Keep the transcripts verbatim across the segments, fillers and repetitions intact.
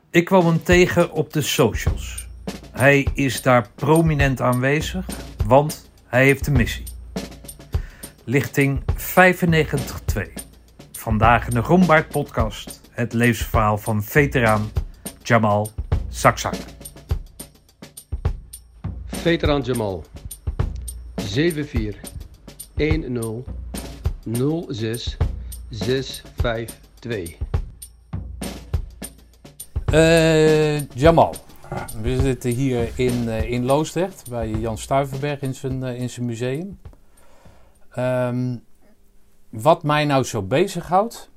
Ik kwam hem tegen op de socials. Hij is daar prominent aanwezig, want hij heeft een missie. Lichting vijfennegentig twee. Vandaag in de Rombaard podcast het levensverhaal van veteraan Jamal Saksak. Veteraan Jamal, zeven vier een nul nul zes zes vijf twee. Uh, Jamal, we zitten hier in, uh, in Loosdrecht bij Jan Stuyverberg in zijn, uh, in zijn museum. Um, wat mij nou zo bezighoudt.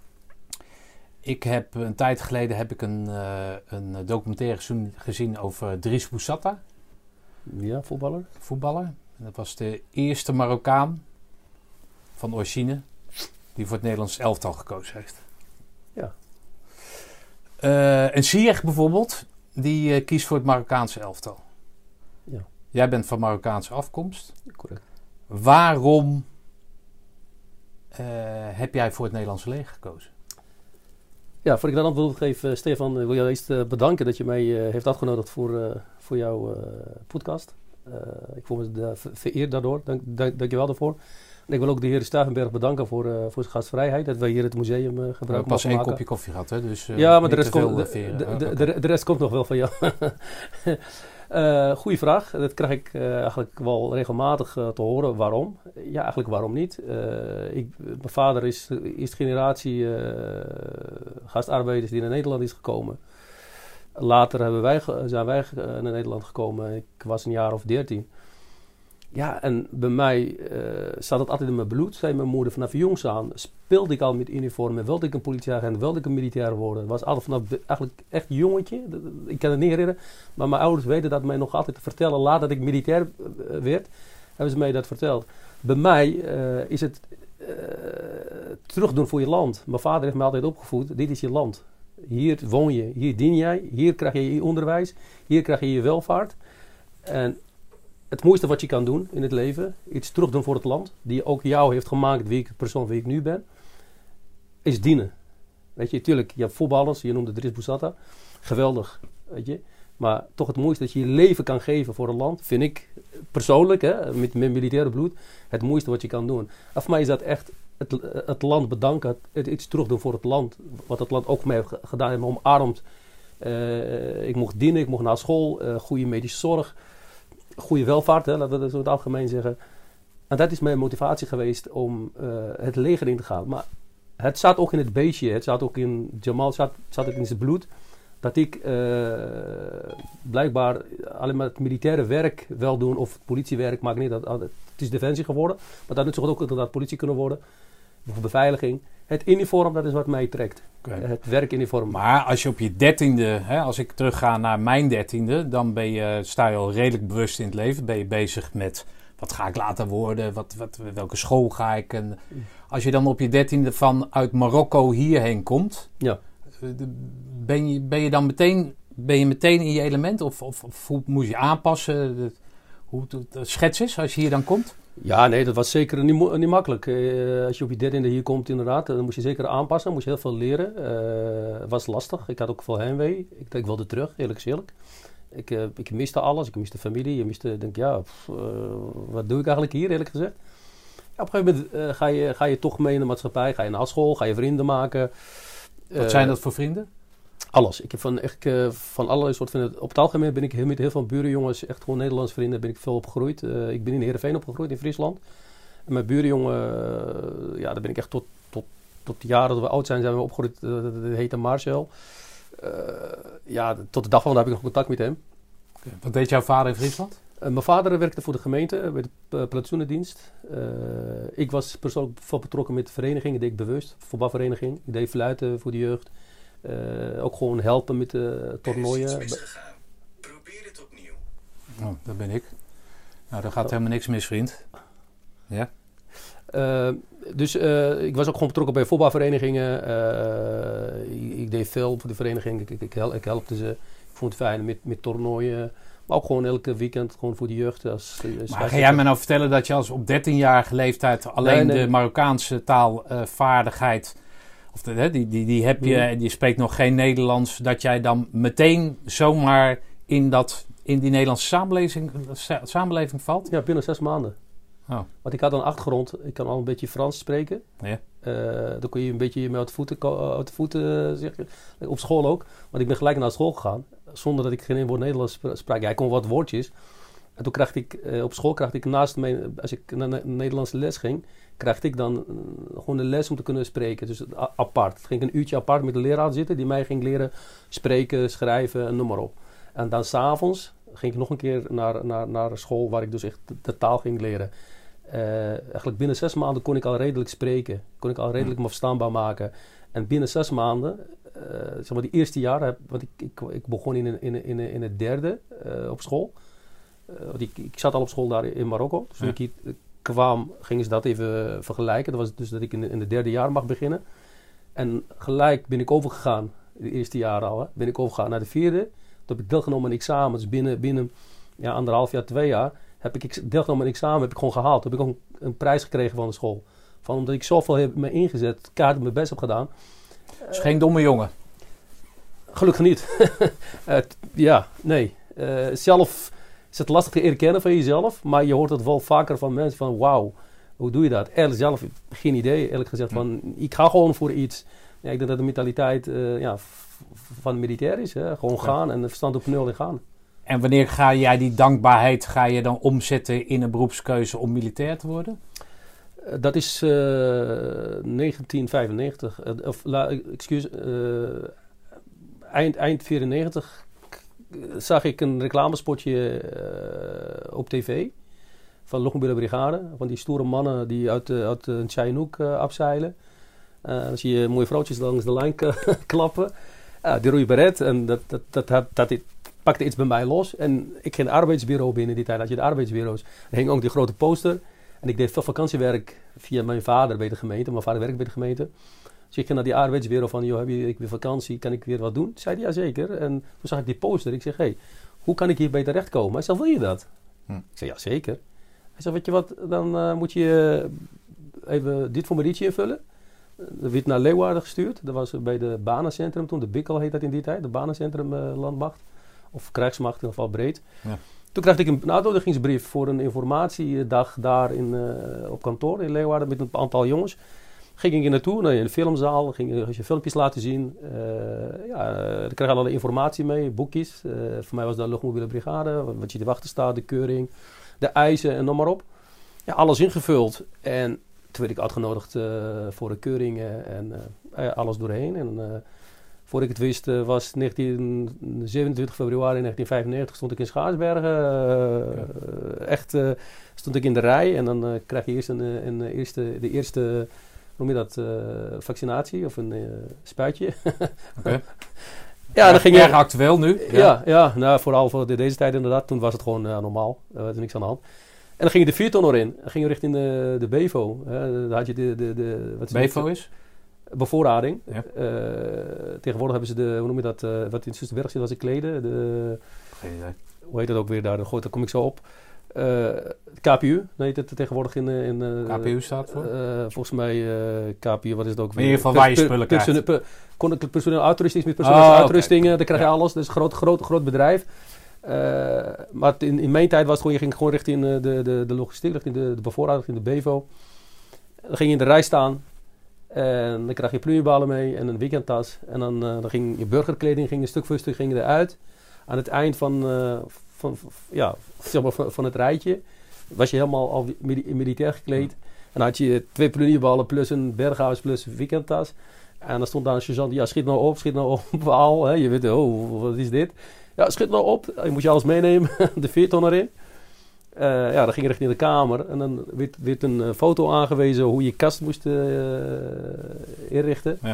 Ik heb een tijd geleden heb ik een, uh, een documentaire gezien over Dries Boussata. Ja, voetballer. Voetballer. Dat was de eerste Marokkaan van origine die voor het Nederlands elftal gekozen heeft. Ja. Uh, en Ziyech bijvoorbeeld, die uh, kiest voor het Marokkaanse elftal. Ja. Jij bent van Marokkaanse afkomst. Correct. Waarom uh, heb jij voor het Nederlandse leger gekozen? Ja, voor ik dat antwoord geef, uh, Stefan, wil je eerst uh, bedanken dat je mij uh, heeft uitgenodigd voor, uh, voor jouw uh, podcast. Uh, ik voel me uh, vereerd daardoor. Dank, dank, dank je wel daarvoor. En ik wil ook de heer Stuyverberg bedanken voor, uh, voor zijn gastvrijheid. Dat wij hier het museum uh, gebruik mogen maken. Pas één kopje koffie gehad, hè? Dus, uh, ja, maar de rest, komt, de, de, de, de, de rest komt nog wel van jou. uh, goeie vraag. Dat krijg ik uh, eigenlijk wel regelmatig uh, te horen. Waarom? Ja, eigenlijk waarom niet? Uh, ik, mijn vader is de eerste generatie uh, gastarbeiders die naar Nederland is gekomen. Later hebben wij, zijn wij uh, naar Nederland gekomen. Ik was een jaar of dertien. Ja, en bij mij uh, zat het altijd in mijn bloed. Zei mijn moeder, vanaf jongs aan speelde ik al met uniform. En wilde ik een politieagent, wilde ik een militair worden. Het was altijd vanaf eigenlijk echt jongetje. Ik kan het niet herinneren. Maar mijn ouders weten dat mij nog altijd te vertellen. Laat dat ik militair uh, werd, hebben ze mij dat verteld. Bij mij uh, is het uh, terugdoen voor je land. Mijn vader heeft me altijd opgevoed. Dit is je land. Hier woon je, hier dien jij. Hier krijg je je onderwijs. Hier krijg je je welvaart. En het mooiste wat je kan doen in het leven, iets terugdoen voor het land, die ook jou heeft gemaakt, wie ik, de persoon wie ik nu ben, is dienen. Weet je, tuurlijk, je hebt voetballers, je noemde Dries Boussata, geweldig, weet je. Maar toch het mooiste dat je je leven kan geven voor een land, vind ik persoonlijk, hè, met mijn militaire bloed, het mooiste wat je kan doen. En voor mij is dat echt het, het land bedanken, het, iets terugdoen voor het land, wat het land ook mij heeft gedaan en me omarmd. Uh, ik mocht dienen, ik mocht naar school, uh, goede medische zorg. Goede welvaart, hè, laten we dat zo in het algemeen zeggen. En dat is mijn motivatie geweest om uh, het leger in te gaan. Maar het zat ook in het beestje. Het zat ook in Jamal, zat, zat het in zijn bloed. Dat ik uh, blijkbaar alleen maar het militaire werk wel doen. Of het politiewerk, maakt niet. Dat, het is defensie geworden. Maar dat zou ook inderdaad politie kunnen worden. Of beveiliging. Het uniform, dat is wat mij trekt. Okay. Het werkuniform. Maar als je op je dertiende, hè, als ik terugga naar mijn dertiende, dan ben je, sta je al redelijk bewust in het leven. Ben je bezig met, wat ga ik later worden? Wat, wat, welke school ga ik? En als je dan op je dertiende vanuit Marokko hierheen komt, ja. ben, je, ben je dan meteen, ben je meteen in je element? Of, of, of hoe moet je aanpassen? Hoe het schets is als je hier dan komt? Ja, nee, dat was zeker niet, mo- niet makkelijk. Uh, als je op je dertiende hier komt inderdaad, dan moest je zeker aanpassen. moest je heel veel leren. Het uh, was lastig. Ik had ook veel heimwee. Ik, ik wilde terug, eerlijk gezegd. Ik, uh, ik miste alles. Ik miste familie. Je miste, denk ja, pff, uh, wat doe ik eigenlijk hier, eerlijk gezegd? Ja, op een gegeven moment uh, ga, je, ga je toch mee in de maatschappij. Ga je naar school, ga je vrienden maken. Wat uh, zijn dat voor vrienden? Alles. Ik heb van echt uh, van allerlei soorten vrienden. Op het algemeen ben ik heel, met heel veel burenjongens, echt gewoon Nederlandse vrienden, ben ik veel opgegroeid. Uh, ik ben in Heerenveen opgegroeid, in Friesland. En mijn burenjongen, uh, ja, daar ben ik echt tot, tot, tot de jaren dat we oud zijn, zijn we opgegroeid. Uh, dat heette Marcel. Uh, ja, tot de dag van vandaag heb ik nog contact met hem. Okay. Wat deed jouw vader in Friesland? Uh, mijn vader werkte voor de gemeente, bij de uh, plantsoenendienst. Uh, ik was persoonlijk veel betrokken met de vereniging, dat deed ik bewust. Voetbalvereniging, ik deed fluiten voor de jeugd. Uh, ook gewoon helpen met de toernooien. Er is iets misgegaan. Probeer het opnieuw. Oh, dat ben ik. Nou, daar gaat oh. helemaal niks mis, vriend. Ja. Uh, dus uh, ik was ook gewoon betrokken bij voetbalverenigingen. Uh, ik, ik deed veel voor de vereniging. Ik, ik, ik, help, ik helpte ze. Ik vond het fijn met, met toernooien. Maar ook gewoon elke weekend gewoon voor de jeugd. Als, als maar ga jij me nou vertellen dat je als op dertienjarige leeftijd alleen nee, nee. de Marokkaanse taalvaardigheid... Uh, of de, hè, die, die, die heb je, Mm. en je spreekt nog geen Nederlands, dat jij dan meteen zomaar in, dat, in die Nederlandse samenleving, sa- samenleving valt? Ja, binnen zes maanden. Oh. Want ik had een achtergrond, ik kan al een beetje Frans spreken. Ja. Uh, dan kon je een beetje uit de voeten, ko- uit de voeten zeg je, op school ook. Want ik ben gelijk naar school gegaan, zonder dat ik geen woord Nederlands spra- sprak. Ja, ik kon wat woordjes. En toen kreeg ik, uh, op school kreeg ik naast mijn, als ik naar de Nederlandse les ging, kreeg ik dan uh, gewoon een les om te kunnen spreken. Dus a- apart. Het ging een uurtje apart met de leraar zitten, die mij ging leren spreken, schrijven en noem maar op. En dan s'avonds ging ik nog een keer naar, naar, naar school waar ik dus echt de, de taal ging leren. Uh, eigenlijk binnen zes maanden kon ik al redelijk spreken. Kon ik al redelijk me verstaanbaar maken. En binnen zes maanden, uh, zeg maar die eerste jaren, want ik, ik, ik begon in, een, in, een, in, een, in het derde uh, op school. Uh, want ik, ik zat al op school daar in Marokko. Dus toen Ja. ik hier kwam, gingen ze dat even vergelijken. Dat was dus dat ik in, in het derde jaar mag beginnen. En gelijk ben ik overgegaan, de eerste jaren al, hè, ben ik overgegaan naar de vierde. Toen heb ik deelgenomen aan examens binnen, binnen ja, anderhalf jaar, twee jaar. Heb ik ex- deelgenomen aan een examen, heb ik gewoon gehaald. Heb ik ook een, een prijs gekregen van de school. Van omdat ik zoveel heb me ingezet, kaart mijn best heb gedaan. Dus geen domme jongen. Gelukkig niet. uh, t- ja, nee. Uh, zelf is het lastig te erkennen van jezelf. Maar je hoort het wel vaker van mensen van wauw, hoe doe je dat? Eerlijk zelf, geen idee eerlijk gezegd. Van, ik ga gewoon voor iets. Ja, ik denk dat de mentaliteit uh, ja, f- van militair is. Hè? Gewoon Ja. gaan en verstand op nul en gaan. En wanneer ga jij die dankbaarheid ga je dan omzetten in een beroepskeuze om militair te worden? Uh, dat is uh, negentien vijfennegentig. Uh, of, la, excuse, uh, eind, eind vierennegentig zag ik een reclamespotje uh, op tv van Luchtmobiele Brigade. Van die stoere mannen die uit, uh, uit een Sihanouk uh, afzeilen. Uh, dan zie je mooie vrouwtjes langs de lijn k- klappen. Uh, die rode beret. En dat, dat, dat, dat, dat, dat pakte iets bij mij los. En ik ging het arbeidsbureau binnen die tijd. Had je de arbeidsbureaus. Er hing ook die grote poster. En ik deed veel vakantiewerk via mijn vader bij de gemeente. Mijn vader werkt bij de gemeente. Dus ik ging naar die arbeidsbureau van, joh, heb je, ik weer vakantie, kan ik weer wat doen? Zei hij, ja zeker. En toen zag ik die poster. Ik zeg, hé, hey, hoe kan ik hierbij terechtkomen? Hij zei, wil je dat? Hm. Ik zei, ja zeker. Hij zei, weet je wat, dan uh, moet je uh, even dit formuliertje invullen. Dat werd naar Leeuwarden gestuurd. Dat was bij de banencentrum toen, de Bikkel heet dat in die tijd. De banencentrum uh, landmacht. Of krijgsmacht, in ieder geval breed. Ja. Toen kreeg ik een uitnodigingsbrief voor een informatiedag daar in, uh, op kantoor in Leeuwarden met een aantal jongens. Ging ik er naartoe, naar een filmzaal, ging je filmpjes laten zien. Uh, ja, uh, ik kreeg alle informatie mee, boekjes. Uh, voor mij was dat de Luchtmobiele Brigade, wat je te wachten staat, de keuring, de eisen en noem maar op. Ja, alles ingevuld. En toen werd ik uitgenodigd uh, voor de keuringen en uh, alles doorheen. En uh, voor ik het wist uh, was negentien, zevenentwintig februari negentien vijfennegentig stond ik in Schaarsbergen. Uh, ja. uh, echt uh, stond ik in de rij en dan uh, krijg je eerst een, een, een eerste, de eerste... noem je dat, uh, vaccinatie of een uh, spuitje. Okay. Ja, dan ging je... Erg actueel nu. Ja, ja, ja nou, vooral voor de, deze tijd inderdaad. Toen was het gewoon uh, normaal. Er was niks aan de hand. En dan ging je de viertonner in. Dan ging je richting de, de Bevo. Uh, dan had je de... de, de wat is Bevo het? is? Bevoorrading. Ja. Uh, tegenwoordig hebben ze de, hoe noem je dat, uh, wat in Soesterberg zit was de kleden. De, Geen idee. hoe heet dat ook weer daar? Goed, daar kom ik zo op. Uh, K P U, heet het tegenwoordig in... in uh, K P U staat voor? Uh, volgens mij uh, K P U, wat is het ook weer? In ieder geval waar je spullen krijgt. Persone, per, koninklijk personeel uitrusting, met personeel oh, uitrustingen, okay. daar krijg je ja. alles. Dat is een groot, groot, groot bedrijf. Uh, maar in, in mijn tijd was het gewoon, je ging gewoon richting uh, de, de, de logistiek, richting de, de bevoorrading, richting de Bevo. Dan ging je in de rij staan. En dan krijg je plunjeballen mee en een weekendtas. En dan, uh, dan ging je burgerkleding ging een stuk voor stuk ging eruit. Aan het eind van, uh, van, van, ja, zeg maar van, van het rijtje was je helemaal al militair gekleed. En dan had je twee plunjeballen plus een berghuis plus een weekendtas. En dan stond daar een sergeant, ja schiet nou op, schiet nou op, al. Hè. Je weet, oh, wat is dit? Ja, schiet nou op. Je moet je alles meenemen, de veerton erin. Uh, ja, dan ging je richting de kamer. En dan werd, werd een uh, foto aangewezen hoe je kast moest uh, inrichten. Ja.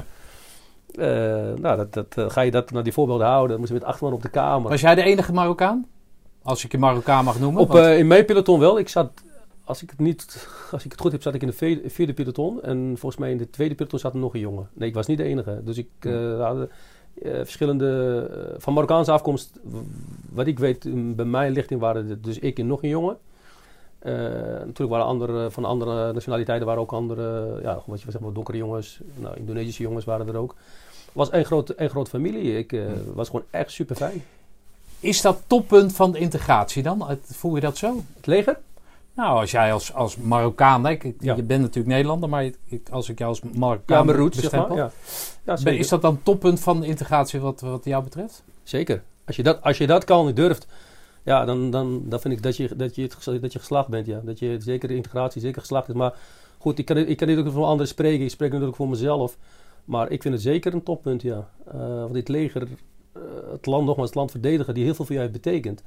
Uh, nou, dat, dat, uh, ga je dat naar die voorbeelden houden. Dan moest je met acht man op de kamer. Was jij de enige Marokkaan? Als ik je Marokkaan mag noemen? Op, uh, in mijn peloton wel. Ik zat, als ik het niet, als ik het goed heb, zat ik in de vierde, vierde peloton. En volgens mij in de tweede peloton zat er nog een jongen. Nee, ik was niet de enige. Dus ik uh, had uh, verschillende, uh, van Marokkaanse afkomst, w- wat ik weet, um, bij mijn lichting waren het dus ik en nog een jongen. Uh, natuurlijk waren andere, van andere nationaliteiten waren ook andere, ja, wat je zeg maar, donkere jongens, nou, Indonesische jongens waren er ook. Het was één grote, één grote familie. Ik uh, was gewoon echt super fijn. Is dat toppunt van de integratie dan? Voel je dat zo? Het leger? Nou, als jij als, als Marokkaan, ik, ja. je bent natuurlijk Nederlander, maar ik, als ik jou als Marokkaan ja, mijn roots, bestempel, zeg maar. Ja. Ja, is dat dan toppunt van de integratie wat, wat jou betreft? Zeker. Als je dat, als je dat kan en durft, ja, dan, dan, dan vind ik dat je, dat, je het, dat je geslaagd bent. Ja. Dat je zeker de integratie zeker geslaagd is. Maar goed, ik kan, ik kan niet ook voor anderen spreken. Ik spreek natuurlijk voor mezelf. Maar ik vind het zeker een toppunt, ja. Uh, want dit leger, uh, het land nogmaals, het land verdedigen, die heel veel voor jou heeft betekend.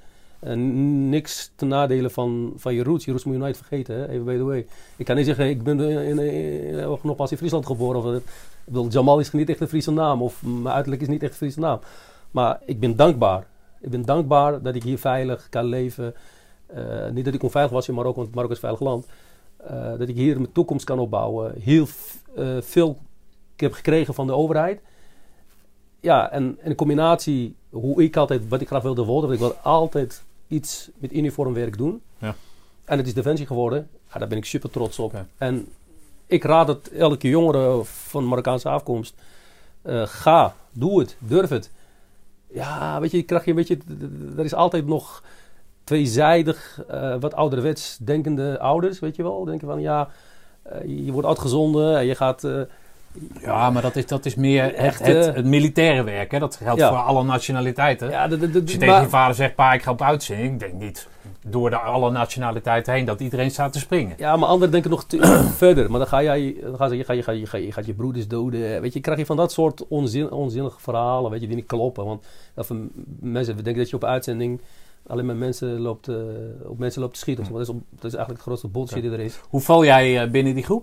En niks ten nadele van, van je roots. Je roots moet je nooit vergeten, hè? Even by the way. Ik kan niet zeggen, ik ben in, in, in, in, nogmaals in Friesland geboren. Of, ik bedoel, Jamal is niet echt een Friese naam. Of mijn uiterlijk is niet echt een Friese naam. Maar ik ben dankbaar. Ik ben dankbaar dat ik hier veilig kan leven. Uh, niet dat ik onveilig was in Marokko, want Marokko is een veilig land. Uh, dat ik hier mijn toekomst kan opbouwen. Heel uh, veel ik heb gekregen van de overheid. Ja, en in combinatie, hoe ik altijd, wat ik graag wilde worden, want ik wil altijd iets met uniformwerk doen. Ja. En het is Defensie geworden. Ja, daar ben ik super trots op. Ja. En ik raad het elke jongere van Marokkaanse afkomst. Uh, ga, doe het, durf het. Ja, weet je, krijg je een beetje, er is altijd nog tweezijdig, uh, wat ouderwets denkende ouders, weet je wel. Denken van, ja, uh, je wordt uitgezonden en je gaat... Uh, Ja, maar dat is, dat is meer echt het, het, het militaire werk. Hè? Dat geldt ja. voor alle nationaliteiten. Ja, de, de, de, Als je maar, tegen je vader zegt, pa, ik ga op uitzending. Ik denk niet door de alle nationaliteiten heen dat iedereen staat te springen. Ja, maar anderen denken nog te, verder. Maar dan ga jij, dan ga je, je, ga, je, ga, je, ga, je gaat je broeders doden. Weet je, krijg je van dat soort onzin, onzinnige verhalen, weet je, die niet kloppen. Want van mensen denken dat je op uitzending alleen maar mensen loopt, uh, op mensen loopt te schieten. Hm. Dat, is op, dat is eigenlijk de grootste bullshit die er is. Hoe val jij uh, binnen die groep?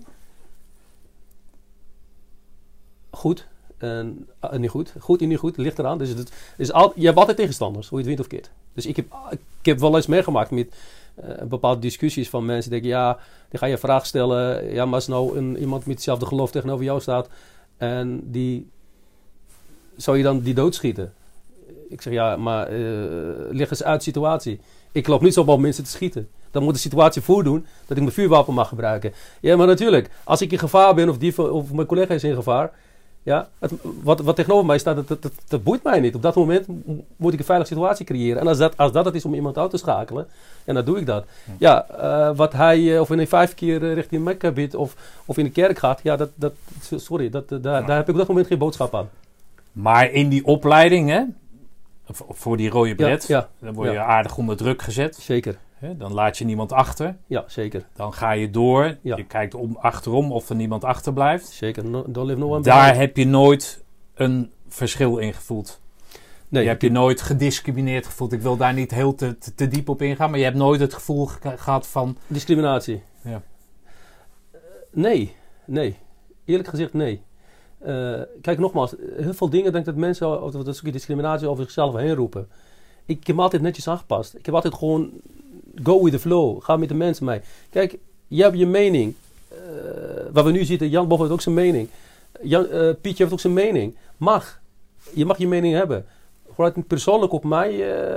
Goed en uh, niet goed. Goed en niet goed, ligt eraan. Dus het is al, je hebt altijd tegenstanders, hoe je het wint of keert. Dus ik heb, ik heb wel eens meegemaakt met uh, bepaalde discussies van mensen die denken, ja, die ga je een vraag stellen. Ja, maar als nou een, iemand met hetzelfde geloof tegenover jou staat en die zou je dan die doodschieten? Ik zeg, ja, maar uh, leg eens uit de situatie. Ik loop niet zo op mensen te schieten. Dan moet de situatie voordoen dat ik mijn vuurwapen mag gebruiken. Ja, maar natuurlijk, als ik in gevaar ben of, die, of mijn collega is in gevaar, ja, het, wat, wat tegenover mij staat, dat, dat, dat, dat boeit mij niet. Op dat moment moet ik een veilige situatie creëren. En als dat, als dat het is om iemand uit te schakelen, en dan doe ik dat. Ja, uh, wat hij, uh, of hij vijf keer uh, richting Mekka bidt of, of in de kerk gaat, ja, dat, dat, sorry, dat, uh, daar, daar heb ik op dat moment geen boodschap aan. Maar in die opleiding, hè, voor die rode bret, ja, ja, dan word je ja. aardig onder druk gezet. Zeker. He, dan laat je niemand achter. Ja, zeker. Dan ga je door. Ja. Je kijkt om, achterom of er niemand achterblijft. Zeker. No, don't live no one Daar behind. heb je nooit een verschil in gevoeld. Nee, je hebt je nooit gediscrimineerd gevoeld. Ik wil daar niet heel te, te, te diep op ingaan. Maar je hebt nooit het gevoel ge- gehad van... Discriminatie? Ja. Uh, nee. Nee. Eerlijk gezegd nee. Uh, kijk, nogmaals. Heel veel dingen denk ik dat mensen over dat stukje discriminatie over zichzelf heen roepen. Ik heb me altijd netjes aangepast. Ik heb altijd gewoon... Go with the flow. Ga met de mensen mee. Kijk, je hebt je mening. Uh, waar we nu zitten, Jan Bob heeft ook zijn mening. Jan, uh, Pietje heeft ook zijn mening. Mag. Je mag je mening hebben. Gewoon persoonlijk op mij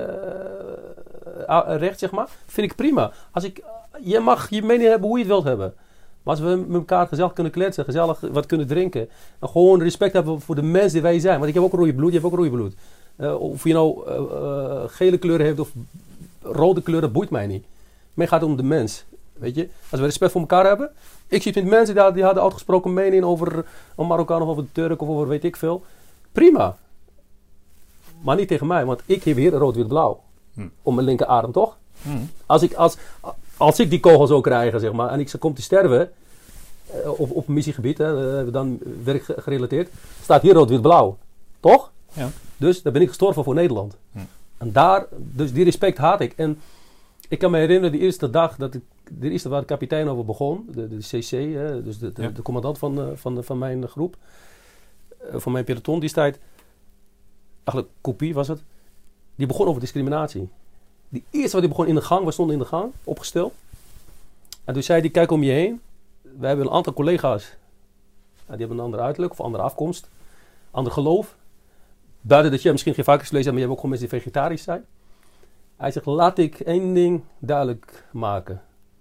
uh, recht, zeg maar. Vind ik prima. Als ik, je mag je mening hebben hoe je het wilt hebben. Maar als we met elkaar gezellig kunnen kletsen, gezellig wat kunnen drinken. En gewoon respect hebben voor de mensen die wij zijn. Want ik heb ook rode bloed, je hebt ook rode bloed. Uh, of je nou uh, uh, gele kleuren hebt of rode kleur, dat boeit mij niet. Mij gaat het om de mens. Weet je? Als we respect voor elkaar hebben. Ik zit met mensen die, die hadden uitgesproken mening over een Marokkaan of over een Turk of over weet ik veel. Prima. Maar niet tegen mij, want ik heb hier rood-wit-blauw. Hm. Om mijn linkerarm, toch? Hm. Als, ik, als, als ik die kogel zou krijgen, zeg maar, en ik kom te sterven uh, op, op een missiegebied, hè, uh, dan werk gerelateerd, staat hier rood-wit-blauw. Toch? Ja. Dus daar ben ik gestorven voor Nederland. Hm. En daar, dus die respect had ik. En ik kan me herinneren, de eerste dag dat ik, de eerste waar de kapitein over begon, de, de C C, hè, dus de, de, ja. de commandant van, uh, van, van mijn groep, uh, van mijn peloton, die tijd, eigenlijk kopie was het, die begon over discriminatie. Die eerste wat die begon in de gang, we stonden in de gang, opgesteld. En toen zei hij, kijk om je heen, we hebben een aantal collega's, die hebben een ander uiterlijk of andere afkomst, ander geloof. Buiten dat je misschien geen varkens gelezen hebt, maar je hebt ook gewoon mensen die vegetarisch zijn. Hij zegt, laat ik één ding duidelijk maken.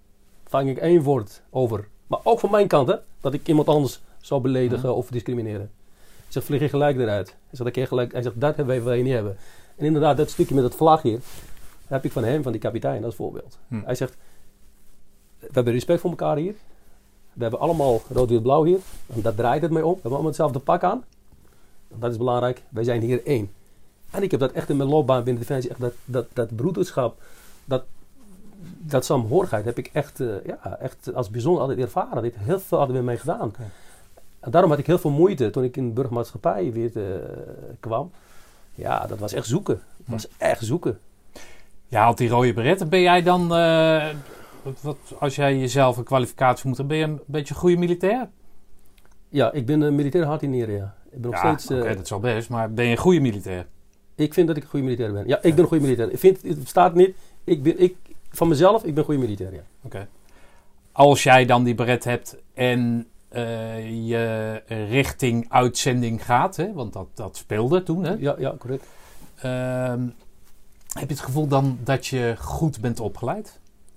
vang ik één woord over. Maar ook van mijn kant, hè. Dat ik iemand anders zou beledigen mm. of discrimineren. Ik zeg, vlieg je gelijk eruit. Hij zegt, dat gelijk, hij zegt, dat hebben wij, wij niet hebben. En inderdaad, dat stukje met het vlag hier, heb ik van hem, van die kapitein, als voorbeeld. Mm. Hij zegt, we hebben respect voor elkaar hier. We hebben allemaal rood-wit-blauw hier. En daar draait het mee om. We hebben allemaal hetzelfde pak aan. Dat is belangrijk. Wij zijn hier één. En ik heb dat echt in mijn loopbaan binnen Defensie. Echt dat, dat, dat broederschap, dat, dat saamhorigheid heb ik echt, uh, ja, echt als bijzonder altijd ervaren. Dat heeft heel veel altijd met mij gedaan. Okay. En daarom had ik heel veel moeite toen ik in de burgermaatschappij weer uh, kwam. Ja, dat was echt zoeken. Dat was hm. echt zoeken. Ja, had die rode beret. Ben jij dan, uh, wat, als jij jezelf een kwalificatie moet, dan ben je een beetje een goede militair? Ja, ik ben een militair hard in Nieren, ja. Ik ben nog ja, steeds... oké, okay, uh, dat is wel best, maar ben je een goede militair? Ik vind dat ik een goede militair ben. Ja, ik ja. ben een goede militair. Ik vind, het staat niet, ik ben, ik, van mezelf, ik ben een goede militair, ja. Oké. Okay. Als jij dan die beret hebt en uh, je richting uitzending gaat, hè, want dat, dat speelde toen, hè? Ja, ja, correct. Uh, heb je het gevoel dan dat je goed bent opgeleid?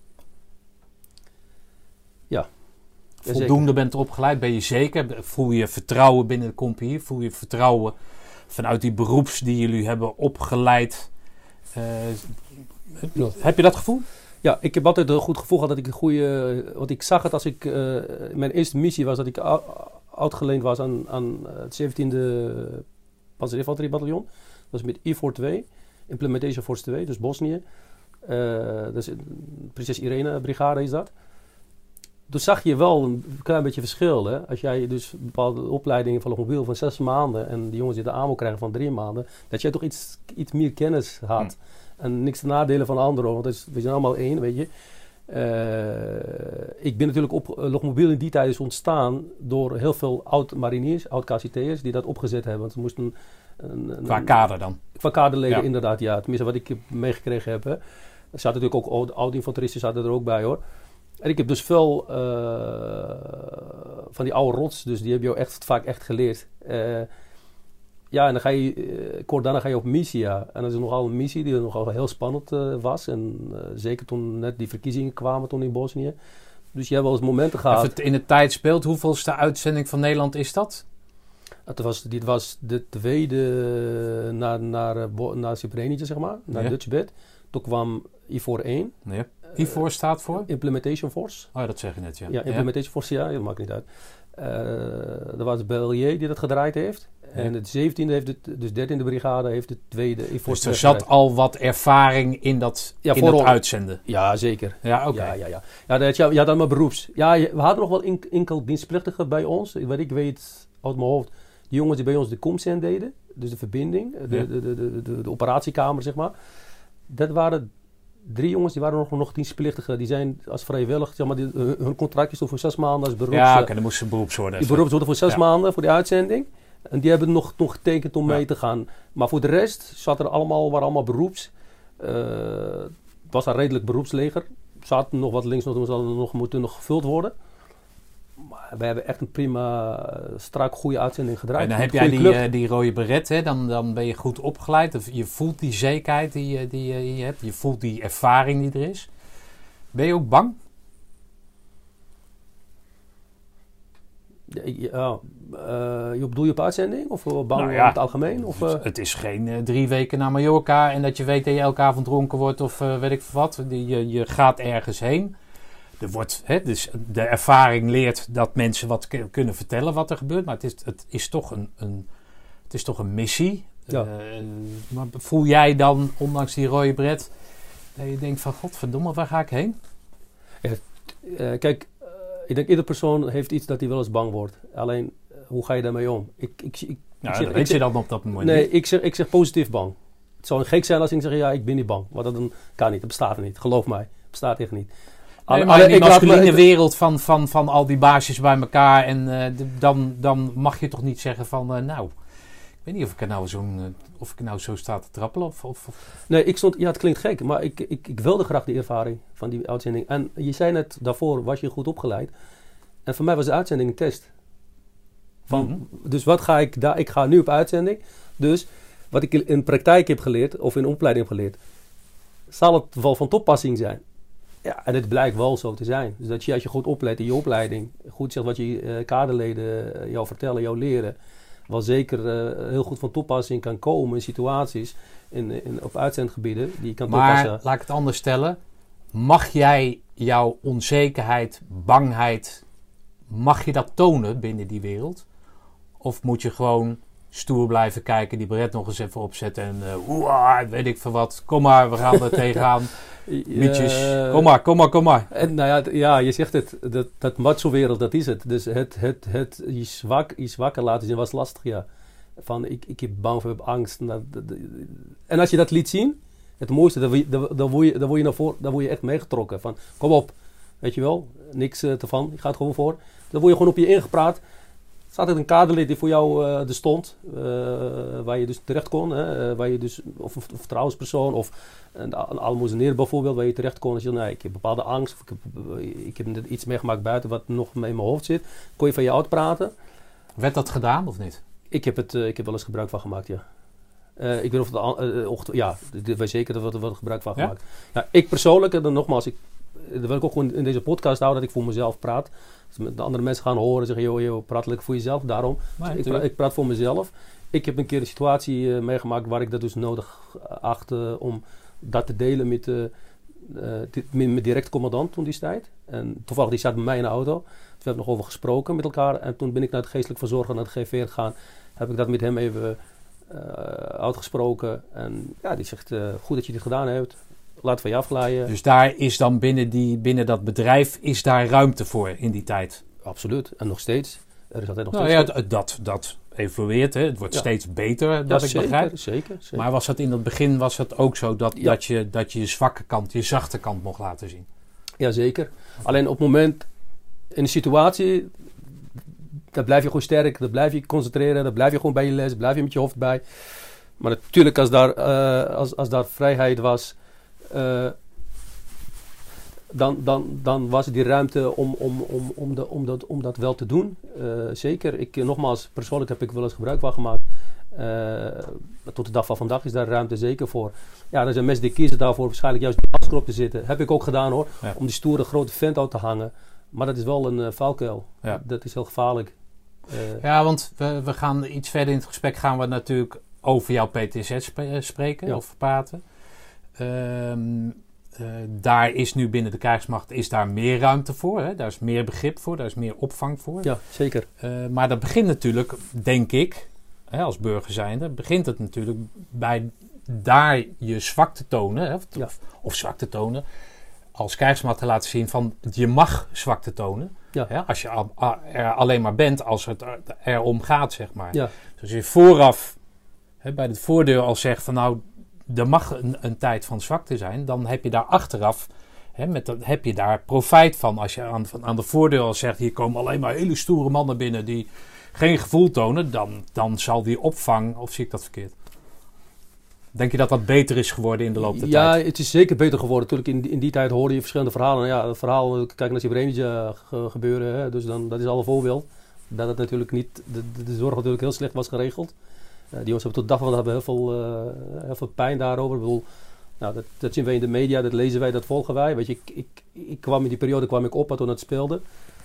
Ja. Voldoende ja, bent opgeleid? Ben je zeker? Voel je vertrouwen binnen de compagnie? Voel je vertrouwen vanuit die beroeps die jullie hebben opgeleid? Uh, ja. Heb je dat gevoel? Ja, ik heb altijd een goed gevoel gehad dat ik een goede... Want ik zag het als ik... Uh, mijn eerste missie was dat ik uitgeleend was aan, aan het zeventiende Panzerinfanteriebataljon. Dat is met I F O R twee, Implementation Force twee, dus Bosnië. Uh, dat is Prinses Irene brigade is dat. Toen zag je wel een klein beetje verschil. Hè? Als jij dus bepaalde opleidingen van een mobiel van zes maanden en die jongens die de aanbod krijgen van drie maanden, dat jij toch iets, iets meer kennis had. Hmm. En niks te nadelen van anderen, want is, we zijn allemaal één, weet je. Uh, ik ben natuurlijk op uh, Logmobiel in die tijd is ontstaan door heel veel oud-mariniers, oud-K C T'ers die dat opgezet hebben. Want ze moesten... Een, een, qua kader dan? Qua kaderleden, ja. Inderdaad, ja. Tenminste wat ik meegekregen heb. Hè. Er zaten natuurlijk ook oud-infanteristen zaten er ook bij, hoor. En ik heb dus veel uh, van die oude rots, dus die heb je ook echt vaak echt geleerd. Uh, ja, en dan ga je, uh, kort daarna ga je op missie, ja. En dat is nogal een missie die nogal heel spannend uh, was. En uh, zeker toen net die verkiezingen kwamen toen in Bosnië. Dus je hebt wel eens momenten gehad. Even in de tijd speelt, hoeveelste uitzending van Nederland is dat? Het was, dit was de tweede naar, naar, naar Srebrenica, zeg maar, naar ja. Dutch Bed. Toen kwam I F O R één. Ja. I F O R staat voor? Implementation Force. Oh ja, dat zeg je net, ja. Ja, Implementation ja. Force, ja, dat maakt niet uit. Uh, er was Bellier die dat gedraaid heeft. Ja. En het zeventiende heeft het, dus dertiende brigade heeft het tweede I F O R. Dus er zat al wat ervaring in dat, ja, in dat uitzenden? Ja, zeker. Ja, oké. Okay. Ja, ja, ja. Ja, dat, ja, ja, dan maar beroeps. Ja, we hadden nog wel enkel dienstplichtigen bij ons. Wat ik weet uit mijn hoofd. Die jongens die bij ons de comcen deden, dus de verbinding, de, ja. de, de, de, de, de operatiekamer, zeg maar. Dat waren drie jongens, die waren nog, nog dienstplichtigen. Die zijn als vrijwillig, zeg maar, die, hun contractje stond voor zes maanden als beroeps. Ja, oké, okay, dan moesten ze beroeps worden. Die beroeps worden voor zes ja. maanden voor die uitzending. En die hebben nog, nog getekend om ja. mee te gaan. Maar voor de rest zat er allemaal, waren allemaal beroeps. Uh, het was een redelijk beroepsleger. Zaten nog wat links, nog, nog moeten nog gevuld worden. Maar we hebben echt een prima, strak goede uitzending gedraaid. En dan heb jij die, uh, die rode beret, hè? Dan, dan ben je goed opgeleid. Je voelt die zekerheid die, die, die je hebt. Je voelt die ervaring die er is. Ben je ook bang? Ja, uh, je bedoel je op uitzending? Of bang nou ja, in het algemeen? Of, uh? Het is geen uh, drie weken naar Mallorca en dat je weet dat je elke avond dronken wordt of uh, weet ik wat. Je, je gaat ergens heen. Er wordt, hè, dus de ervaring leert dat mensen wat k- kunnen vertellen wat er gebeurt. Maar het is, het is, toch, een, een, het is toch een missie. Ja. Uh, maar voel jij dan, ondanks die rode bret, dat je denkt van godverdomme, waar ga ik heen? Ja, uh, kijk, uh, ik denk iedere persoon heeft iets dat hij wel eens bang wordt. Alleen, uh, hoe ga je daarmee om? Ik, ik, ik, nou, ik zeg, dat weet je dan op dat moment nee, niet. ik zeg, ik zeg positief bang. Het zou gek zijn als ik zeg, ja, ik ben niet bang. Maar dat kan niet, dat bestaat er niet. Geloof mij, dat bestaat echt niet. Nee, maar in die masculine wereld van, van, van al die baasjes bij elkaar. En uh, de, dan, dan mag je toch niet zeggen van... Uh, nou, ik weet niet of ik er nou, zo'n, uh, of ik er nou zo sta te trappelen. Of, of, of. Nee, ik stond... Ja, het klinkt gek. Maar ik, ik, ik wilde graag die ervaring van die uitzending. En je zei net, daarvoor was je goed opgeleid. En voor mij was de uitzending een test. Van, mm-hmm. Dus wat ga ik daar... Ik ga nu op uitzending. Dus wat ik in praktijk heb geleerd... Of in opleiding heb geleerd... Zal het wel van toepassing zijn. Ja, en het blijkt wel zo te zijn. Dus dat je, als je goed oplet in je opleiding, goed zegt wat je uh, kaderleden uh, jou vertellen, jou leren, wel zeker uh, heel goed van toepassing kan komen in situaties, in, in, op uitzendgebieden die je kan maar, toepassen. Maar, laat ik het anders stellen. Mag jij jouw onzekerheid, bangheid, mag je dat tonen binnen die wereld? Of moet je gewoon stoer blijven kijken, die beret nog eens even opzetten en uh, oeh, weet ik veel wat. Kom maar, we gaan er tegenaan. Mietjes, uh, kom maar, kom maar, kom maar. En nou ja, ja, je zegt het, dat, dat macho-wereld, dat is het. Dus het, het, het je, zwak, je zwakker laten zien was lastig, ja. Van, ik, ik heb bang voor, ik heb angst. En als je dat liet zien, het mooiste, dan word je, dan, dan word je, dan word je, naar voor, dan word je echt meegetrokken. Van, kom op, weet je wel, niks uh, te van, je gaat gewoon voor. Dan word je gewoon op je ingepraat. Er staat een kaderlid die voor jou uh, er stond, uh, waar je dus terecht kon. Hè, uh, waar je dus, of een vertrouwenspersoon, of een, een almoezeneer bijvoorbeeld, waar je terecht kon. Als je nee, ik heb bepaalde angst, of ik heb, ik heb iets meegemaakt buiten wat nog in mijn hoofd zit. Kon je van je uitpraten. Werd dat gedaan of niet? Ik heb, het, uh, ik heb wel eens gebruik van gemaakt, ja. Uh, ik weet of het, uh, of, ja, wij zeker dat we er wel gebruik van gemaakt. Ja? Ja, ik persoonlijk, en dan nogmaals, ik, dat wil ik ook gewoon in deze podcast houden, dat ik voor mezelf praat. Dus met de andere mensen gaan horen en zeggen, joh, joh, praat lekker voor jezelf. Daarom, nee, ik, praat, ik praat voor mezelf. Ik heb een keer een situatie uh, meegemaakt waar ik dat dus nodig achtte om dat te delen met uh, uh, mijn direct commandant toen die tijd. En toevallig, die zat bij mij in de auto. Dus we hebben nog over gesproken met elkaar. En toen ben ik naar het geestelijk verzorger, naar het G V gegaan. Heb ik dat met hem even uh, uitgesproken. En ja, die zegt, uh, goed dat je dit gedaan hebt. Laat van je afglijden. Dus daar is dan binnen, die, binnen dat bedrijf, is daar ruimte voor in die tijd? Absoluut. En nog steeds. Er is altijd nog nou steeds. Ja, d- dat, dat evolueert. Hè. Het wordt ja. steeds beter, dat ja, ik zeker, begrijp. Zeker, zeker. Maar was dat in het begin was het ook zo dat, ja. dat, je, dat je je zwakke kant, je zachte kant mocht laten zien? Jazeker. Alleen op het moment, in een situatie, daar blijf je gewoon sterk, daar blijf je concentreren, daar blijf je gewoon bij je les, blijf je met je hoofd bij. Maar natuurlijk, als daar, uh, als, als daar vrijheid was, uh, dan, dan, dan was er die ruimte om, om, om, om, de, om, dat, om dat wel te doen. Uh, zeker. Ik, nogmaals, persoonlijk heb ik wel eens gebruik van gemaakt. Uh, tot de dag van vandaag is daar ruimte zeker voor. Ja, er zijn mensen die kiezen daarvoor waarschijnlijk juist de masker op te zitten. Heb ik ook gedaan hoor. Ja. Om die stoere grote vent uit te hangen. Maar dat is wel een uh, valkuil. Ja. Dat is heel gevaarlijk. Uh, ja, want we, we gaan iets verder in het gesprek gaan we natuurlijk over jouw P T S S sp- spreken. Ja. Of praten. Um, uh, daar is nu binnen de krijgsmacht is daar meer ruimte voor. Hè? Daar is meer begrip voor. Daar is meer opvang voor. Ja, zeker. Uh, maar dat begint natuurlijk, denk ik, hè, als burger zijnde, begint het natuurlijk bij daar je zwakte tonen. Hè, of, ja. of, of zwakte tonen. Als krijgsmacht te laten zien van je mag zwakte tonen. Ja. Hè, als je a, a, er alleen maar bent als het erom gaat, zeg maar. Ja. Dus als je vooraf hè, bij de voordeur al zegt van nou, er mag een, een tijd van zwakte zijn, dan heb je daar achteraf, hè, met dat, heb je daar profijt van. Als je aan, van, aan de voordeur al zegt, hier komen alleen maar hele stoere mannen binnen die geen gevoel tonen, dan, dan zal die opvang, of zie ik dat verkeerd? Denk je dat dat beter is geworden in de loop der ja, tijd? Ja, het is zeker beter geworden. Natuurlijk, in, in die tijd hoorde je verschillende verhalen. Ja, het verhaal, kijk naar Srebrenica ge, gebeuren, hè, dus dan, dat is al een voorbeeld. Dat het natuurlijk niet, de, de zorg natuurlijk heel slecht was geregeld. Uh, die jongens hebben tot de dag van hebben heel veel, uh, heel veel pijn daarover. Ik bedoel, nou, dat, dat zien wij in de media, dat lezen wij, dat volgen wij. Weet je, ik, ik, ik kwam in die periode kwam ik op toen het speelde.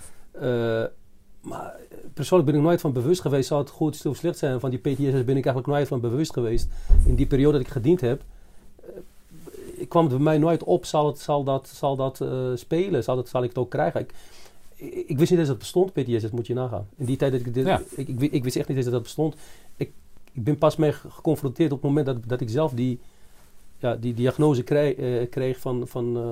Uh, maar persoonlijk ben ik nooit van bewust geweest, zou het goed of slecht zijn. Van die P T S S ben ik eigenlijk nooit van bewust geweest. In die periode dat ik gediend heb, uh, ik kwam het bij mij nooit op, zal, het, zal dat, zal dat uh, spelen, zal, dat, zal ik het ook krijgen. Ik, ik, ik wist niet eens dat het bestond, P T S S, moet je nagaan. In die tijd dat ik dit, ja. ik, ik, ik wist echt niet eens dat het bestond. Ik, ik ben pas mee geconfronteerd op het moment dat, dat ik zelf die, ja, die diagnose kreeg, uh, kreeg van, van, uh,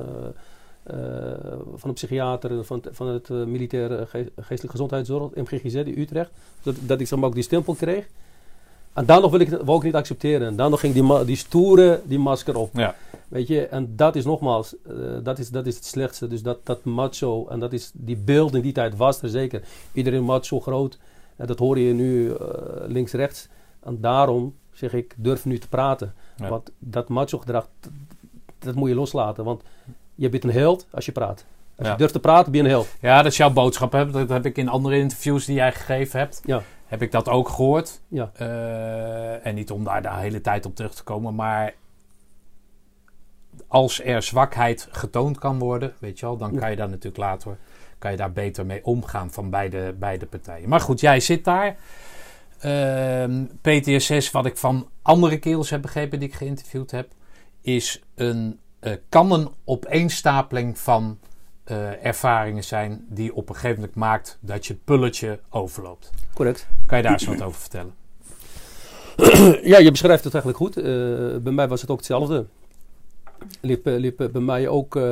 uh, van een psychiater van, van het uh, militaire ge- geestelijke gezondheidszorg, M G G Z in Utrecht. Dat, dat ik zeg maar ook die stempel kreeg. En dan nog wil ik, wil ik niet accepteren. En dan nog ging die, ma- die stoere die masker op. Ja. Weet je, en dat is nogmaals, uh, dat, is, dat is het slechtste. Dus dat, dat macho, en dat is, die beeld in die tijd was er zeker. Iedereen macho groot. En dat hoor je nu uh, links-rechts. En daarom zeg ik, durf nu te praten. Ja. Want dat macho gedrag, dat, dat moet je loslaten. Want je bent een held als je praat. Als ja. je durft te praten, ben je een held. Ja, dat is jouw boodschap. Hè? Dat heb ik in andere interviews die jij gegeven hebt. Ja. Heb ik dat ook gehoord. Ja. Uh, en niet om daar de hele tijd op terug te komen. Maar als er zwakheid getoond kan worden, weet je wel, dan kan je daar natuurlijk later, kan je daar beter mee omgaan van beide, beide partijen. Maar goed, jij zit daar. Uh, P T S S, wat ik van andere kerels heb begrepen die ik geïnterviewd heb, is een, uh, kan een opeenstapeling van uh, ervaringen zijn die op een gegeven moment maakt dat je pulletje overloopt. Correct. Kan je daar eens wat over vertellen? Ja, je beschrijft het eigenlijk goed. Uh, bij mij was het ook hetzelfde. Liep, liep bij mij ook uh,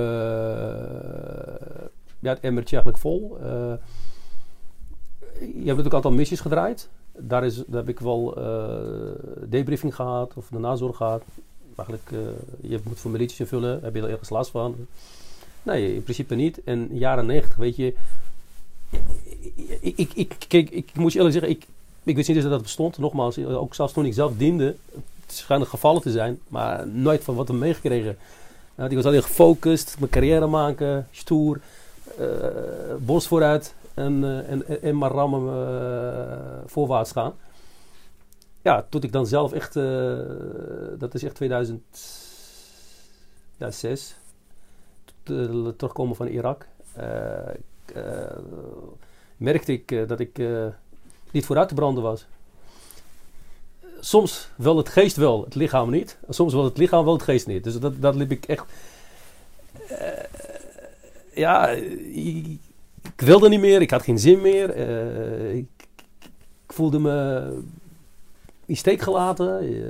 ja, het emmertje eigenlijk vol. Uh, je hebt natuurlijk een aantal missies gedraaid. Daar, is, daar heb ik wel uh, debriefing gehad of de nazorg gehad. Eigenlijk, uh, je moet formuliertjes invullen. Heb je er ergens last van? Nee, in principe niet. En jaren negentig, weet je... Ik, ik, ik, kijk, ik moet je eerlijk zeggen, ik, ik wist niet eens dat dat bestond. Nogmaals, ook zelfs toen ik zelf diende, het schijnen gevallen te zijn, maar nooit van wat we meegekregen. Nou, ik was alleen gefocust, mijn carrière maken, stoer, uh, borst vooruit en, uh, en, en maar rammen uh, voorwaarts gaan. Ja, tot ik dan zelf echt, uh, dat is echt tweeduizend zes, uh, terugkomen van Irak. Uh, uh, merkte ik uh, dat ik uh, niet vooruit te branden was. Soms wel het geest wel, het lichaam niet. Soms wel het lichaam wel, het geest niet. Dus dat, dat liep ik echt... Uh, ja, ik, ik wilde niet meer, ik had geen zin meer. Uh, ik, ik voelde me in steek gelaten. Uh,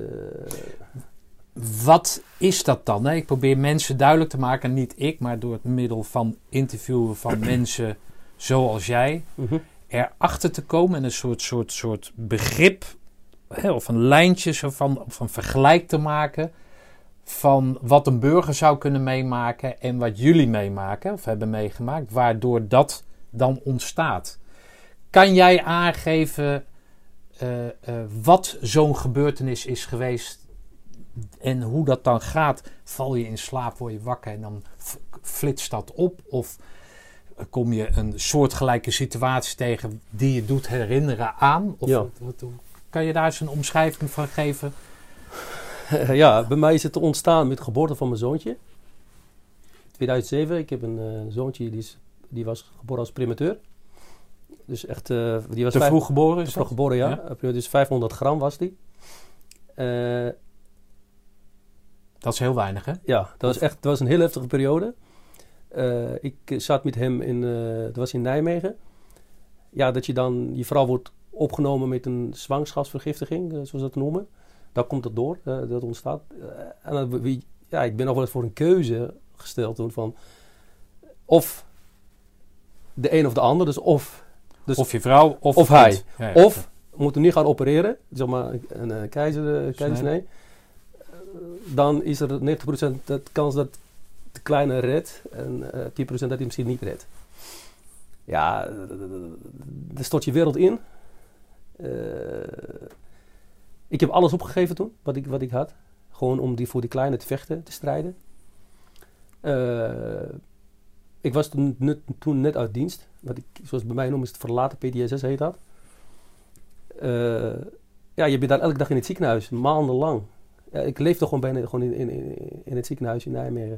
Wat is dat dan? Hè? Ik probeer mensen duidelijk te maken, niet ik, maar door het middel van interviewen van mensen zoals jij, uh-huh. erachter te komen en een soort, soort, soort begrip, hè, of een lijntje zo van, van vergelijk te maken van wat een burger zou kunnen meemaken en wat jullie meemaken of hebben meegemaakt, waardoor dat dan ontstaat. Kan jij aangeven uh, uh, wat zo'n gebeurtenis is geweest en hoe dat dan gaat? Val je in slaap, word je wakker en dan flitst dat op? Of kom je een soortgelijke situatie tegen die je doet herinneren aan? Of ja. wat, wat, kan je daar eens een omschrijving van geven? Ja, bij mij is het ontstaan met de geboorte van mijn zoontje. tweeduizend zeven, ik heb een uh, zoontje die, is, die was geboren als premateur. Dus echt... Uh, die was te vijf, vroeg geboren? Is te vroeg geboren, ja. ja. Dus vijfhonderd gram was die. Uh, dat is heel weinig, hè? Ja, dat was echt dat was een heel heftige periode. Uh, ik zat met hem in... Uh, dat was in Nijmegen. Ja, dat je dan... Je vrouw wordt opgenomen met een zwangerschapsvergiftiging, uh, zoals ze dat noemen. Daar komt het door, uh, dat ontstaat. Uh, en dan, wie, ja, ik ben nog wel eens voor een keuze gesteld toen van... Of de een of de ander, dus of... Dus of je vrouw, of, of hij. Ja, ja. Of we moeten nu gaan opereren, zeg maar een uh, keizer, uh, keizersnee. Uh, dan is er negentig procent de kans dat de kleine redt en uh, tien procent dat hij misschien niet redt. Ja, daar stort je wereld in. Uh, ik heb alles opgegeven toen, wat ik, wat ik had. Gewoon om die, voor die kleine te vechten, te strijden. Uh, ik was toen net, toen net uit dienst. Wat ik, zoals bij mij noemen is het verlaten P T S S heet dat. Uh, ja, je bent dan elke dag in het ziekenhuis, maandenlang. Ja, ik leefde gewoon bijna gewoon in, in, in het ziekenhuis in Nijmegen.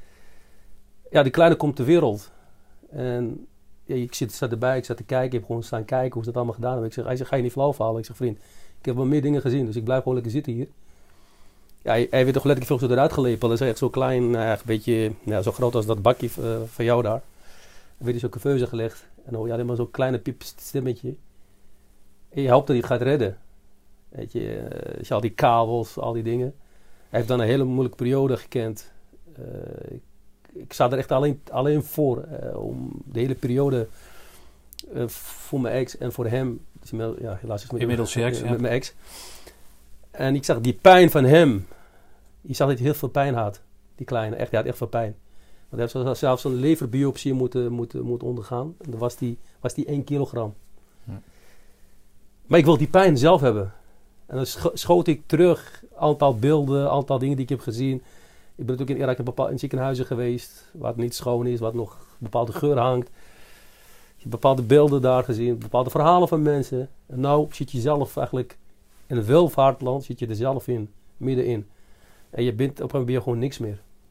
Ja, die kleine komt ter wereld. En ja, ik zit, zat erbij, ik zat te kijken, ik heb gewoon staan kijken hoe ze dat allemaal gedaan hebben. Ik zeg, hij zegt, ga je niet flauw vallen? Ik zeg, vriend, ik heb wel meer dingen gezien, dus ik blijf gewoon lekker zitten hier. Ja, hij, hij werd toch letterlijk veel zo eruit gelepeld. Hij is echt zo klein, uh, een beetje, nou, zo groot als dat bakje uh, van jou daar. Dan werd hij zo curveuse gelegd. En dan hoor je alleen maar zo'n kleine piep stemmetje. En je hoopt dat hij het gaat redden. Weet je, uh, als je al die kabels, al die dingen. Hij heeft dan een hele moeilijke periode gekend. Uh, ik, ik sta er echt alleen, alleen voor. Uh, om de hele periode uh, voor mijn ex en voor hem. Dus, ja, helaas is met, Inmiddels je ex, uh, ja. met mijn ex. En ik zag die pijn van hem. Je zag dat hij heel veel pijn had. Die kleine, echt, hij had echt veel pijn. Want hij heeft zelfs een leverbiopsie moeten, moeten, moeten ondergaan. En dan was die, was die één kilogram. Hm. Maar ik wil die pijn zelf hebben. En dan scho- schoot ik terug. Aantal beelden, aantal dingen die ik heb gezien. Ik ben natuurlijk in Irak in, bepaal, in ziekenhuizen geweest. Waar het niet schoon is, waar nog een bepaalde geur hangt. Je hebt bepaalde beelden daar gezien. Bepaalde verhalen van mensen. En nou zit je zelf eigenlijk in een welvaartland. Zit je er zelf in. Middenin. En je bent op een moment gewoon niks meer.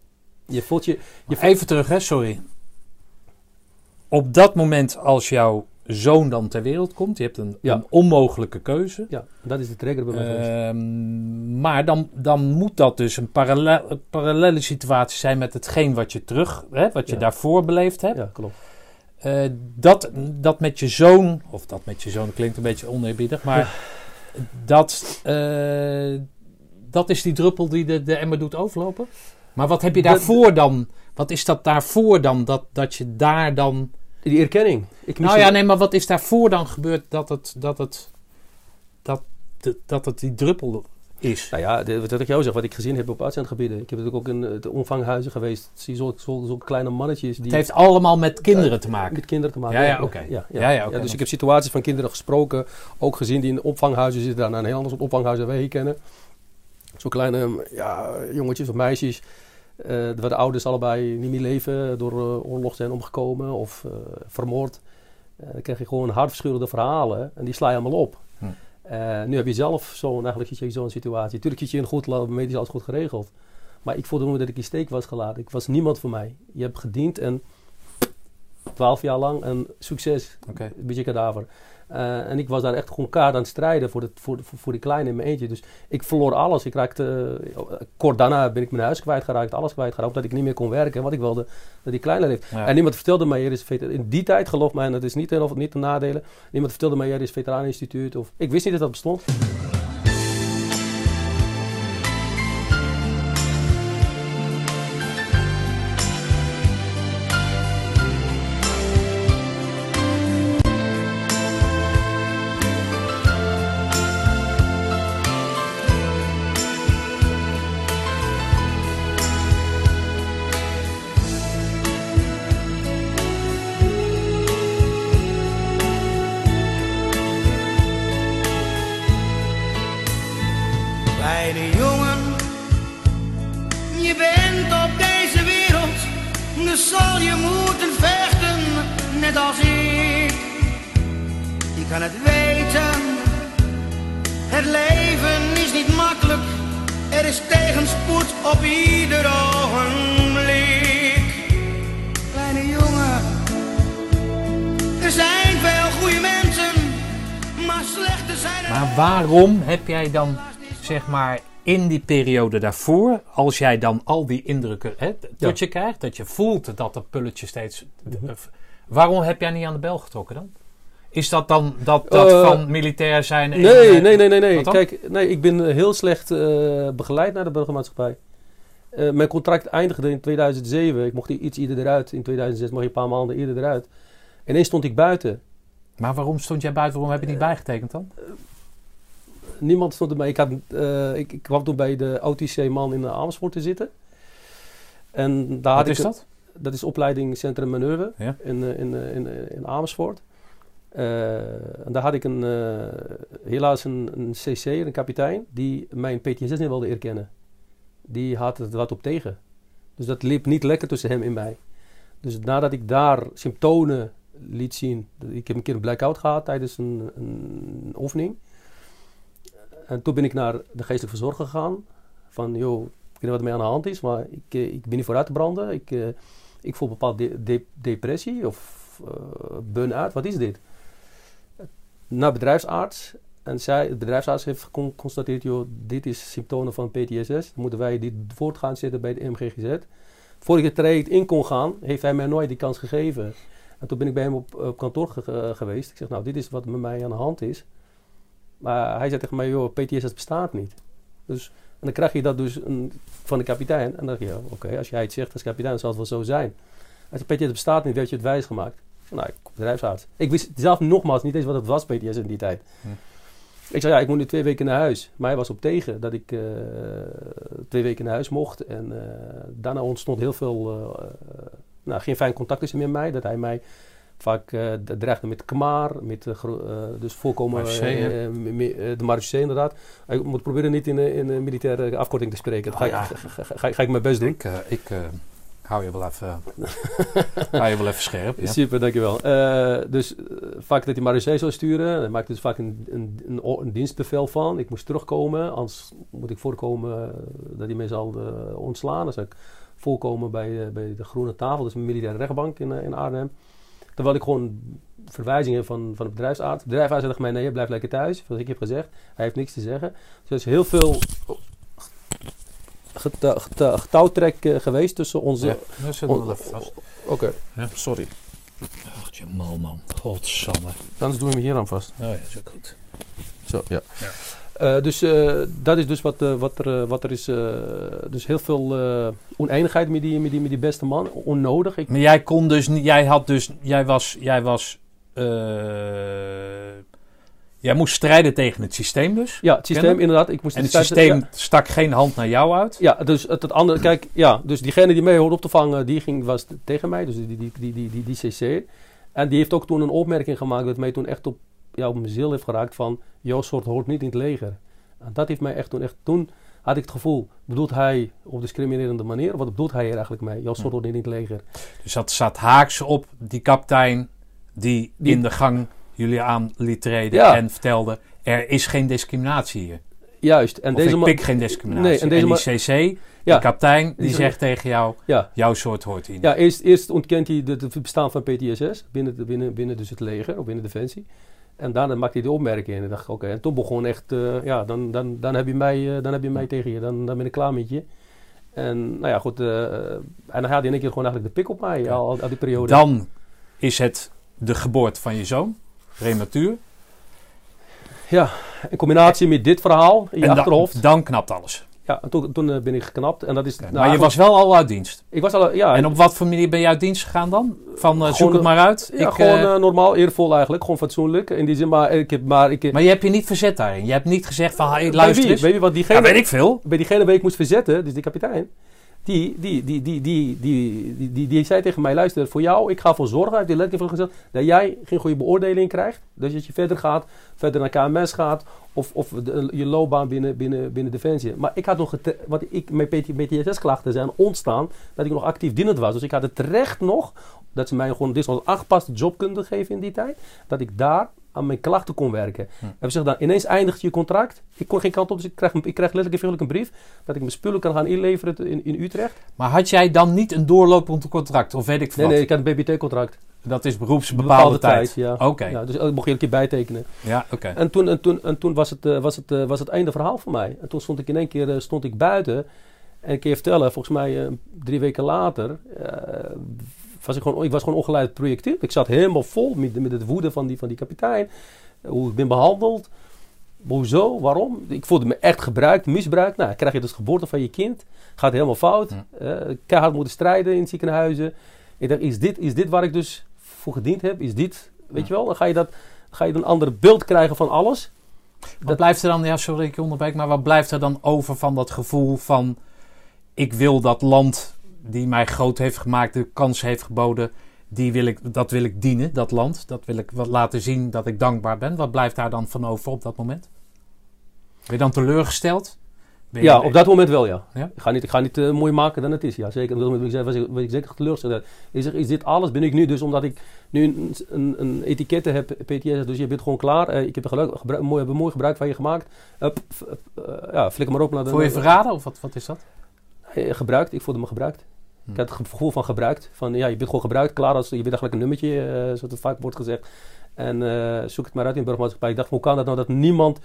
Je voelt je... je voelt, Even terug, hè, sorry. Op dat moment als jouw zoon dan ter wereld komt, je hebt een, Ja. een onmogelijke keuze. ja, dat is de trigger bij mij geweest. Ehm, maar dan, dan moet dat dus een, parallel, een parallele situatie zijn met hetgeen wat je terug, hè, wat je Ja. daarvoor beleefd hebt. Ja, klopt. Uh, dat, dat met je zoon, of dat met je zoon klinkt een beetje oneerbiedig, maar dat, uh, dat is die druppel die de, de emmer doet overlopen. Maar wat heb je daarvoor dan? Wat is dat daarvoor dan? Dat, dat je daar dan... Die erkenning. Ik mis Nou ja, het- nee, maar wat is daarvoor dan gebeurd dat het, dat het, dat, dat, dat het die druppel is? Nou ja, de- wat ik jou zeg, wat ik gezien heb op uitzendgebieden. Ik heb natuurlijk ook in uh, de omvanghuizen geweest. Zie je zulke zo, zo kleine mannetjes die Het heeft allemaal met kinderen te maken. met kinderen te maken. Ja, ja, oké. Ja, ja. Ja, ja, oké. Ja, dus ik heb situaties van kinderen gesproken, ook gezien die in opvanghuizen zitten, daar naar een heel ander soort opvanghuizen wij hier kennen. Zo kleine ja, jongetjes of meisjes, uh, waar de ouders allebei niet meer leven, door uh, oorlog zijn omgekomen of uh, vermoord. Uh, dan krijg je gewoon hartverscheurende verhalen en die sla je allemaal op. Hm. Uh, nu heb je zelf zo'n, eigenlijk zit je in zo'n situatie. Tuurlijk zit je in een goed land, medisch alles goed geregeld. Maar ik voelde me dat ik in steek was gelaten. Ik was niemand voor mij. Je hebt gediend en twaalf jaar lang en succes. Oké. Een beetje kadaver. Uh, en ik was daar echt gewoon kaart aan het strijden voor, de, voor, voor, voor die kleine in mijn eentje. Dus ik verloor alles. Ik raakte, uh, kort daarna ben ik mijn huis kwijtgeraakt, alles kwijtgeraakt. Omdat ik niet meer kon werken. Want ik wilde dat die kleine leeft. Ja. En niemand vertelde mij, er is vet- in die tijd, geloof mij, en dat is niet een, of niet een nadelen. Niemand vertelde mij, er is veteraneninstituut. Of, ik wist niet dat dat bestond. Kleine jongen, je bent op deze wereld, dus zal je moeten vechten, net als ik. Je kan het weten, het leven is niet makkelijk, er is tegenspoed op ieder ogenblik. Kleine jongen, er zijn veel goede mensen, maar slechte zijn er. Maar waarom heb jij dan, zeg maar, in die periode daarvoor, als jij dan al die indrukken hè, tot je krijgt, dat je voelt dat dat pulletje steeds... Mhm. Uh, waarom heb jij niet aan de bel getrokken dan? Is dat dan dat, dat Uh, van militair zijn? En, Nee, uh, nee, nee, nee. nee. wat dan? Kijk, nee, ik ben heel slecht uh, begeleid naar de burgermaatschappij. Uh, mijn contract eindigde in tweeduizend zeven. Ik mocht iets eerder eruit. In tweeduizend zes mocht je een paar maanden eerder eruit. En ineens stond ik buiten. Maar waarom stond jij buiten? Waarom heb je niet bijgetekend dan? Niemand stond erbij. Ik, had, uh, ik, ik kwam toen bij de O T C-man in Amersfoort te zitten. En daar Wat had is ik dat? Dat is opleidingscentrum Manoeuvre Ja. in, uh, in, uh, in, uh, in Amersfoort. Uh, en daar had ik een, uh, helaas een, een C C, een kapitein, die mijn P T S S niet wilde erkennen. Die had het wat op tegen. Dus dat liep niet lekker tussen hem en mij. Dus nadat ik daar symptomen liet zien. Ik heb een keer een blackout gehad tijdens een, een oefening. En toen ben ik naar de geestelijke verzorger gegaan. Van, joh, ik weet niet wat er mee aan de hand is, maar ik, ik ben niet vooruit te branden. Ik, uh, ik voel een bepaalde de, de, depressie of uh, burn-out. Wat is dit? Naar bedrijfsarts. En zij, de bedrijfsarts heeft geconstateerd, joh, dit is symptomen van P T S S. Dan moeten wij dit voort gaan zetten bij de M G G Z. Voor ik het traject in kon gaan, heeft hij mij nooit die kans gegeven. En toen ben ik bij hem op, op kantoor ge- uh, geweest. Ik zeg, nou, dit is wat met mij aan de hand is. Maar hij zei tegen mij, joh, P T S S bestaat niet. Dus, en dan krijg je dat dus een, van de kapitein. En dan dacht je, ja, oké, okay, als jij het zegt als kapitein, dan zal het wel zo zijn. Hij zei, P T S S bestaat niet, werd je het wijs gemaakt. Ik zei, nou, ik bedrijfsarts. Ik wist zelf nogmaals niet eens wat het was, P T S S in die tijd. Hm. Ik zei, ja, ik moet nu twee weken naar huis. Maar hij was op tegen dat ik uh, twee weken naar huis mocht. En uh, daarna ontstond heel veel, uh, nou, geen fijn contact tussen hem en mij. Dat hij mij vaak uh, dreigde met kmaar, met uh, uh, dus voorkomen uh, uh, de marechaussee inderdaad. Ik moet proberen niet in een uh, militaire afkorting te spreken. Dat ga, oh, ja. ga, ga, ga, ga ik mijn best doen. Ik, uh, ik, uh, Hou je wel even, hou je wel even scherp. Ja. Super, dankjewel. Uh, dus uh, vaak dat hij Marseille zou sturen. Daar maakte dus vaak een, een, een, een dienstbevel van. Ik moest terugkomen. Anders moet ik voorkomen dat hij mij zal uh, ontslaan. Dan zou ik voorkomen bij, uh, bij de Groene Tafel. Dus een militaire rechtbank in, uh, in Arnhem. Terwijl ik gewoon verwijzingen van, van de bedrijfsarts. De bedrijfsarts zei tegen mij, nee, blijf lekker thuis. Zoals ik heb gezegd. Hij heeft niks te zeggen. Dus er is heel veel geta- geta- getouwtrek uh, geweest tussen onze... Ja, dat zit wel even vast. Oké, okay. Ja. Sorry. Ach, Jamal, man. Godsamme. Anders doen we hem hier aan vast. Oh ja, dat is ook goed. Zo, ja. Ja. Uh, dus uh, dat is dus wat, uh, wat, er, uh, wat er is. Uh, dus heel veel uh, oneenigheid met die, met, die, met die beste man. Onnodig. Ik... Maar jij kon dus niet... Jij had dus... Jij was... Jij was... Uh, jij moest strijden tegen het systeem dus. Ja, het systeem kennen? inderdaad. Ik moest en het tijd, systeem ja. stak geen hand naar jou uit. Ja, dus het, het andere... Kijk, ja. Dus diegene die mij hoorde op te vangen, die ging, was tegen mij. Dus die, die, die, die, die, die C C. En die heeft ook toen een opmerking gemaakt dat mij toen echt op, ja, op mijn ziel heeft geraakt van... Jouw soort hoort niet in het leger. En dat heeft mij echt toen echt... Toen had ik het gevoel, bedoelt hij op discriminerende manier? Wat bedoelt hij hier eigenlijk mee? Jouw soort hoort niet in het leger. Dus dat zat haaks op die kapitein die, die in de gang jullie aan liet treden ja. en vertelde... Er is geen discriminatie hier. Juist. En of deze ik ma- pik geen discriminatie. Nee, en, deze en die ma- C C, ja. die kapitein, die, die zegt tegen jou... Ja. Jouw soort hoort hier niet. Ja, eerst, eerst ontkent hij het bestaan van P T S S binnen, binnen, binnen dus het leger, of binnen Defensie. En daarna maakte hij de opmerking en ik dacht, oké. Okay. En toen begon echt, uh, ja, dan, dan, dan, heb je mij, uh, dan heb je mij tegen je. Dan, dan ben ik klaar met je. En nou ja, goed. Uh, en dan gaat hij in één keer gewoon eigenlijk de pik op mij, ja. al, al die periode. Dan is het de geboorte van je zoon, prematuur. Ja, in combinatie met dit verhaal in je en achterhoofd. Dan, dan knapt alles. Ja, en toen, toen uh, ben ik geknapt. En dat is, okay, nou, maar je was wel al uit dienst? Ik was al, ja. En op wat voor manier ben je uit dienst gegaan dan? Van uh, zoek het maar uit? Ja, ik, gewoon uh, uh, normaal, eervol eigenlijk. Gewoon fatsoenlijk. In die zin, maar ik heb... Maar, ik, maar je hebt je niet verzet daarin? Je hebt niet gezegd van, hey, luister eens. Weet je wat diegene... Ja, weet ik veel. Bij diegene waar ik moest verzetten, dus die kapitein... Die, die, die, die, die, die, die, die, die zei tegen mij, luister, voor jou, ik ga ervoor zorgen, heeft hij letterlijk gezegd, dat jij geen goede beoordeling krijgt. Dus dat je verder gaat, verder naar K M S gaat, of, of de, je loopbaan binnen, binnen, binnen Defensie. Maar ik had nog, het, wat ik, mijn P T S-klachten zijn ontstaan, dat ik nog actief dienend was. Dus ik had het recht nog, dat ze mij gewoon dit soort aangepaste job konden geven in die tijd, dat ik daar aan mijn klachten kon werken. Hm. En we zeggen dan, ineens eindigt je contract. Ik kon geen kant op, dus ik krijg, ik krijg letterlijk en een brief dat ik mijn spullen kan gaan inleveren in, in Utrecht. Maar had jij dan niet een doorlopend contract, of weet ik veel? Nee, nee, ik had een B B T-contract. Dat is beroepsbepaalde tijd? tijd, ja. Oké. Okay. Ja, dus ik mocht je een keer bijtekenen. Ja, oké. Okay. En toen, en toen, en toen was, het, uh, was, het, uh, was het einde verhaal voor mij. En toen stond ik in één keer uh, stond ik buiten. En ik kan je vertellen, volgens mij uh, drie weken later... Uh, was ik, gewoon, ik was gewoon ongeleid projectiel. Ik zat helemaal vol met, met het woede van die, van die kapitein. Hoe ik ben behandeld. Hoezo? Waarom? Ik voelde me echt gebruikt, misbruikt. Nou, dan krijg je dus geboorte van je kind. Gaat helemaal fout. Uh, keihard moeten strijden in ziekenhuizen. Ik dacht, is dit, is dit waar ik dus voor gediend heb? Is dit, weet je wel? Dan ga je, dat, ga je een ander beeld krijgen van alles. Wat dat blijft er dan, ja sorry ik je onderbreek, maar wat blijft er dan over van dat gevoel van... Ik wil dat land die mij groot heeft gemaakt, de kans heeft geboden... Die wil ik, dat wil ik dienen, dat land. Dat wil ik wat laten zien dat ik dankbaar ben. Wat blijft daar dan van over op dat moment? Ben je dan teleurgesteld? Ben je ja, je... op dat moment wel, ja. ja? Ik ga niet, ik ga niet uh, mooi maken dan het is. Ja, zeker. Op dat moment was ik, was ik, was ik zeker teleurgesteld. Ik zeg, is dit alles? Ben ik nu dus, omdat ik nu een, een, een etikette heb, P T S, dus je bent gewoon klaar. Uh, ik heb er geluk, gebruik, mooi, heb een mooi gebruik van je gemaakt. Up, up, uh, ja, flikker maar op. Naar de, Voel je verraden of wat, wat is dat? Uh, gebruikt, ik voelde me gebruikt. Hm. Ik had het gevoel van gebruikt. Van ja, je bent gewoon gebruikt, klaar. Als, je bent eigenlijk een nummertje, uh, zoals het vaak wordt gezegd. En uh, zoek het maar uit in de burgermaatschappij. Ik dacht, hoe kan dat nou dat niemand,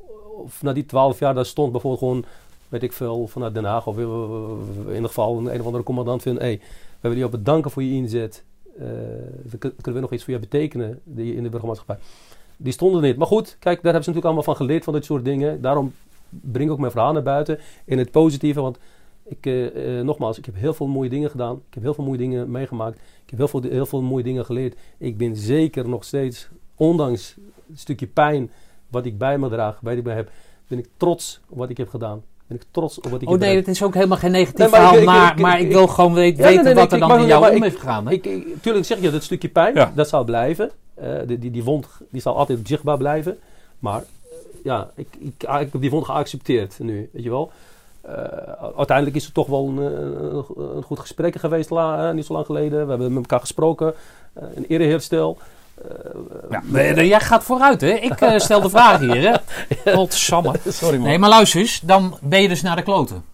of na die twaalf jaar, daar stond bijvoorbeeld gewoon, weet ik veel, vanuit Den Haag, of uh, in ieder geval een, een of andere commandant vindt, hé, hey, we willen jou bedanken voor je inzet. Uh, we, kunnen we nog iets voor jou betekenen die, in de burgermaatschappij? Die stonden er niet. Maar goed, kijk, daar hebben ze natuurlijk allemaal van geleerd, van dit soort dingen. Daarom breng ik ook mijn verhaal naar buiten in het positieve, want Ik, uh, uh, nogmaals, ik heb heel veel mooie dingen gedaan. Ik heb heel veel mooie dingen meegemaakt. Ik heb heel veel, heel veel mooie dingen geleerd. Ik ben zeker nog steeds, ondanks een stukje pijn wat ik bij me draag, wat ik bij heb, ben ik trots op wat ik heb gedaan. Ben ik trots op wat ik oh heb nee, gedaan. het is ook helemaal geen negatief nee, maar verhaal, ik, ik, maar, ik, ik, maar ik, ik wil ik, gewoon weet, ja, weten nee, nee, wat ik, er dan ik, in ik, jou ik, om ik, heeft gegaan. Ik, ik, tuurlijk zeg je, dat stukje pijn, ja. dat zal blijven. Uh, die, die, die wond die zal altijd zichtbaar blijven. Maar uh, ja, ik, ik, ik heb die wond geaccepteerd nu, weet je wel. Uh, uiteindelijk is er toch wel een, een, een goed gesprek geweest, la, uh, niet zo lang geleden. We hebben met elkaar gesproken, uh, een ereherstel. Uh, ja, uh, jij gaat vooruit, hè? Ik uh, stel de vraag hier, hè? Godsamme. Sorry, man. Nee, maar luister eens, dan ben je dus naar de kloten.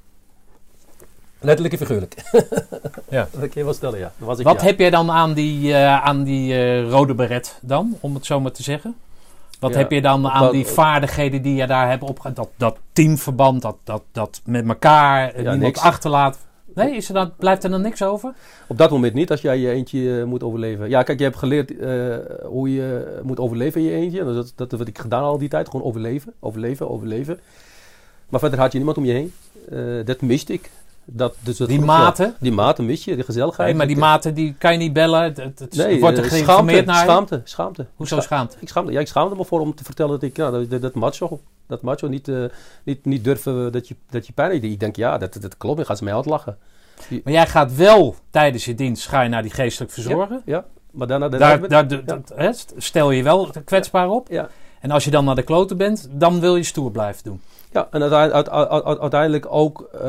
Letterlijk en figuurlijk. Ja. Dat kan je wel stellen, ja. Was ik, Wat ja. heb jij dan aan die, uh, aan die uh, rode beret dan, om het zo maar te zeggen? Wat ja, heb je dan aan dat, die vaardigheden die je daar hebt opgedaan? Dat, dat teamverband, dat, dat, dat met elkaar, ja, niemand niks. achterlaat. Nee, is er dan, blijft er dan niks over? Op dat moment niet, als jij je eentje uh, moet overleven. Ja, kijk, je hebt geleerd uh, hoe je moet overleven in je eentje. Dat, dat, dat heb ik gedaan al die tijd. Gewoon overleven, overleven, overleven. Maar verder had je niemand om je heen. Uh, dat miste ik. Dat, dus dat die maten? Ja, die maten mis je, die gezelligheid. Nee, maar die maten die kan je niet bellen. Het, het nee, wordt er geïnformeerd naar. Schaamte, schaamte. Hoezo schaamte? Ik schaamte. Ja, ik schaamde me voor om te vertellen dat ik, ja, dat, dat macho, dat macho niet, uh, niet, niet durven dat je, dat je pijn heeft. Ik denk, ja, dat, dat klopt, dan gaan ze mij uitlachen. Maar jij gaat wel tijdens je dienst, ga je naar die geestelijk verzorgen? Ja, ja. Maar daarna... Daar, met, daar, ja. dat, hè, stel je wel kwetsbaar op. Ja. En als je dan naar de kloten bent, dan wil je stoer blijven doen. Ja, en uiteindelijk, uiteindelijk ook... Uh,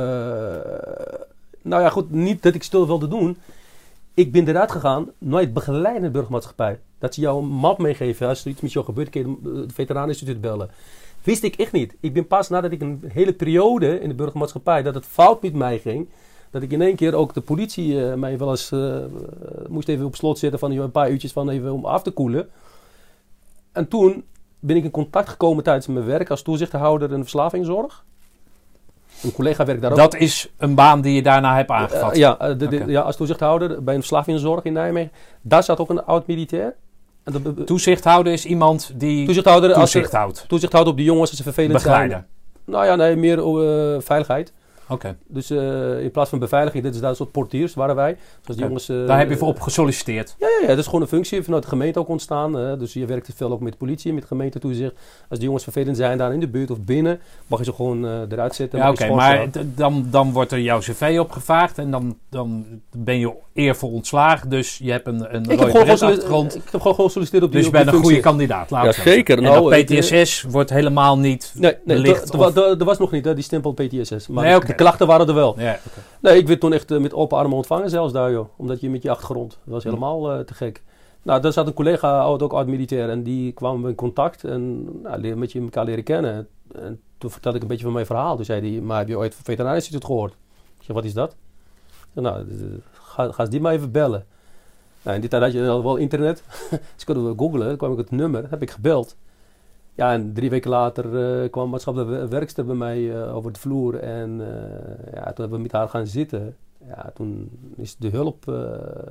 nou ja, goed, niet dat ik stil wilde doen. Ik ben eruit gegaan, nooit begeleidende burgermaatschappij. Dat ze jou een map meegeven. Als er iets met jou gebeurt, kun je het Veteraneninstituut bellen. Wist ik echt niet. Ik ben pas nadat ik een hele periode in de burgermaatschappij, dat het fout met mij ging, dat ik in één keer ook de politie uh, mij wel eens uh, moest even op slot zetten van een paar uurtjes van even om af te koelen. En toen ben ik in contact gekomen tijdens mijn werk als toezichthouder in de verslavingszorg. Een collega werkt daar ook. Dat is een baan die je daarna hebt aangevat? Uh, ja, uh, de, de, okay. ja, als toezichthouder bij een verslavingszorg in Nijmegen. Daar zat ook een oud-militair. De, toezichthouder is iemand die toezichthouder, toezicht als er, houdt? Toezichthouder op die jongens als ze vervelend Begeleider. zijn. Nou ja, nee, meer uh, veiligheid. Oké. Okay. Dus uh, in plaats van beveiliging, dit is daar een soort portiers waren wij. Dus die jongens, uh, daar heb je voor op gesolliciteerd? Ja, ja, ja, dat is gewoon een functie vanuit de gemeente ook ontstaan. Uh, dus je werkt veel ook met de politie, met gemeente toezicht. Als die jongens vervelend zijn daar in de buurt of binnen, mag je ze gewoon uh, eruit zetten. Ja, oké, okay, maar d- dan, dan wordt er jouw cv opgevraagd en dan, dan ben je eervol ontslagen. Dus je hebt een, een rode achtergrond. Ik heb gewoon gesolliciteerd op die Dus je bent een goede kandidaat. Ja, zeker. En nou, dat P T S S uh, wordt helemaal niet nee, nee, belicht? Er was nog niet, hè, die stempel P T S S. Maar nee, okay. de klachten waren er wel. Ja, okay. Nee, ik werd toen echt uh, met open armen ontvangen zelfs daar, joh. Omdat je met je achtergrond. Dat was helemaal uh, te gek. Nou, daar zat een collega, oud, ook oud-militair. En die kwam in contact. En nou, met je elkaar leren kennen. En toen vertelde ik een beetje van mijn verhaal. Toen zei hij, maar heb je ooit van het Veteraneninstituut gehoord? Ik zeg, wat is dat? Ik zeg, nou, ga, ga eens die maar even bellen. Nou, in die tijd had je wel internet. Dus ik kon googlen. Dan kwam ik het nummer. heb ik gebeld. Ja, en drie weken later uh, kwam een maatschappelijke werkster bij mij uh, over de vloer. En uh, ja, toen hebben we met haar gaan zitten. Ja, toen is de hulp, uh,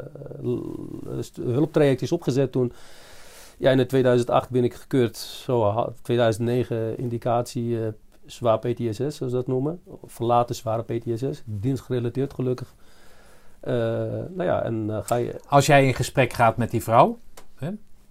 het hulptraject is opgezet. Toen, ja, in tweeduizend acht ben ik gekeurd. Zo, tweeduizend negen indicatie uh, zwaar P T S S, zoals ze dat noemen. Verlaten zware P T S S. Dienstgerelateerd gelukkig. Uh, nou ja, en uh, ga je... Als jij in gesprek gaat met die vrouw... Hè?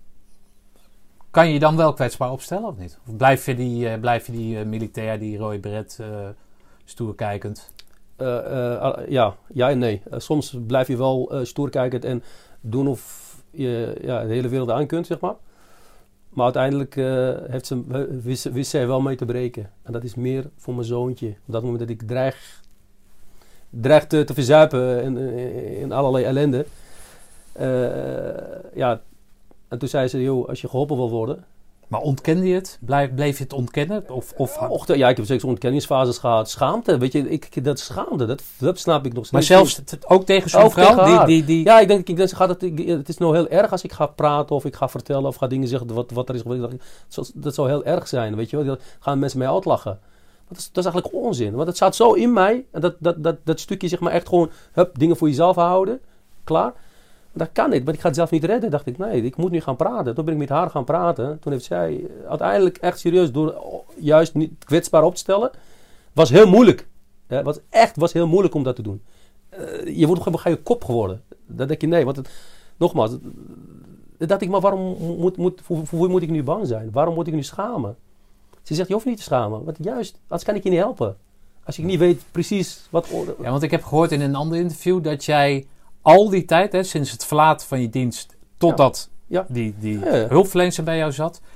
Kan je je dan wel kwetsbaar opstellen of niet? Of blijf je die, uh, blijf je die uh, militair, die rode beret, uh, stoerkijkend? Uh, uh, ja, ja en nee. Uh, soms blijf je wel uh, stoerkijkend en doen of je ja, de hele wereld aan kunt, zeg maar. Maar uiteindelijk uh, heeft ze, wist, wist zij wel mee te breken. En dat is meer voor mijn zoontje. Op dat moment dat ik dreig, dreig te, te verzuipen in, in allerlei ellende. Uh, ja... En toen zei ze, joh, als je geholpen wil worden... Maar ontkende je het? Blijf, bleef je het ontkennen? Of, of... Och, ja, ik heb zeker ontkenningsfases gehad. Schaamte, weet je, ik, dat schaamte, dat, dat snap ik nog steeds. Maar zelfs t- ook tegen zo'n ook vrouw? Tegen die, die, die... Ja, ik denk, ik denk gaat het, het is nou heel erg als ik ga praten of ik ga vertellen of ga dingen zeggen wat, wat er is gebeurd. Dat, dat zou heel erg zijn, weet je wel. Dan gaan mensen mij uitlachen. Dat is, dat is eigenlijk onzin, want het staat zo in mij. En dat, dat, dat, dat stukje zeg maar echt gewoon, hup, dingen voor jezelf houden. Klaar. Dat kan niet, maar ik ga het zelf niet redden. Dacht ik, nee, ik moet nu gaan praten. Toen ben ik met haar gaan praten. Toen heeft zij uiteindelijk echt serieus door juist niet kwetsbaar op te stellen. Was heel moeilijk. Het was echt was heel moeilijk om dat te doen. Uh, je wordt op een gegeven moment kop geworden. Dan denk je, nee, want het, nogmaals. Dan dacht ik, maar waarom moet, moet, voor, voor wie moet ik nu bang zijn? Waarom moet ik nu schamen? Ze zegt, je hoeft niet te schamen. Want juist, anders kan ik je niet helpen. Als ik niet weet precies wat... Ja, want ik heb gehoord in een ander interview dat jij... Al die tijd, hè, sinds het verlaten van je dienst, totdat ja. Ja. die, die ja, ja. hulpverlener bij jou zat,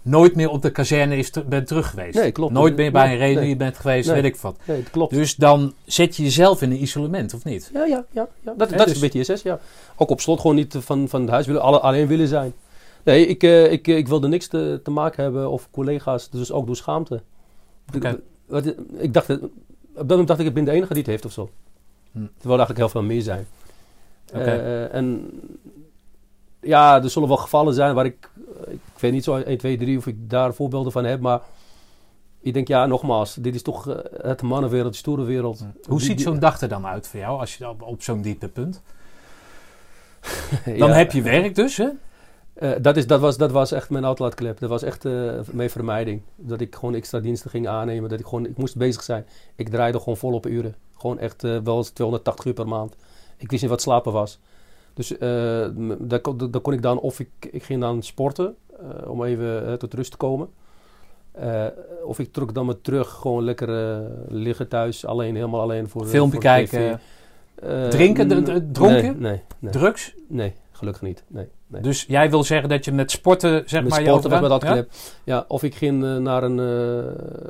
nooit meer op de kazerne is te, bent terug geweest. Nee, klopt. Nooit meer bij Nee, een reunie nee. bent geweest, Nee. weet ik wat. Nee, dat klopt. Dus dan zet je jezelf in een isolement, of niet? Ja, ja, ja. ja. Dat, Hè, dat dus- is een beetje I S S, ja. Ook op slot gewoon niet van, van het huis willen, alle, alleen willen zijn. Nee, ik, uh, ik, ik wilde niks te, te maken hebben of collega's, dus ook door schaamte. Oké. Ik, wat, ik dacht, op dat moment dacht ik, ik ben de enige die het heeft of zo. Hm. Terwijl er eigenlijk heel veel meer zijn. Oké. Uh, en ja, er zullen wel gevallen zijn waar ik, ik weet niet zo één, twee, drie of ik daar voorbeelden van heb, maar ik denk, ja, nogmaals, dit is toch uh, het mannenwereld, de stoere wereld. Hoe Die- ziet die- zo'n dag er dan uit voor jou, als je op, op zo'n diepe punt? Dan Ja. heb je werk dus, hè? Uh, dat, is, dat, was, dat was echt mijn outlaatklep. Dat was echt uh, mijn vermijding. Dat ik gewoon extra diensten ging aannemen. Dat ik gewoon, ik moest bezig zijn. Ik draaide gewoon volop uren. Gewoon echt uh, wel eens tweehonderdtachtig uur per maand. Ik wist niet wat slapen was. Dus uh, daar, kon- daar kon ik dan, of ik, ik ging dan sporten. Uh, om even uh, tot rust te komen. Uh, of ik trok dan me terug. Gewoon lekker uh, liggen thuis. Alleen, helemaal alleen voor Filmpje voor de T V. kijken, Uh, drinken, d- d- dronken? Nee, nee, nee, drugs. nee, gelukkig niet. Nee, nee. Dus jij wil zeggen dat je met sporten, zeg Met maar... je sporten was overgaan- met dat clip. Ja, of ik ging uh, naar een uh,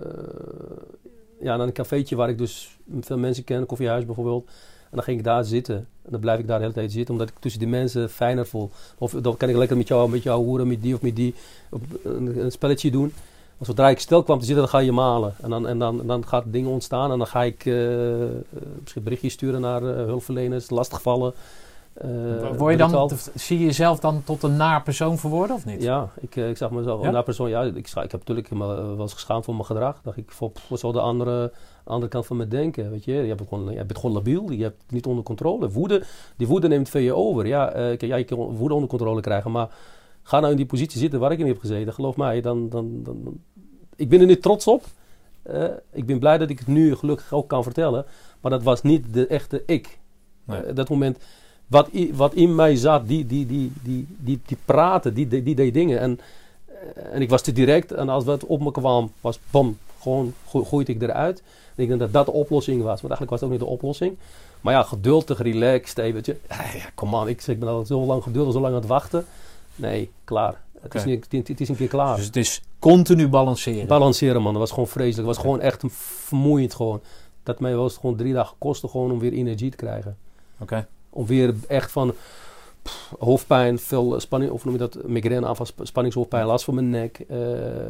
ja, naar een cafeetje waar ik dus veel mensen ken, een koffiehuis bijvoorbeeld. En dan ging ik daar zitten. En dan blijf ik daar de hele tijd zitten, omdat ik tussen die mensen fijner voel. Of dan kan ik lekker met jou, met jou hoeren, met die of met die, op, een, een spelletje doen. Maar zodra ik stil kwam te zitten, dan ga je malen. En dan, en dan, en dan gaat dingen ontstaan. En dan ga ik uh, misschien berichtjes sturen naar uh, hulpverleners, lastigvallen. Uh, Word je dan, brutaal. te- zie je jezelf dan tot een naar persoon verworden of niet? Ja, ik, eh, ik zag mezelf Ja? naar persoon. Ja, ik, scha- ik heb natuurlijk me uh, wel eens geschaamd voor mijn gedrag. Dacht ik, voor, wat zal de andere, andere kant van me denken? Weet je, je, hebt gewoon, je bent gewoon labiel, je hebt het niet onder controle. Woede, die woede neemt van je over. Ja, uh, kijk, ja, je kan woede onder controle krijgen, maar ga nou in die positie zitten waar ik in heb gezeten. Geloof mij, dan, dan, dan, dan ik ben er niet trots op. Uh, ik ben blij dat ik het nu gelukkig ook kan vertellen. Maar dat was niet de echte ik. Nee. Uh, dat moment, wat, i, wat in mij zat, die, die, die, die, die, die praten, die, die, die deed dingen. En, uh, en ik was te direct. En als wat op me kwam, was bam, gewoon go, gooide ik eruit. En ik denk dat dat de oplossing was. Maar eigenlijk was het ook niet de oplossing. Maar ja, geduldig, relaxed, eventje. Ja, ja, kom aan, ik, ik ben al zo lang geduldig, zo lang aan het wachten. Nee, klaar. Het, Okay. is niet, het, het is een keer klaar. Dus het is continu balanceren. Balanceren, man. Dat was gewoon vreselijk. Het was gewoon echt vermoeiend gewoon. Dat mij wel eens gewoon drie dagen kostte gewoon om weer energie te krijgen. Oké. Okay. Om weer echt van pff, hoofdpijn, veel spanning, of noem je dat, migraine aanval, spanningshoofdpijn, last van mijn nek, uh,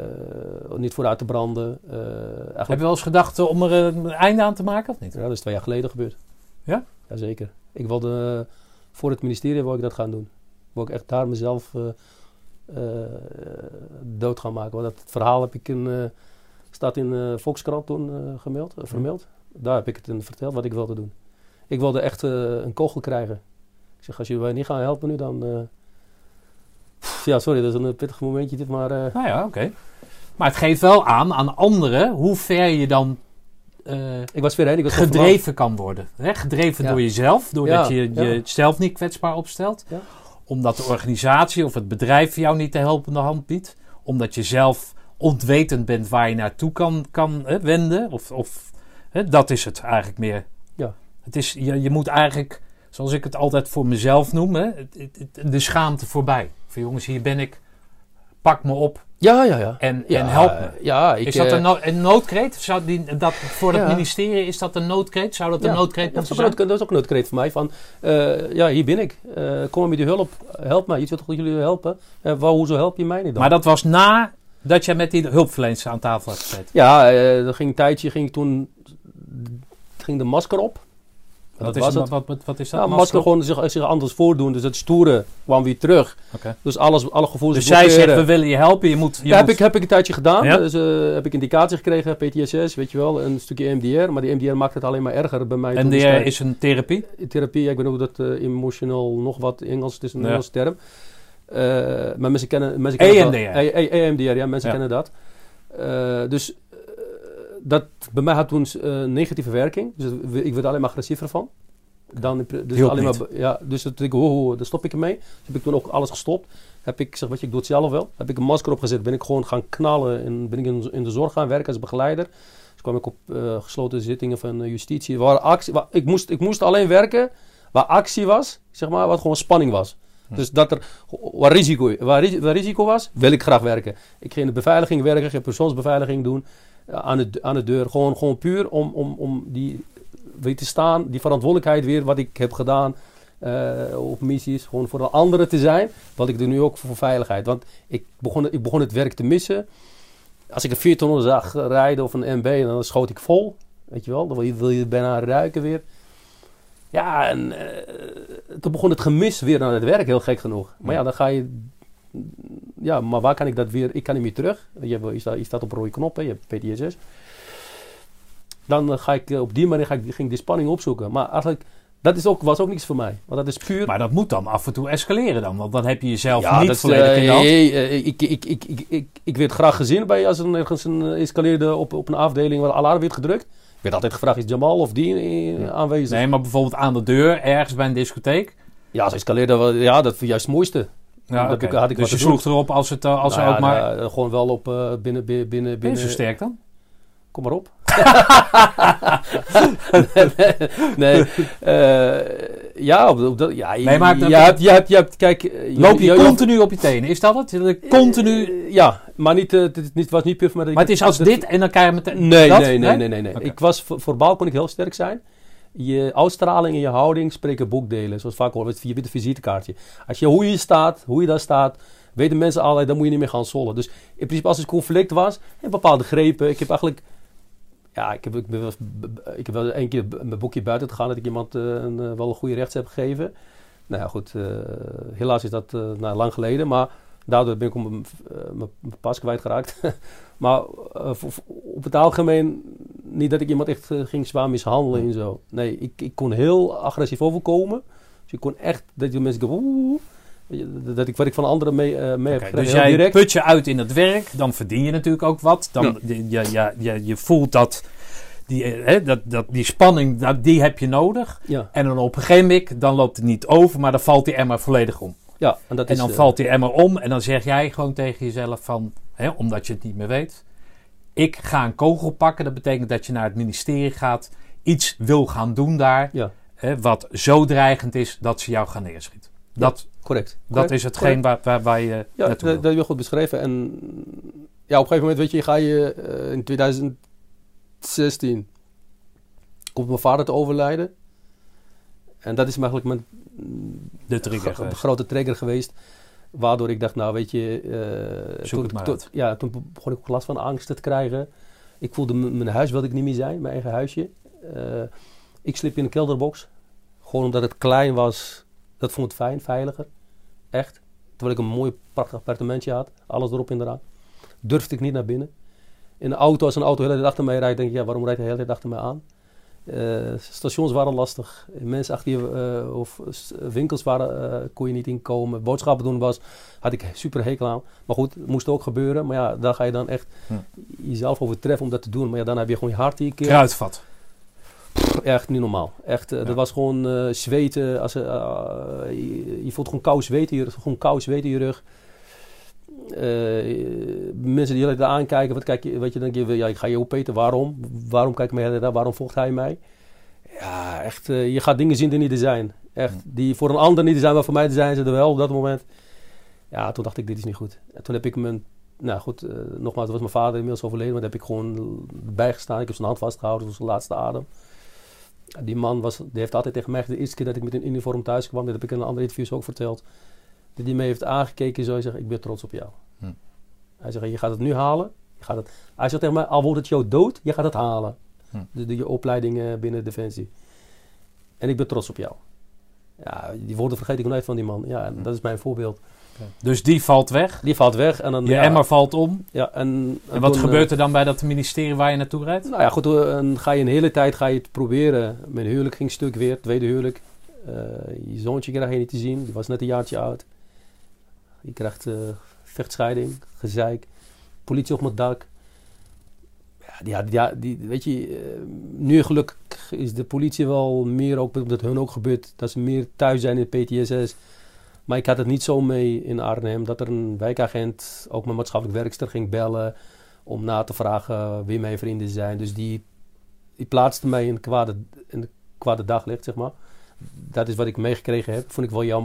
niet vooruit te branden. Uh, Heb je wel eens gedacht uh, om er een einde aan te maken of niet? Ja, dat is twee jaar geleden gebeurd. Ja? Jazeker. Ik wilde, uh, voor het ministerie wou ik dat gaan doen. Wou ik echt daar mezelf uh, uh, dood gaan maken. Want dat verhaal heb ik in, uh, staat in uh, Volkskrant toen uh, gemeld, uh, vermeld. Daar heb ik het in verteld wat ik wilde doen. Ik wilde echt uh, een kogel krijgen. Ik zeg, als jullie mij niet gaan helpen nu, dan... Uh... Pff, ja, sorry, dat is een pittig momentje dit, maar... Uh... Nou ja, oké. Okay. Maar het geeft wel aan, aan anderen, hoe ver je dan... Uh, ik was ver heen, ik was gedreven kan worden. Hè? Gedreven ja. door jezelf, doordat ja, je jezelf ja. niet kwetsbaar opstelt. Ja. Omdat de organisatie of het bedrijf jou niet de helpende hand biedt. Omdat je zelf ontwetend bent waar je naartoe kan, kan hè, wenden. Of, of, hè, dat is het eigenlijk meer. Ja. Het is, je, je moet eigenlijk, zoals ik het altijd voor mezelf noem, hè, het, het, het, de schaamte voorbij. Van jongens, hier ben ik, pak me op. Ja, ja, ja. En, ja, en help me. Ja, ik, is dat een, no- een noodkreet? Zou die, dat, voor het ja. ministerie is dat een noodkreet? Zou dat een ja, noodkreet ja, moeten dat zijn? Nood, dat is ook een noodkreet voor mij. Van, uh, ja, hier ben ik. Uh, kom maar met die hulp. Help mij. Je zult toch dat jullie helpen? Uh, waar, hoezo help je mij niet dan? Maar dat was na dat je met die hulpverleners aan tafel had gezeten? Ja, uh, er ging een tijdje, ging toen, ging de masker op. Wat is, wat, wat, wat, wat is dat? Ja, masker, masker gewoon zich, zich anders voordoen. Dus het stoere kwam weer terug. Okay. Dus alles, alle gevoelens... Dus zij zegt, we willen je helpen. Je moet, je ja, moet... heb, ik, heb ik een tijdje gedaan. Ja? Dus uh, heb ik indicatie gekregen, P T S S, weet je wel. Een stukje E M D R. Maar die E M D R maakt het alleen maar erger bij mij. E M D R is een therapie? Therapie, ja, ik weet ook dat uh, emotional nog wat Engels. Het is een ja. Engelse term. Uh, maar mensen kennen... Mensen kennen E M D R? E M D R, ja. Mensen ja. kennen dat. Uh, dus uh, dat bij mij had toen uh, negatieve werking. Dus ik werd alleen maar agressiever van. Dan, dus alleen maar, ja, dus dat ik, oh, oh, daar stop ik ermee. Dus heb ik toen ook alles gestopt. Heb ik zeg, weet je, ik doe het zelf wel. Heb ik een masker opgezet, ben ik gewoon gaan knallen en ben ik in, in de zorg gaan werken als begeleider. Dus kwam ik op uh, gesloten zittingen van uh, justitie. Waar actie, waar, ik, moest, ik moest alleen werken waar actie was, zeg maar, wat gewoon spanning was. Hm. Dus dat er waar risico, waar, ris- waar risico was, wil ik graag werken. Ik ging in de beveiliging werken, geen persoonsbeveiliging doen. Uh, aan, de, aan de deur. Gewoon, gewoon puur om, om, om die weet te staan, die verantwoordelijkheid weer, wat ik heb gedaan uh, op missies, gewoon voor de anderen te zijn. Wat ik doe nu ook voor veiligheid. Want ik begon, ik begon het werk te missen. Als ik een vier tonnen zag rijden of een M B, dan schoot ik vol. Weet je wel, dan wil je, wil je bijna ruiken weer. Ja, en uh, toen begon het gemis weer naar het werk, heel gek genoeg. Maar ja, dan ga je... Ja, maar waar kan ik dat weer... Ik kan niet meer terug. Je, hebt, je, staat, je staat op rode knop, hè, je hebt P T S S. Dan uh, ga ik uh, op die manier ga ik, ging ik die spanning opzoeken. Maar eigenlijk, dat is ook, was ook niks voor mij. Want dat is puur... Maar dat moet dan af en toe escaleren dan. Want dan heb je jezelf ja, niet dat, volledig uh, in de hand. Nee, uh, ik, ik, ik, ik, ik, ik werd graag gezien bij als er ergens een escaleerde op, op een afdeling waar alarm werd gedrukt. Ik werd altijd gevraagd, is Jamal of die uh, ja. aanwezig? Nee, maar bijvoorbeeld aan de deur, ergens bij een discotheek. Ja, als escaleerde, ja, dat was juist het mooiste. Ja, dat okay. ik, had ik dus je wat sloeg erop als het uh, als nou, er ook ja, maar... Nou, gewoon wel op uh, binnen, binnen, binnen... Ben je zo sterk dan? Kom maar op. nee, uh, ja, op, op dat, ja, nee, maar je, je, hebt, je hebt, je hebt, kijk... Je, loop je, je continu op je tenen, is dat het? Continu... Uh, ja, maar niet, uh, het niet, was niet puur voor mij. Maar het is als dit en dan krijg je meteen... Nee, dat? nee, nee, nee, nee. nee. Okay. Ik was, voor, voor bal kon ik heel sterk zijn. Je uitstraling en je houding spreken boekdelen. Zoals vaak hoor, je bent een visitekaartje. Als je hoe je staat, hoe je daar staat... weten mensen altijd, dan moet je niet meer gaan sollen. Dus in principe als het conflict was, en bepaalde grepen. Ik heb eigenlijk, ja, ik heb, ik ben wel, ik heb wel één keer mijn boekje buiten gegaan dat ik iemand uh, een, uh, wel een goede rechts heb gegeven. Nou ja, goed, uh, helaas is dat uh, nou, lang geleden, maar daardoor ben ik om mijn uh, pas kwijtgeraakt. maar uh, op het algemeen, niet dat ik iemand echt uh, ging zwaar mishandelen en zo. Nee, ik, ik kon heel agressief overkomen. Dus ik kon echt, dat die mensen oeh, dat ik wat ik van anderen mee, uh, mee okay, heb gekregen. Dus jij direct. put je uit in het werk, dan verdien je natuurlijk ook wat. Dan, ja. je, je, je, je voelt dat die, hè, dat, dat die spanning, dat, die heb je nodig. Ja. En dan op een gegeven moment, dan loopt het niet over, maar dan valt die emmer volledig om. Ja, en dat en is, dan uh, valt die emmer om en dan zeg jij gewoon tegen jezelf van, hè, omdat je het niet meer weet. Ik ga een kogel pakken, dat betekent dat je naar het ministerie gaat, iets wil gaan doen daar, ja. hè, wat zo dreigend is dat ze jou gaan neerschieten. Dat, ja, correct. Dat correct. is hetgeen waar, waar, waar je ja, naartoe dat, dat heb je goed beschreven. En ja, op een gegeven moment, weet je, ga je uh, in twintig zestien komt mijn vader te overlijden. En dat is eigenlijk mijn de trigger g- grote trigger geweest. Waardoor ik dacht, nou weet je... Uh, Zoek toen, het maar toen, uit. Ja, toen begon ik ook last van angsten te krijgen. Ik voelde, m- mijn huis wilde ik niet meer zijn, mijn eigen huisje. Uh, ik sliep in een kelderbox. Gewoon omdat het klein was. Dat vond ik fijn, veiliger. Echt. Terwijl ik een mooi, prachtig appartementje had. Alles erop en eraan. Durfde ik niet naar binnen. In de auto, als een auto de hele tijd achter mij rijdt, denk ik, ja, waarom rijdt hij de hele tijd achter mij aan? Uh, stations waren lastig. Mensen achter je, uh, of winkels waren, uh, kon je niet inkomen. Boodschappen doen was, had ik super hekel aan. Maar goed, het moest ook gebeuren. Maar ja, daar ga je dan echt hm. jezelf overtreffen om dat te doen. Maar ja, dan heb je gewoon je hart hier keer. Kruidvat. Pff, echt niet normaal. Echt, uh, ja. Dat was gewoon uh, zweten. Als, uh, je, je voelt gewoon kou zweten, je, gewoon kou zweten in je rug. Uh, mensen die je daar aankijken, wat kijk je, weet je, dan denk je, ja, ik ga je opeten, waarom? Waarom kijk ik mij daar? Waarom volgt hij mij? Ja, echt, uh, je gaat dingen zien die niet er zijn. Echt, die voor een ander niet er zijn, maar voor mij zijn ze er wel op dat moment. Ja, toen dacht ik, dit is niet goed. En toen heb ik mijn, nou goed, uh, nogmaals, dat was mijn vader inmiddels overleden, maar daar heb ik gewoon bijgestaan. Ik heb zijn hand vastgehouden, dat was zijn laatste adem. Die man was, die heeft altijd tegen mij, de eerste keer dat ik met een uniform thuis kwam, dat heb ik in een andere interviews ook verteld, dat hij mij heeft aangekeken, zo zegt, ik ben trots op jou. Hm. Hij zegt, je gaat het nu halen. Je gaat het, hij zegt tegen mij, al wordt het jou dood, je gaat het halen. Hm. Dus de, je opleiding uh, binnen Defensie. En ik ben trots op jou. Ja, die woorden vergeet ik nooit van die man. Ja, en hm. dat is mijn voorbeeld. Okay. Dus die valt weg? Die valt weg. En dan, je ja, emmer valt om? Ja, en, en, en wat toen, gebeurt er dan bij dat ministerie waar je naartoe rijdt? Nou ja, goed, dan ga je een hele tijd ga je het proberen. Mijn huwelijk ging stuk weer, tweede huwelijk. Uh, je zoontje krijg je niet te zien, die was net een jaartje oud. Je krijgt uh, vechtscheiding, gezeik, politie op mijn dak. Ja, die, ja, die, weet je, uh, nu gelukkig is de politie wel meer, ook omdat hun ook gebeurt, dat ze meer thuis zijn in P T S S. Maar ik had het niet zo mee in Arnhem, dat er een wijkagent, ook mijn maatschappelijk werkster, ging bellen om na te vragen wie mijn vrienden zijn. Dus die, die plaatste mij in een kwade, in een kwade daglicht, zeg maar. Dat is wat ik meegekregen heb, vond ik wel jammer.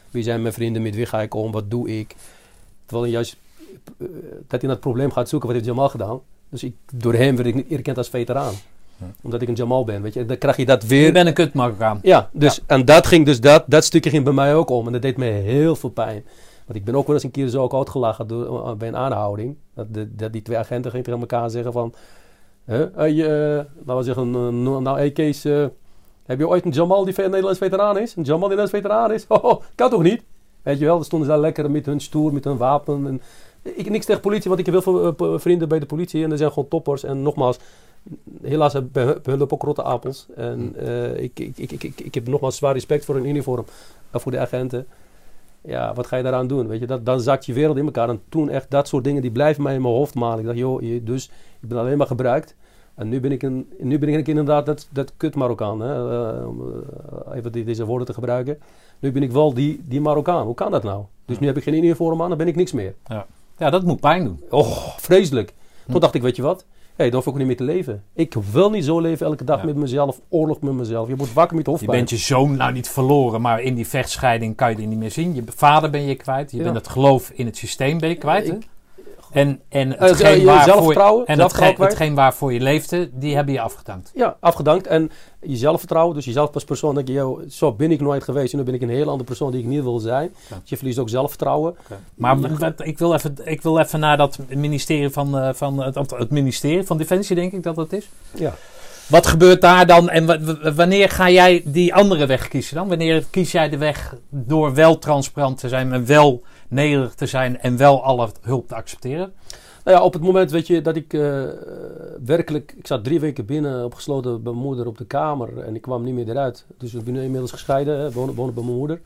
Wie zijn mijn vrienden? Met wie ga ik om? Wat doe ik? Terwijl hij juist uh, dat hij dat probleem gaat zoeken. Wat heeft Jamal gedaan? Dus ik, door hem werd ik niet erkend als veteraan. Ja. Omdat ik een Jamal ben, weet je. Dan krijg je dat weer. Je bent een kut Marokkaan. Ja, dus, ja. En dat ging dus, dat, dat stukje ging bij mij ook om. En dat deed me heel veel pijn. Want ik ben ook wel eens een keer zo ook uitgelachen door, uh, bij een aanhouding. Dat, de, dat die twee agenten gingen tegen elkaar zeggen van... Huh? Uh, uh, laten we zeggen, uh, nou hey Kees, uh, heb je ooit een Jamal die Nederlands veteraan is? Een Jamal die Nederlands veteraan is? Oh, oh, kan toch niet? Weet je wel, dan stonden ze daar lekker met hun stoer, met hun wapen. En, ik niks tegen politie, want ik heb heel veel uh, vrienden bij de politie. En dat zijn gewoon toppers. En nogmaals, helaas hebben hun ook rotte appels. En uh, ik, ik, ik, ik, ik heb nogmaals zwaar respect voor hun uniform. En voor de agenten. Ja, wat ga je daaraan doen? Weet je, dat, dan zakt je wereld in elkaar. En toen echt dat soort dingen, die blijven mij in mijn hoofd malen. Ik dacht, joh, je, dus ik ben alleen maar gebruikt. En nu ben ik, een, nu ben ik inderdaad dat, dat kut Marokkaan. Hè? Uh, om uh, even die, deze woorden te gebruiken. Nu ben ik wel die, die Marokkaan. Hoe kan dat nou? Dus ja. Nu heb ik geen uniform aan, dan ben ik niks meer. Ja, ja dat moet pijn doen. Oh, vreselijk. Hm. Toen dacht ik, weet je wat? Hé, hey, daar hoef ik ook niet meer te leven. Ik wil niet zo leven elke dag ja. met mezelf, oorlog met mezelf. Je moet wakker met hoofdpijn. Je bent je zoon nou niet verloren, maar in die vechtscheiding kan je die niet meer zien. Je vader ben je kwijt. Je ja. bent het geloof in het systeem ben je kwijt. Ik, En, en hetgeen, uh, waarvoor, en hetgeen, hetgeen waarvoor je leefde, die hebben je afgedankt. Ja, afgedankt. En je zelfvertrouwen, dus jezelf als persoon, denk je, yo, zo ben ik nooit geweest. En nu ben ik een heel andere persoon die ik niet wil zijn. Okay. Dus je verliest ook zelfvertrouwen. Okay. Maar je, ik, wil even, ik wil even naar dat ministerie van, uh, van het, het ministerie van Defensie, denk ik dat dat is. Ja. Wat gebeurt daar dan en w- wanneer ga jij die andere weg kiezen dan? Wanneer kies jij de weg door wel transparant te zijn en wel nederig te zijn en wel alle hulp te accepteren? Nou ja, op het moment weet je dat ik uh, werkelijk... Ik zat drie weken binnen opgesloten bij mijn moeder op de kamer en ik kwam niet meer eruit. Dus ik ben nu inmiddels gescheiden, hè, wonen, wonen bij mijn moeder.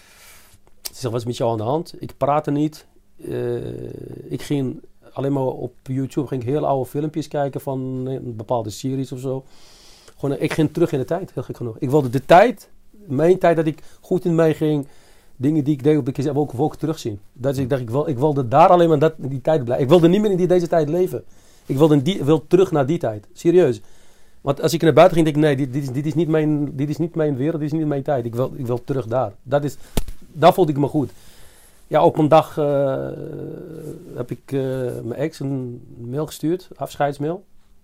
Ze zegt, wat is met jou aan de hand? Ik praatte niet. Uh, ik ging alleen maar op YouTube ging ik heel oude filmpjes kijken van een bepaalde series of zo. Gewoon, ik ging terug in de tijd, heel gek genoeg. Ik wilde de tijd, mijn tijd dat ik goed in mij ging... Dingen die ik deed op de keer ook, ook terugzien. Dat is, ik dacht, ik, wil, ik wilde daar alleen maar dat, in die tijd blijven. Ik wilde niet meer in die, deze tijd leven. Ik wilde die, wil terug naar die tijd. Serieus. Want als ik naar buiten ging, denk ik, nee, dit, dit, is, dit, is niet mijn, dit is niet mijn wereld, dit is niet mijn tijd. Ik wil, ik wil terug daar. Dat is, daar voelde ik me goed. Ja, op een dag uh, heb ik uh, mijn ex een mail gestuurd. Afscheidsmail.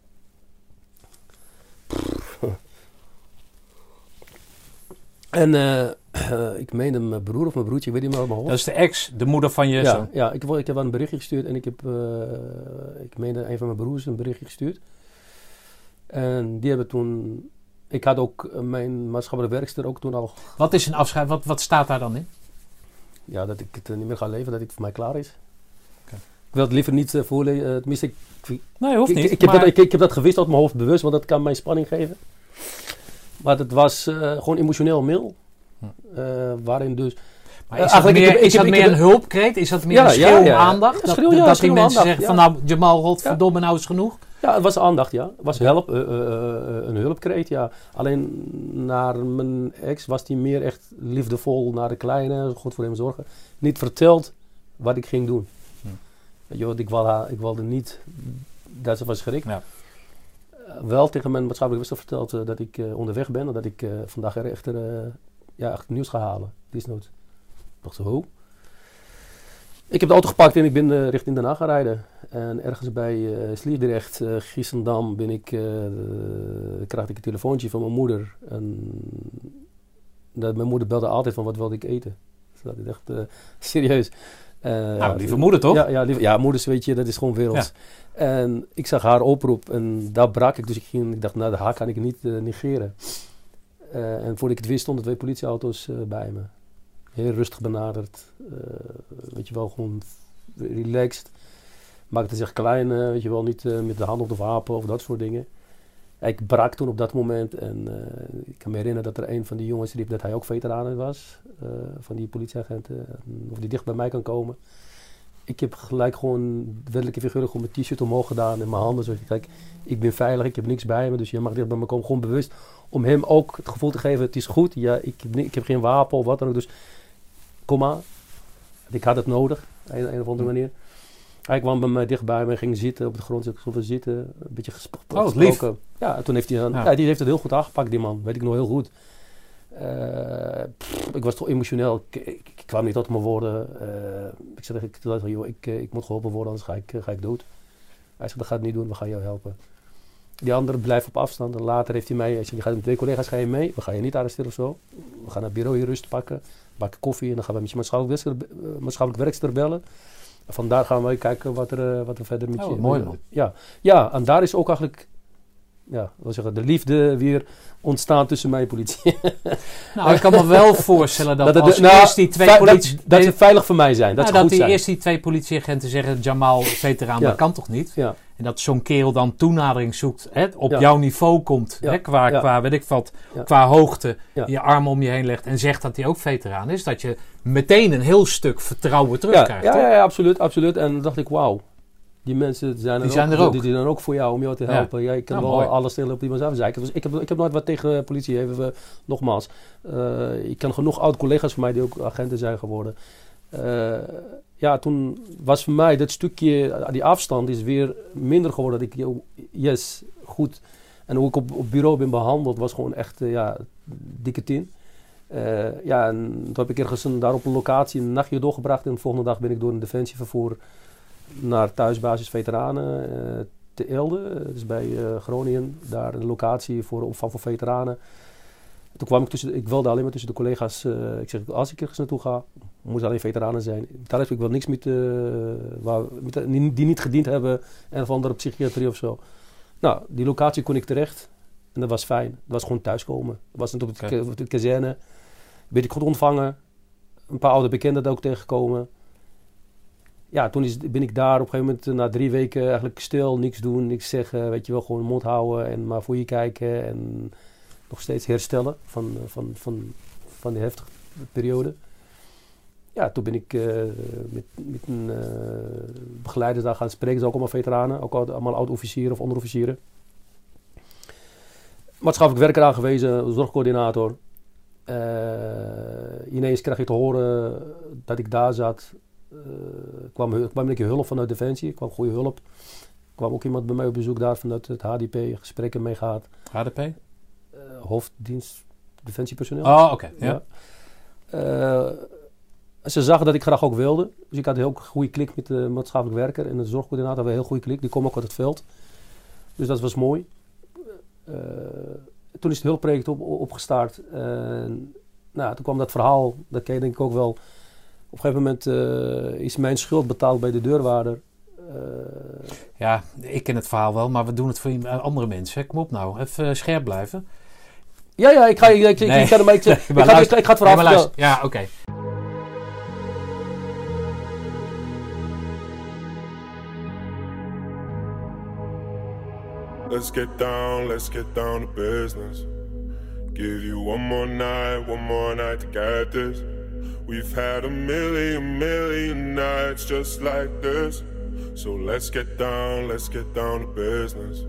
En uh, uh, ik meende mijn broer of mijn broertje, ik weet niet meer uit mijn hoofd. Dat is de ex, de moeder van je ja, zoon? Ja, ik, ik heb een berichtje gestuurd en ik heb, uh, ik meende een van mijn broers een berichtje gestuurd. En die hebben toen, ik had ook uh, mijn maatschappelijke werkster ook toen al... Wat is een afscheid, wat, wat staat daar dan in? Ja, dat ik het uh, niet meer ga leven, dat het voor mij klaar is. Okay. Ik wil het liever niet uh, voorlezen, uh, tenminste ik... Nee, hoeft ik, niet. Ik, ik, maar... heb dat, ik, ik heb dat gewist uit mijn hoofd bewust, want dat kan mij spanning geven. Maar het was uh, gewoon emotioneel mail. Uh, waarin dus... Maar is dat uh, meer, ik heb, is ik dat heb, meer een hulpkreet? Is dat meer ja, een schreeuw om ja, ja. aandacht? Ja, schreeuw, dat ja, dat die mensen aandacht, zeggen ja. van nou Jamal, godverdomme, ja. nou is genoeg? Ja, het was aandacht, ja. Het was help, uh, uh, uh, een hulpkreet, ja. Alleen naar mijn ex was hij meer echt liefdevol naar de kleine, goed voor hem zorgen. Niet verteld wat ik ging doen. Hm. Weet je wat, ik wilde, ik wilde niet dat ze was schrik. Ja. Wel tegen mijn maatschappelijke werkster verteld uh, dat ik uh, onderweg ben en dat ik uh, vandaag er echt, uh, ja, echt nieuws ga halen. Desnoods. Ik dacht zo, ho. Ik heb de auto gepakt en ik ben uh, richting Den Haag gaan rijden. En ergens bij uh, Sliedrecht, uh, Giessendam, ben ik, uh, uh, kreeg ik een telefoontje van mijn moeder. En dat, mijn moeder belde altijd van wat wilde ik eten. Dus dat is echt uh, serieus. Uh, nou, lieve moeder toch? Ja, ja, lieve, ja, moeders weet je, dat is gewoon werelds. Ja. En ik zag haar oproep en daar brak ik. Dus ik, ging, ik dacht, nou, haar kan ik niet uh, negeren. Uh, en voordat ik het wist stonden twee politieauto's uh, bij me. Heel rustig benaderd. Uh, weet je wel, gewoon relaxed. Maakte zich klein, uh, weet je wel, niet uh, met de hand op de wapen of dat soort dingen. Ik brak toen op dat moment en uh, ik kan me herinneren dat er een van die jongens riep dat hij ook veteraan was. Uh, van die politieagenten. Of die dicht bij mij kan komen. Ik heb gelijk gewoon wettelijke figuren gewoon mijn t-shirt omhoog gedaan en mijn handen. Zo. Kijk, ik ben veilig, ik heb niks bij me, dus je mag dicht bij me komen. Gewoon bewust om hem ook het gevoel te geven, het is goed. Ja, ik, heb, ik heb geen wapen of wat dan ook, dus kom maar. Ik had het nodig, op een, een of andere manier. Hij kwam bij mij dichtbij me, ging zitten op de grond, ik stond zitten, een beetje gesproken. Oh, lief. Ja, en toen heeft hij, een, ja. Ja, die heeft het heel goed aangepakt, die man, weet ik nog heel goed. Uh, pff, ik was toch emotioneel. Ik, ik, ik kwam niet tot mijn woorden. Uh, ik zei tegen ik, joh, ik, ik moet geholpen worden, anders ga ik, ga ik dood. Hij zei, dat gaat het niet doen, we gaan jou helpen. Die andere blijft op afstand. En later heeft hij mij, hij zei, je gaat met twee collega's ga je mee. We gaan je niet arresteren of zo. We gaan naar het bureau hier rust pakken. Een bakje koffie en dan gaan we met je maatschappelijk, uh, maatschappelijk werkster bellen. En vandaar gaan we kijken wat er, uh, wat er verder met oh, je... Mooi man. Ja. ja, en daar is ook eigenlijk... Ja, wil zeggen, de liefde weer ontstaan tussen mij en politie. Nou, ik kan me wel voorstellen dat, dat als het, nou, eerst die twee ve- politie... dat, dat ze veilig voor mij zijn. Dat, nou, ze dat goed die zijn. eerst die twee politieagenten zeggen, Jamal, veteraan, Ja. dat kan toch niet? Ja. En dat zo'n kerel dan toenadering zoekt, hè, op Ja. jouw niveau komt, Ja. hè, qua, Ja. qua, weet ik wat, Ja. qua hoogte, Ja. je arm om je heen legt en zegt dat hij ook veteraan is, dat je meteen een heel stuk vertrouwen Ja, terugkrijgt. ja, toch? ja, ja, absoluut, absoluut. En dan dacht ik, wauw. Die mensen zijn er, Die zijn ook, er ook. Die, die zijn er ook voor jou, om jou te Ja. helpen. Jij kan Nou, wel mooi. alles stellen op iemands afzeiken. Dus ik heb, ik heb nooit wat tegen de politie. Even, uh, nogmaals, uh, ik ken genoeg oud-collega's van mij die ook agenten zijn geworden. Uh, ja, toen was voor mij dat stukje, die afstand is weer minder geworden. Dat ik, yo, yes, goed. En hoe ik op, op bureau ben behandeld, was gewoon echt, uh, ja, dikke tien. Uh, ja, en toen heb ik ergens een, daar op een locatie een nachtje doorgebracht. En de volgende dag ben ik door een defensievervoer naar thuisbasis veteranen uh, te Eelde. Dus bij uh, Groningen. Daar een locatie voor opvang voor veteranen. Toen kwam ik tussen, ik wilde alleen maar tussen de collega's. Uh, ik zeg, als ik ergens naartoe ga, moet alleen veteranen zijn. Daar heb ik wel niks met, uh, waar, met die niet gediend hebben. En of andere psychiatrie of zo. Nou, die locatie kon ik terecht. En dat was fijn. Dat was gewoon thuiskomen. Dat was net op de, Okay. op de kazerne. Werd ik goed ontvangen. Een paar oude bekenden ook tegengekomen. Ja, toen is, ben ik daar op een gegeven moment na drie weken eigenlijk stil, niks doen, niks zeggen. Weet je wel, gewoon mond houden en maar voor je kijken. En nog steeds herstellen van, van, van, van die heftige periode. Ja, toen ben ik uh, met, met een uh, begeleider daar gaan spreken. Dat zijn ook allemaal veteranen, ook allemaal oud-officieren of onderofficieren. Maatschappelijk werker aangewezen, zorgcoördinator. Uh, ineens kreeg ik te horen dat ik daar zat. Uh, kwam, kwam een keer hulp vanuit Defensie, kwam goede hulp. kwam ook iemand bij mij op bezoek daar vanuit het H D P, gesprekken mee gehad. H D P? Uh, hoofddienst Defensiepersoneel. Oh, oké. Okay. Ja. Ja. Uh, ze zagen dat ik graag ook wilde. Dus ik had een heel goede klik met de maatschappelijk werker en de zorgcoördinator hadden we een heel goede klik. Die komen ook uit het veld. Dus dat was mooi. Uh, toen is het hulpproject op, opgestart. Uh, nou, toen kwam dat verhaal, dat ken je denk ik ook wel. Op een gegeven moment uh, is mijn schuld betaald bij de deurwaarder. Uh, ja, ik ken het verhaal wel, maar we doen het voor andere mensen. Kom op nou, even scherp blijven. Ja, ja, ik ga, ik, ik, nee. ik, ik, ik, ik, nee, ik, ik, ga, ik, ik ga het verhaal nee, vertellen. Ja, oké. Okay. Let's get down, let's get down to business. Give you one more night, one more night to get this. We've had a million, million nights just like this. So let's get down, let's get down to business.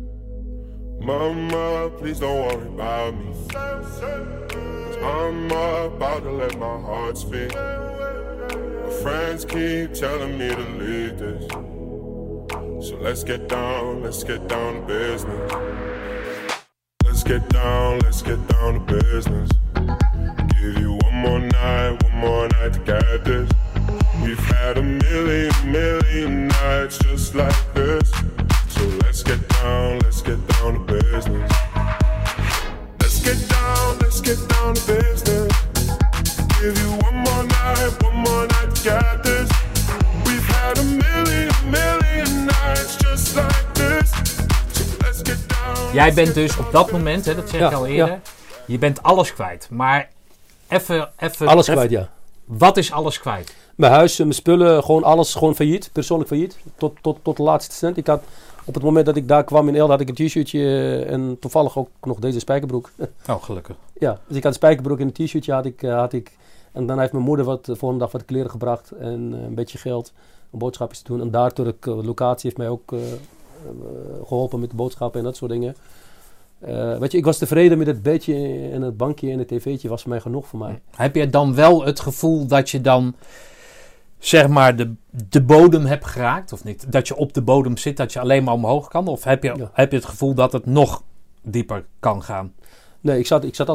Mama, please don't worry about me. Cause I'm about to let my heart speak. My friends keep telling me to leave this. So let's get down, let's get down to business. Let's get down, let's get down to business. Give you one more night, one more night to get this. We've had a million, million nights just like this. So let's get down, let's get down to business. Let's get down, let's get down to business. Give you one more night, one more night to get this. We've had a million, million nights just like this. So let's get down. Jij bent dus op dat moment, hè, dat zeg ja, ik al eerder, ja. je bent alles kwijt. Maar even... even alles even, kwijt, ja. Wat is alles kwijt? Mijn huis, mijn spullen, gewoon alles gewoon failliet. Persoonlijk failliet. Tot, tot, tot de laatste cent. Ik had, op het moment dat ik daar kwam in Eelde had ik een t-shirtje en toevallig ook nog deze spijkerbroek. Oh, gelukkig. Ja, dus ik had een spijkerbroek en een t-shirtje had ik, uh, had ik. En dan heeft mijn moeder wat, de volgende dag wat kleren gebracht en uh, een beetje geld om boodschapjes te doen. En daardoor de uh, locatie heeft mij ook uh, uh, geholpen met de boodschappen en dat soort dingen. Uh, weet je, ik was tevreden met het bedje en het bankje en het tv'tje was voor mij genoeg voor mij. Heb je dan wel het gevoel dat je dan, zeg maar, de, de bodem hebt geraakt? Of niet? Dat je op de bodem zit, dat je alleen maar omhoog kan? Of heb je, ja. heb je het gevoel dat het nog dieper kan gaan? Nee, ik zat, ik zat al diep.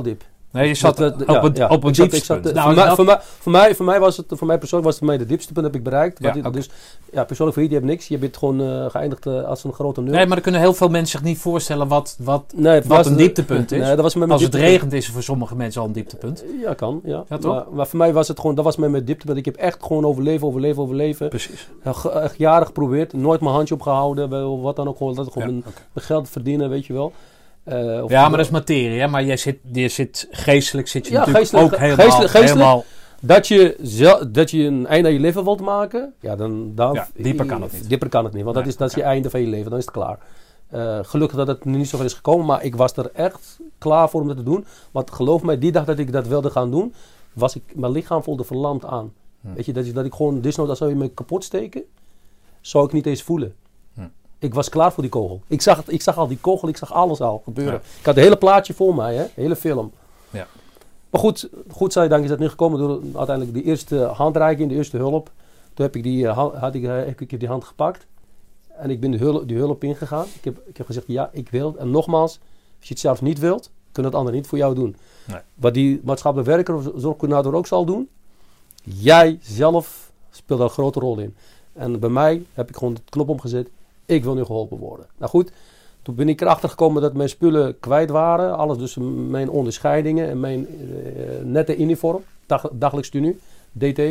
Nee, je zat Dat, op, ja, het, ja. op een Ik zat- diepste ik zat- punt. voor, Nou, mij, dat- voor, mij, voor, mij, voor mij was het, voor mij persoonlijk was het mij de diepste punt heb ik bereikt. Ja, Wat dit- oké. Dus ja, persoonlijk voor je, die hebt niks. Je bent gewoon uh, geëindigd uh, als een grote nul. nee, maar er kunnen heel veel mensen zich niet voorstellen wat, wat, Nee, het wat was een de- dieptepunt is. Nee, dat was met mijn Als het dieptepunt. regent is er voor sommige mensen al een dieptepunt. Ja, kan. Ja. Ja, toch? Maar, maar voor mij was het gewoon, dat was met mijn dieptepunt. Ik heb echt gewoon overleven, overleven, overleven. Precies. Echt, echt jaren geprobeerd. Nooit mijn handje opgehouden. Wel, wat dan ook. Gewoon, dat ik gewoon Ja, mijn, oké. mijn geld verdienen, weet je wel. Uh, of Ja, maar dat is materie, hè? Maar jij zit, je zit geestelijk zit je Ja, natuurlijk geestelijk- ook helemaal... geestelijk- geestelijk- helemaal Dat je, zel, dat je een einde aan je leven wilt maken, ja, dan, dan Ja, dieper kan het niet. Dieper kan het niet, want Nee, dat, is, dat is oké. je einde van je leven, dan is het klaar. Uh, gelukkig dat het niet zover is gekomen, maar ik was er echt klaar voor om dat te doen. Want geloof mij, die dag dat ik dat wilde gaan doen, was ik, mijn lichaam voelde verlamd aan. Hm. Weet je, dat, ik- dat ik gewoon, desnoods als zou je me kapot steken, zou ik niet eens voelen. Hm. Ik was klaar voor die kogel. Ik zag, het, ik zag al die kogel, ik zag alles al gebeuren. Ja. Ik had het hele plaatje voor mij, hè, de hele film. Ja. Maar goed, goed zij dank is dat niet gekomen door uiteindelijk de eerste handreiking, de eerste hulp. Toen heb ik die, uh, hand, had ik, uh, ik, ik heb die hand gepakt en ik ben de hulp, die hulp ingegaan. Ik heb, ik heb gezegd, ja, ik wil. En nogmaals, als je het zelf niet wilt, kan het ander niet voor jou doen. Nee. Wat die maatschappelijk werker of zorgcoördinator ook zal doen, jij zelf speelt daar een grote rol in. En bij mij heb ik gewoon de knop omgezet, ik wil nu geholpen worden. Nou goed, toen ben ik erachter gekomen dat mijn spullen kwijt waren. Alles, dus mijn onderscheidingen en mijn uh, nette uniform, dag, dagelijks tenue, D T.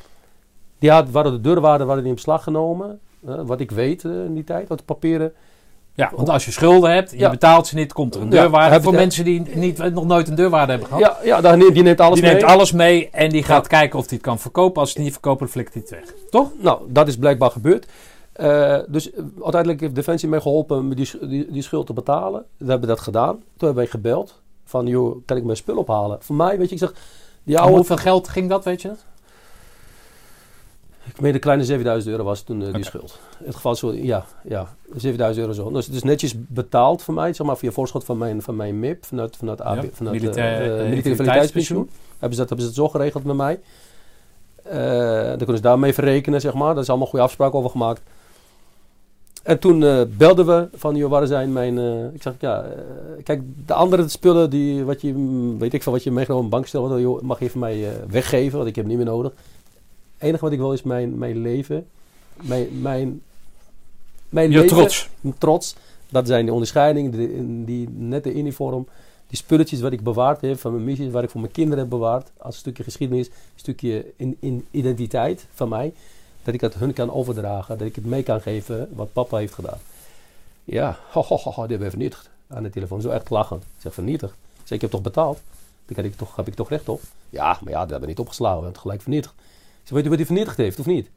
Die had, waren de deurwaarden waren die in beslag genomen. Uh, wat ik weet uh, in die tijd, wat de papieren. Ja, want als je schulden hebt, je Ja. betaalt ze niet, komt er een Ja, deurwaarde. heb Voor ik- mensen die niet, nog nooit een deurwaarde hebben gehad. Ja, ja daar neemt, die neemt alles die mee. neemt alles mee en die gaat Ja. kijken of hij het kan verkopen. Als hij het niet verkoopt, dan flikt hij het weg. Toch? Nou, dat is blijkbaar gebeurd. Uh, dus uh, uiteindelijk heeft Defensie mij geholpen om die, die, die schuld te betalen. We hebben dat gedaan. Toen hebben wij gebeld. Van, joh, kan ik mijn spul ophalen? Voor mij, weet je, ik zeg... Die Om oude, hoeveel geld ging dat, weet je dat? ik meen de kleine zevenduizend euro was toen uh, die Oké. schuld. In het geval zo, ja, ja, zevenduizend euro zo. Dus het is netjes betaald voor mij, zeg maar, via voorschot van mijn, van mijn M I P, vanuit, vanuit, A B, Ja, vanuit militair- uh, uh, uh, militaire invaliditeitspensioen. validiteitspensioen. Hebben ze, dat, hebben ze dat zo geregeld met mij. Uh, dan kunnen ze daarmee verrekenen, zeg maar. Daar is allemaal goede afspraken over gemaakt. En toen uh, belden we van, joh, waar zijn mijn... Uh, ik zeg, ja, uh, kijk, de andere spullen, die, wat je, weet ik veel, wat je meegenomen op een bankstel, wat, joh, mag je van mij uh, weggeven, want ik heb niet meer nodig. Het enige wat ik wil is mijn, mijn leven, mijn, mijn, mijn Je leven, trots. mijn trots. Dat zijn die onderscheidingen, die, die nette uniform, die spulletjes wat ik bewaard heb van mijn missies, waar ik voor mijn kinderen heb bewaard, als een stukje geschiedenis, een stukje in, in identiteit van mij. Dat ik het hun kan overdragen. Dat ik het mee kan geven wat papa heeft gedaan. Ja, ho, ho, ho, ho, die hebben we vernietigd aan de telefoon. Zo echt lachen. Ik zeg, vernietigd? Ik zeg, ik heb toch betaald? Daar heb ik toch, heb ik toch recht op? Ja, maar ja, dat hebben we niet opgeslagen. We hebben het gelijk vernietigd. Ik zeg, weet je wat hij vernietigd heeft, of niet?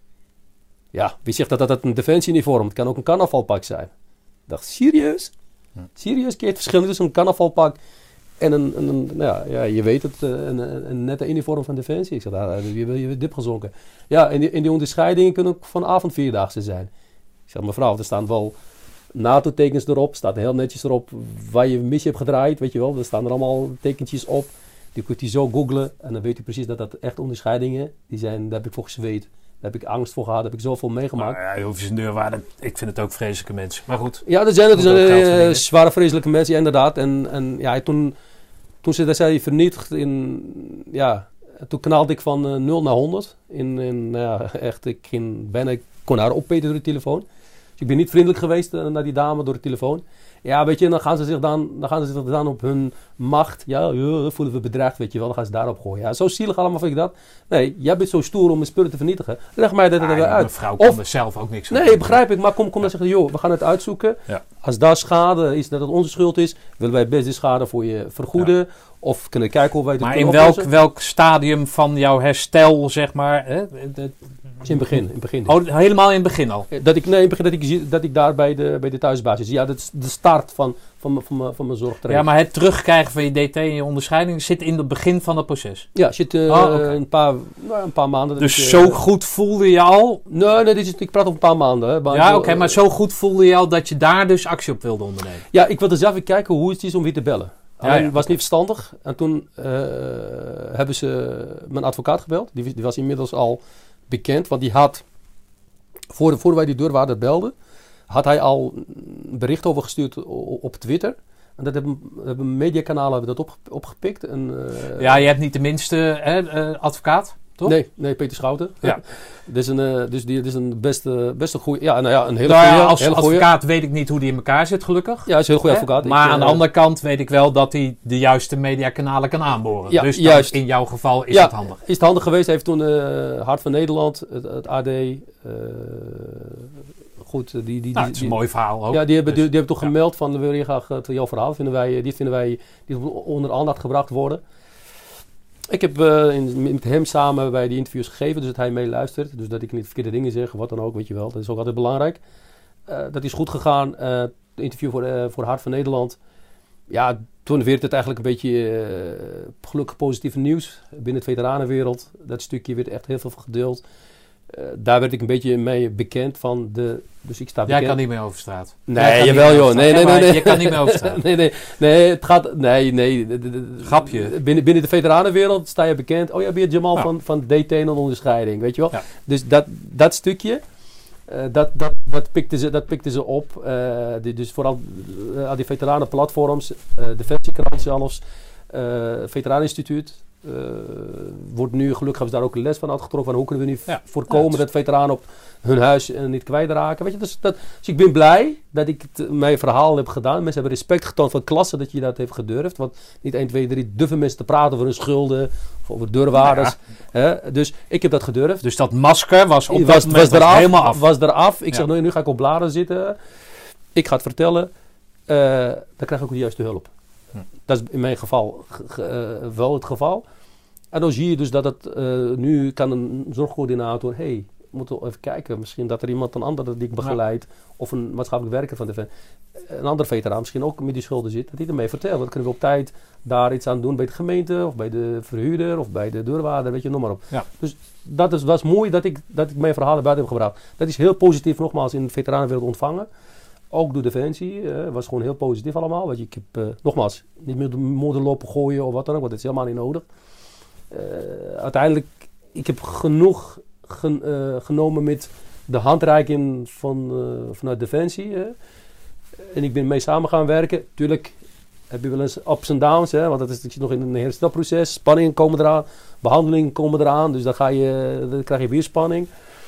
Ja, wie zegt dat dat, dat een defensieuniform? Het kan ook een carnavalpak zijn. Ik dacht, serieus? Serieus? Ken je het verschil tussen een carnavalpak en een, een, een nou ja, ja, je weet het, een, een, een nette uniform van Defensie. Ik zeg, ah, je hebt je dip gezonken. Ja, en die, en die onderscheidingen kunnen ook vanavond vierdaagse zijn. Ik zeg, mevrouw, er staan wel NATO-tekens erop. Staat heel netjes erop waar je missie hebt gedraaid, weet je wel. Er staan er allemaal tekentjes op. Die kunt u zo googlen en dan weet u precies dat dat echt onderscheidingen, die zijn, daar heb ik voor gezweet. Daar heb ik angst voor gehad, daar heb ik zoveel meegemaakt. Nou ja, je hoeft je een deurwaarde. Ik vind het ook vreselijke mensen. Maar goed. Ja, er zijn, er Moet zijn ook geld uh, verdienen. zware vreselijke mensen, ja, inderdaad. En, en ja, toen, toen ze dat zei vernietigd in, ja, toen knalde ik van uh, nul naar honderd. In, in, nou ja, echt, ik ging bijna, ik kon haar opeten door de telefoon. Dus ik ben niet vriendelijk geweest uh, naar die dame door de telefoon. Ja, weet je, dan gaan ze zich dan, dan, gaan ze zich dan op hun macht, ja, ja, voelen we bedreigd, weet je wel, dan gaan ze daarop gooien. Ja, zo zielig allemaal vind ik dat. Nee, jij bent zo stoer om mijn spullen te vernietigen. Leg mij dat er Ah, weer ja, uit. mevrouw kan Of- er zelf ook niks aan Nee, doen. begrijp ik. Maar kom, kom dan zeggen, joh, we gaan het uitzoeken. Ja. Als daar schade is, dat het onze schuld is, willen wij best die schade voor je vergoeden. Of kunnen kijken hoe wij het Maar kunnen in welk, oplossen. welk stadium van jouw herstel, zeg maar... Hè, de- Dus in het begin. In het begin. oh, helemaal in het begin al. Dat ik, nee, in het begin dat ik, zie- dat ik daar bij de, bij de thuisbasis. Ja, dat is de start van, van, mijn- van, mijn- van mijn zorgtraject. Ja, maar het terugkrijgen van je D T en je onderscheiding zit in het begin van het proces. Ja, als je het, uh, Oh, oké. een, paar, nou, een paar maanden... dat Dus ik, uh, zo goed voelde je al... Nee, nee dit is, ik praat over een paar maanden. Hè, maar Ja, ik- oké, maar zo goed voelde je al dat je daar dus actie op wilde ondernemen. Ja, ik wilde zelf even kijken hoe het is om weer te bellen. Ja, Alleen ja, was niet verstandig. En toen uh, hebben ze mijn advocaat gebeld. Die, die was inmiddels al bekend. Want die had, voor, voor wij die deurwaarder belden, had hij al een bericht over gestuurd o- op Twitter. En dat hebben, hebben mediakanalen hebben dat op, opgepikt. En, uh, ja, je hebt niet de minste hè, uh, advocaat, toch? Nee, nee, Peter Schouten. Ja. dus een, uh, dus die is een beste, beste goede, ja, nou ja, een hele nou ja, goede. als hele advocaat goeie. weet ik niet hoe die in elkaar zit, gelukkig. Ja, is een heel goede Hè? advocaat. Maar ik, aan uh, de andere kant weet ik wel dat hij de juiste mediakanalen kan aanboren. Ja, dus dan juist. in jouw geval is ja, het handig. Is het handig geweest? Hij heeft toen uh, Hart van Nederland, het, het A D, uh, goed, die... die, die Nou, het is een die, mooi verhaal ook. Ja, die hebben, dus, die, die hebben toch ja. gemeld van, we willen hier graag het, jouw verhaal, vinden wij, die vinden wij, die onder aandacht gebracht worden. Ik heb uh, in, met hem samen bij die interviews gegeven, dus dat hij meeluistert. Dus dat ik niet verkeerde dingen zeg, wat dan ook, weet je wel. Dat is ook altijd belangrijk. Uh, dat is goed gegaan. Uh, de interview voor, uh, voor Hart van Nederland. Ja, toen werd het eigenlijk een beetje uh, gelukkig positieve nieuws binnen de veteranenwereld. Dat stukje werd echt heel veel gedeeld. Uh, daar werd ik een beetje mee bekend van de... Dus ik sta bekend. Jij kan niet meer over straat. Nee, jawel joh. Nee, nee, nee, nee. Je kan niet meer over straat. nee, nee, nee, het gaat... Nee, nee. De, de, de, Grapje. Binnen, binnen de veteranenwereld sta je bekend. Oh ja, ben je Jamal ja. van, van D T en onderscheiding, weet je wel. Ja. Dus dat, dat stukje, uh, dat, dat, dat, pikten ze, dat pikten ze op. Uh, die, dus vooral uh, aan die veteranenplatforms, uh, Defensiekrant zelfs, uh, Veteraneninstituut. Uh, wordt nu, gelukkig hebben ze daar ook een les van uitgetrokken. Van hoe kunnen we nu Ja. voorkomen Ja, het is... dat veteranen op hun huis uh, niet kwijtraken. Weet je, dus, dat, dus ik ben blij dat ik het, mijn verhaal heb gedaan. Mensen hebben respect getoond van de klasse dat je dat heeft gedurfd. Want niet één, twee, drie durven mensen te praten over hun schulden. Of over deurwaarders. Ja. Hè? Dus ik heb dat gedurfd. Dus dat masker was op was, dat moment was eraf, helemaal af. Was eraf. Ik Ja. zeg, nou, nu ga ik op bladen zitten. Ik ga het vertellen. Uh, dan krijg ik ook de juiste hulp. Hm. Dat is in mijn geval ge, ge, uh, wel het geval. En dan zie je dus dat het uh, nu kan een zorgcoördinator... Hé, hey, we moeten even kijken. Misschien dat er iemand een ander die ik begeleid... Ja. Of een maatschappelijk werker van de... Een andere veteraan misschien ook met die schulden zit. Dat hij ermee vertelt. Dan kunnen we op tijd daar iets aan doen bij de gemeente... Of bij de verhuurder of bij de deurwaarder. Weet je, noem maar op. Ja. Dus dat is, was mooi dat ik, dat ik mijn verhaal naar buiten heb gebracht. Dat is heel positief nogmaals in de veteranenwereld ontvangen. Ook door Defensie. Het uh, was gewoon heel positief allemaal. Want ik heb uh, nogmaals niet meer de modder lopen gooien of wat dan ook. Want dat is helemaal niet nodig. Uh, uiteindelijk, ik heb genoeg gen, uh, genomen met de handreiking van, uh, vanuit Defensie. Uh, en ik ben mee samen gaan werken. Tuurlijk heb je wel eens ups en downs, hè, want dat is, ik zit nog in een herstelproces. Spanningen komen eraan, behandelingen komen eraan. Dus dan, ga je, dan krijg je weer spanning.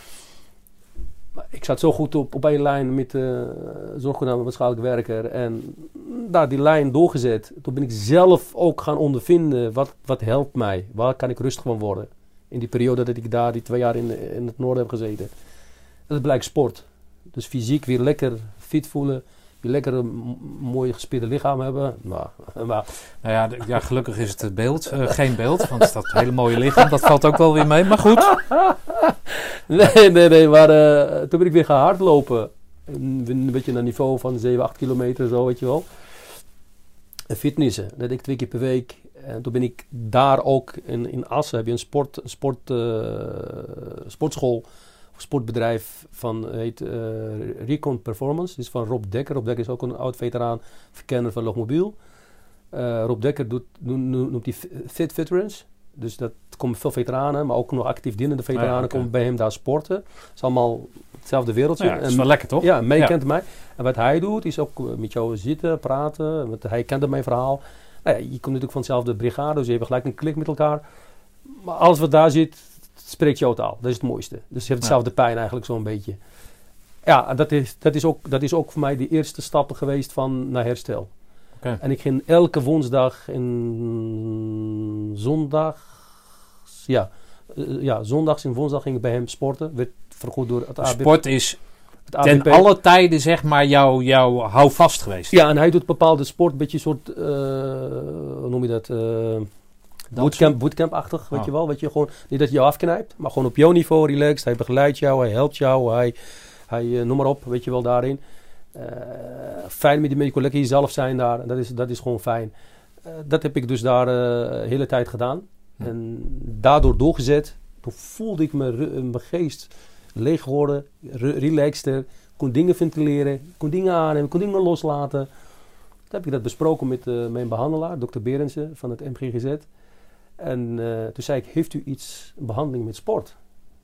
Maar ik zat zo goed op, op één lijn met de uh, zorgcoördinator maatschappelijk werker. En daar die lijn doorgezet. Toen ben ik zelf ook gaan ondervinden. Wat, wat helpt mij? Waar kan ik rustig van worden? In die periode dat ik daar die twee jaar in, in het noorden heb gezeten. Dat blijkt sport. Dus fysiek weer lekker fit voelen. Weer lekker een m- mooi gespierde lichaam hebben. Nou, maar... Nou ja, d- ja, gelukkig is het het beeld. Uh, geen beeld, want dat hele mooie lichaam. Dat valt ook wel weer mee, maar goed. nee, nee, nee. Maar uh, toen ben ik weer gaan hardlopen. Een, een beetje naar niveau van zeven, acht kilometer zo, weet je wel. En fitnessen. Dat deed ik twee keer per week. En toen ben ik daar ook in, in Assen. Heb je een sport, sport, uh, sportschool. Sportbedrijf van, heet uh, Recon Performance. Dat is van Rob Dekker. Rob Dekker is ook een oud veteraan, verkenner van Logmobiel. Uh, Rob Dekker doet, noemt die Fit Veterans. Dus dat komen veel veteranen, maar ook nog actief dienende veteranen ja, okay. komen bij hem daar sporten. Het is allemaal hetzelfde wereldje. Ja, dat is wel lekker, toch? Ja, mij ja. kent mij. En wat hij doet, is ook met jou zitten, praten. Met, hij kende mijn verhaal. Nou ja, je komt natuurlijk van dezelfde brigade, dus je hebt gelijk een klik met elkaar. Maar alles wat daar zit, spreekt jouw taal. Dat is het mooiste. Dus je hebt dezelfde ja. pijn eigenlijk zo'n beetje. Ja, dat is, dat, is ook, dat is ook voor mij de eerste stappen geweest van naar herstel. Okay. En ik ging elke woensdag en zondag, ja, uh, ja, zondags en woensdag ging ik bij hem sporten. Werd vergoed door het A B P. Sport is ten alle tijden zeg maar jouw jou houvast geweest. Ja, en hij doet bepaalde sport, een beetje soort, uh, hoe noem je dat, uh, bootcamp, bootcamp-achtig, weet oh. je wel. Weet je, gewoon, niet dat je jou afknijpt, maar gewoon op jouw niveau relaxed. Hij begeleidt jou, hij helpt jou, hij, hij uh, noem maar op, weet je wel, daarin. Uh, fijn met die medico, lekker jezelf zijn daar. Dat is, dat is gewoon fijn. Uh, dat heb ik dus daar de uh, hele tijd gedaan. Hm. En daardoor doorgezet. Toen voelde ik me, uh, mijn geest leeg geworden. Re- relaxter. Kon dingen ventileren. Kon dingen aannemen. Kon dingen loslaten. Toen heb ik dat besproken met uh, mijn behandelaar. dokter Berendsen van het M G G Z. En uh, toen zei ik, heeft u iets, een behandeling met sport?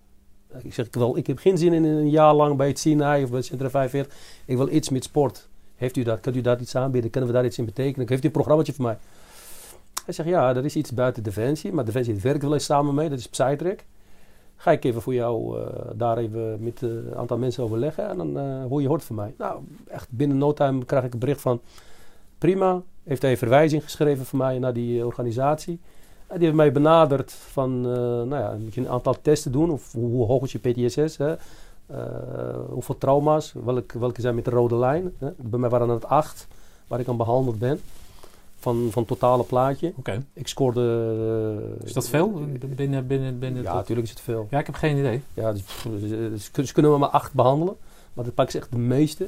Ik zeg, wel, ik heb geen zin in een jaar lang bij het Sinai of bij het Centrum vijfenveertig. Ik wil iets met sport. Heeft u dat? Kunt u daar iets aanbieden? Kunnen we daar iets in betekenen? Heeft u een programmaatje voor mij? Hij zegt, ja, er is iets buiten Defensie. Maar Defensie werkt wel eens samen mee. Dat is Psytrack. Ga ik even voor jou uh, daar even met een uh, aantal mensen overleggen. En dan uh, hoor je hoort van mij. Nou, echt binnen no time krijg ik een bericht van... Prima, heeft hij een verwijzing geschreven voor mij naar die uh, organisatie. En die heeft mij benaderd van, uh, nou ja, moet je een aantal testen doen. Of hoe, hoe hoog is je P T S S? Hè? Uh, hoeveel trauma's? Welke, welke zijn met de rode lijn? Hè? Bij mij waren het acht, waar ik aan behandeld ben. Van, van het totale plaatje. Okay. Ik scoorde... Uh, is dat veel? Binnen, binnen, binnen ja, natuurlijk is het veel. Ja, ik heb geen idee. Ja, dus, dus, ze kunnen me maar acht behandelen. Maar dat pakken ze echt de meeste.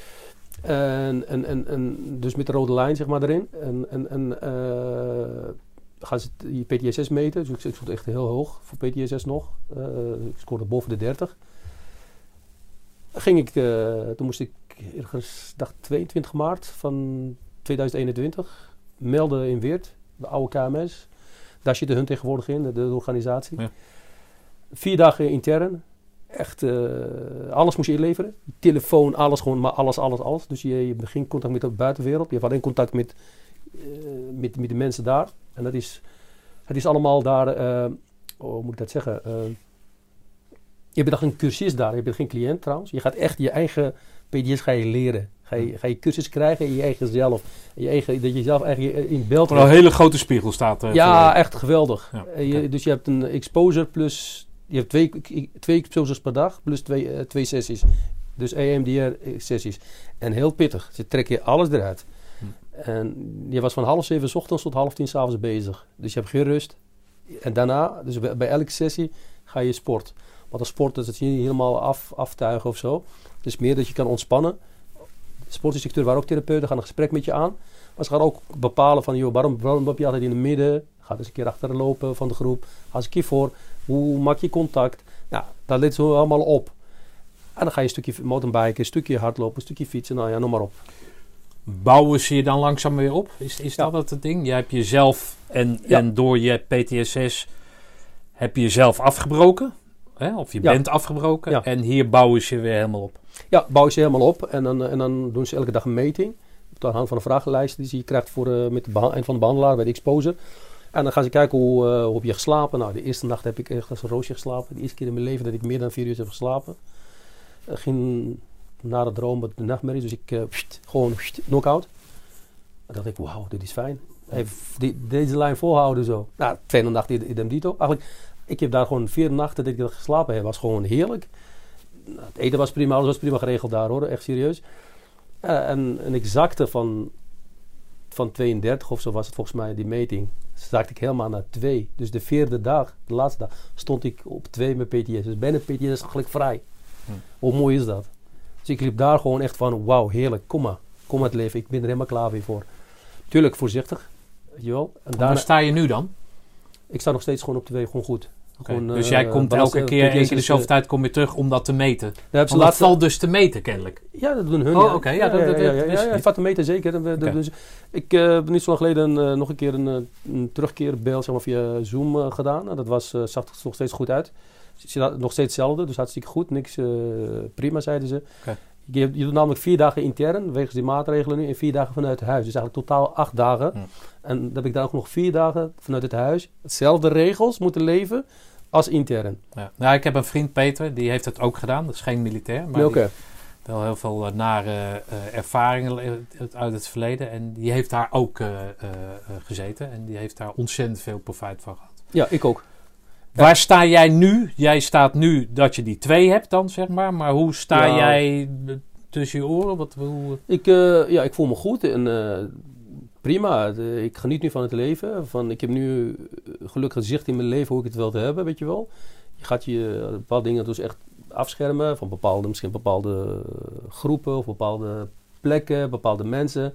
En, en, en, en dus met de rode lijn zeg maar erin. En, en, en uh, gaan ze je P T S S meten. Dus ik, ik stond echt heel hoog voor P T S S nog. Uh, ik scoorde boven de dertig. Ging ik, uh, toen moest ik ergens, dacht tweeëntwintig maart van tweeduizend eenentwintig melden in Weert, de oude K M S. Daar zitten hun tegenwoordig in, de, de organisatie. Ja. Vier dagen intern. Echt, uh, alles moest je inleveren. Telefoon, alles gewoon, maar alles, alles, alles. Dus je, je hebt geen contact met de buitenwereld. Je hebt alleen contact met, uh, met, met de mensen daar. En dat is, het is allemaal daar, uh, oh, hoe moet ik dat zeggen? Uh, je bent dan een cursist daar, je bent geen cliënt trouwens. Je gaat echt je eigen P T S ga je leren. Ga je, ga je cursus krijgen in je eigen zelf. Je eigen, dat je zelf eigenlijk in beeld... Er een hele grote spiegel staat. Uh, ja, voor... echt geweldig. Ja, uh, je, okay. Dus je hebt een exposure plus... Je hebt twee, twee exposures per dag plus twee, uh, twee sessies. Dus E M D R sessies. En heel pittig. Ze trekken alles eruit. Hm. En je was van half zeven 's ochtends tot half tien 's avonds bezig. Dus je hebt geen rust. En daarna, dus bij, bij elke sessie ga je sport. Want als sport is het niet helemaal af, aftuigen of zo. Het is meer dat je kan ontspannen. De sportinstructeur waren ook therapeuten, gaan een gesprek met je aan. Maar ze gaan ook bepalen van, joh, waarom, waarom loop je altijd in het midden? Ga eens een keer achter lopen van de groep. Ga eens een keer voor. Hoe maak je contact? Nou, dat let ze allemaal op. En dan ga je een stukje mountainbiken, een stukje hardlopen, een stukje fietsen. Nou ja, noem maar op. Bouwen ze je dan langzaam weer op? Is, is ja. dat het ding? Jij hebt jezelf en, ja. en door je P T S S heb je jezelf afgebroken. Hè? Of je ja. bent afgebroken. Ja. En hier bouwen ze je weer helemaal op. Ja, bouwen ze helemaal op. En dan, en dan doen ze elke dag een meting. Op de hand van een vragenlijst die je krijgt voor, uh, met de beha- eind van de behandelaar bij de exposure. En dan gaan ze kijken hoe, uh, hoe heb je geslapen. Nou, de eerste nacht heb ik echt als een roosje geslapen. De eerste keer in mijn leven dat ik meer dan vier uur heb geslapen. Uh, ging na de droom met de nachtmerrie. Dus ik uh, pst, gewoon pst, knock-out. En dacht ik, wauw, dit is fijn. Even die, deze lijn volhouden zo. Nou, tweede nacht idem dito. Eigenlijk, ik heb daar gewoon vier nachten dat ik dat geslapen heb. Was gewoon heerlijk. Nou, het eten was prima, alles was prima geregeld daar hoor. Echt serieus. Uh, en, en ik zakte van, van tweeëndertig of zo was het volgens mij die meting. Zakte ik helemaal naar twee. Dus de vierde dag, de laatste dag, stond ik op twee met P T S. Dus bijna P T S gelijk vrij. Hm. Hoe mooi is dat? Dus ik liep daar gewoon echt van, wauw, heerlijk, kom maar. Kom het leven, ik ben er helemaal klaar weer voor. Tuurlijk voorzichtig, weet je wel. En daarna, waar sta je nu dan? Ik sta nog steeds gewoon op twee, gewoon goed. Okay. Gewoon, dus uh, jij komt balans, elke keer, één keer de zoveel uh, tijd kom je terug om dat te meten? Ja, Want dat valt dus te meten kennelijk. Ja, dat doen hun. Oh, ja. oké. Okay. Ja, ja, dat, ja, dat, ja, ja, dat ja, ja, te meten zeker. Okay. Dat, dus, ik uh, heb niet zo lang geleden uh, nog een keer een, een terugkeerbel zeg maar, via Zoom uh, gedaan. En dat was, uh, zag er nog steeds goed uit. Nog steeds hetzelfde, dus hartstikke goed. Niks uh, prima, zeiden ze. Okay. Je, je doet namelijk vier dagen intern, wegens die maatregelen nu, en vier dagen vanuit huis. Dus eigenlijk totaal acht dagen. Hmm. En dan heb ik daar ook nog vier dagen vanuit het huis. Hetzelfde regels moeten leven als intern. Ja. Nou, ik heb een vriend, Peter, die heeft het ook gedaan. Dat is geen militair, maar okay. die wel heel veel uh, nare uh, ervaringen uit het verleden. En die heeft daar ook uh, uh, gezeten. En die heeft daar ontzettend veel profijt van gehad. Ja, ik ook. Waar ja. sta jij nu? Jij staat nu dat je die twee hebt dan, zeg maar. Maar hoe sta ja. jij tussen je oren? Wat, hoe... ik, uh, ja, ik voel me goed en uh, prima. De, ik geniet nu van het leven. Van, ik heb nu gelukkig zicht in mijn leven hoe ik het wil te hebben, weet je wel. Je gaat je bepaalde dingen dus echt afschermen van bepaalde, misschien bepaalde groepen of bepaalde plekken, bepaalde mensen.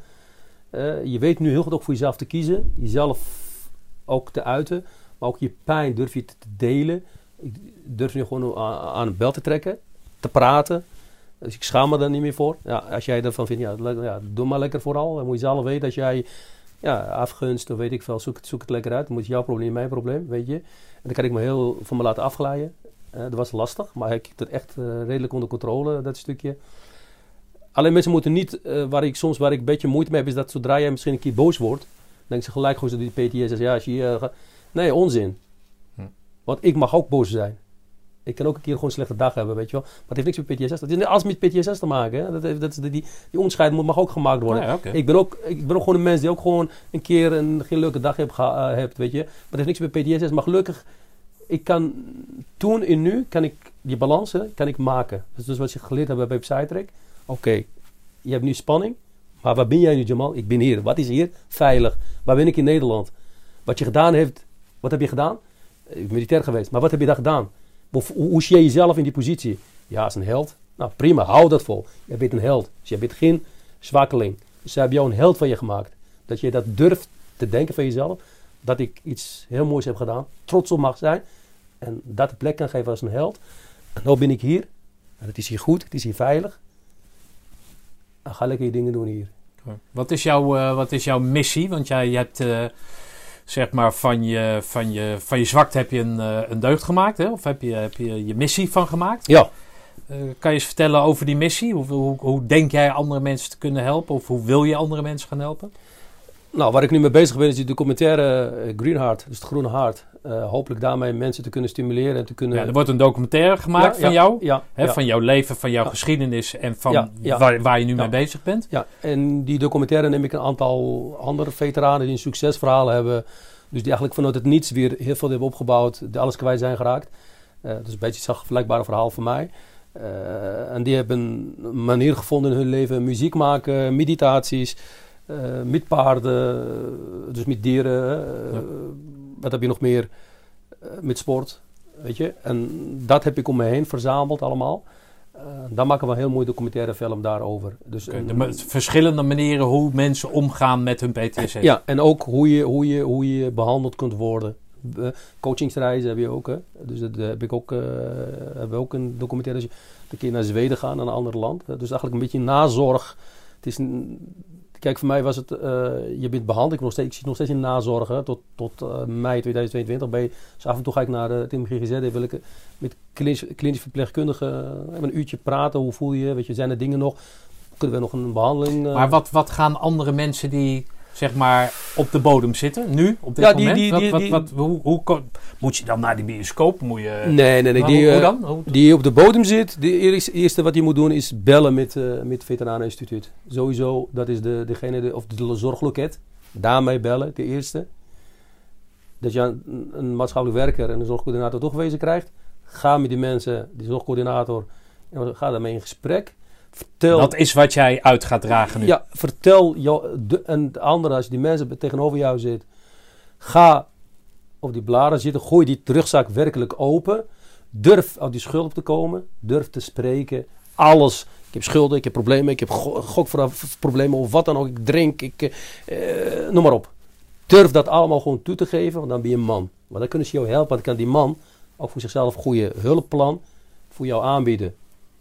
Uh, je weet nu heel goed ook voor jezelf te kiezen. Jezelf ook te uiten. Maar ook je pijn durf je te delen. Ik durf nu gewoon aan een bel te trekken. Te praten. Dus ik schaam me daar niet meer voor. Ja, als jij ervan vindt, ja, ja, doe maar lekker vooral. Dan moet je zelf weten als jij ja, afgunst of weet ik veel, zoek, zoek het lekker uit. Dan moet je jouw probleem, mijn probleem, weet je. En dan kan ik me heel van me laten afglijden. Uh, dat was lastig, maar ik heb het echt uh, redelijk onder controle, dat stukje. Alleen mensen moeten niet, uh, waar ik soms waar ik een beetje moeite mee heb, is dat zodra jij misschien een keer boos wordt, dan denk ze gelijk gewoon zo die P T S S. Ja, als je hier gaat. Nee, onzin. Hm. Want ik mag ook boos zijn. Ik kan ook een keer gewoon een slechte dag hebben, weet je wel. Maar het heeft niks met P T S S. Dat heeft niet alles met P T S S te maken. Hè? Dat heeft, dat is, die, die onderscheid moet, mag ook gemaakt worden. Oh ja, okay. ik, ben ook, ik ben ook gewoon een mens die ook gewoon een keer een geen leuke dag heeft, uh, hebt, weet je. Maar het heeft niks met P T S S. Maar gelukkig, ik kan toen en nu, kan ik die balans, hè, kan ik maken. Dus, dus wat je geleerd hebt bij Psytrek. Oké, okay, je hebt nu spanning. Maar waar ben jij nu, Jamal? Ik ben hier. Wat is hier? Veilig. Waar ben ik in Nederland? Wat je gedaan hebt, wat heb je gedaan? Ik ben militair geweest. Maar wat heb je daar gedaan? Hoe, hoe zie je jezelf in die positie? Ja, als een held. Nou, prima, hou dat vol. Je bent een held. Dus je bent geen zwakkeling. Dus ze hebben jou een held van je gemaakt. Dat je dat durft te denken van jezelf. Dat ik iets heel moois heb gedaan. Trots op mag zijn. En dat de plek kan geven als een held. En nu ben ik hier. En het is hier goed. Het is hier veilig. Dan ga lekker je dingen doen hier. Wat is jouw, uh, wat is jouw missie? Want jij je hebt... Uh... zeg maar van je, van je, van je zwakte heb je een, uh, een deugd gemaakt, hè? Of heb je, heb je je missie van gemaakt? Ja. Uh, kan je eens vertellen over die missie? Hoe, hoe, hoe denk jij andere mensen te kunnen helpen? Of hoe wil je andere mensen gaan helpen? Nou, waar ik nu mee bezig ben is die documentaire uh, Green Heart, dus het groene hart. Uh, hopelijk daarmee mensen te kunnen stimuleren en te kunnen... Ja, er wordt een documentaire gemaakt ja, van ja, jou, ja, hè, ja. van jouw leven, van jouw ja. geschiedenis en van ja, ja. Waar, waar je nu ja. mee bezig bent. Ja, en die documentaire neem ik een aantal andere veteranen die een succesverhaal hebben... Dus die eigenlijk vanuit het niets weer heel veel hebben opgebouwd. Die alles kwijt zijn geraakt. Uh, dat is een beetje een vergelijkbare verhaal voor mij. Uh, en die hebben een manier gevonden in hun leven. Muziek maken, meditaties. Uh, met paarden. Dus met dieren. Uh, ja. Wat heb je nog meer? Uh, met sport. Weet je. En dat heb ik om me heen verzameld allemaal. Uh, dan maken we een heel mooi documentaire film daarover. Dus okay, een, de verschillende manieren hoe mensen omgaan met hun P T S S. Ja, en ook hoe je, hoe je, hoe je behandeld kunt worden. Uh, coachingsreizen heb je ook. Hè? Dus dat uh, heb ik ook, uh, hebben we ook een documentaire. Dus een keer naar Zweden gaan, naar een ander land. Uh, dus eigenlijk een beetje nazorg. Het is een, kijk, voor mij was het, uh, je bent behandeld. Ik, nog steeds, ik zit nog steeds in nazorg. Hè? Tot, tot uh, mei tweeduizend tweeëntwintig. Ben je, dus af en toe ga ik naar uh, Tim G G Z. Wil ik met klinisch, klinisch verpleegkundigen uh, een uurtje praten. Hoe voel je? Weet je, zijn er dingen nog? Kunnen we nog een behandeling... Uh... Maar wat, wat gaan andere mensen die... zeg maar op de bodem zitten, nu, op dit ja, moment? Die, die, die, wat, die, wat, wat, hoe, hoe, hoe, moet je dan naar die bioscoop? Moet je, nee, nee, nee. maar, Die, hoe, hoe uh, dan? Hoe, die op de bodem zit, de eerste, eerste wat je moet doen is bellen met uh, met het Veteraneninstituut. Sowieso, dat is de, degene, de, of de zorgloket. Daarmee bellen, de eerste. Dat je een, een maatschappelijk werker en een zorgcoördinator toegewezen krijgt. Ga met die mensen, die zorgcoördinator, ga daarmee in gesprek. Vertel, dat is wat jij uit gaat dragen nu. Ja, vertel jou, de, en de andere, als die mensen tegenover jou zit, ga op die bladen zitten, gooi die rugzak werkelijk open. Durf uit die schuld op te komen, durf te spreken. Alles. Ik heb schulden, ik heb problemen, ik heb go- gokproblemen of wat dan ook. Ik drink, ik, uh, noem maar op. Durf dat allemaal gewoon toe te geven, want dan ben je een man. Maar dan kunnen ze jou helpen, dan kan die man ook voor zichzelf een goede hulpplan voor jou aanbieden.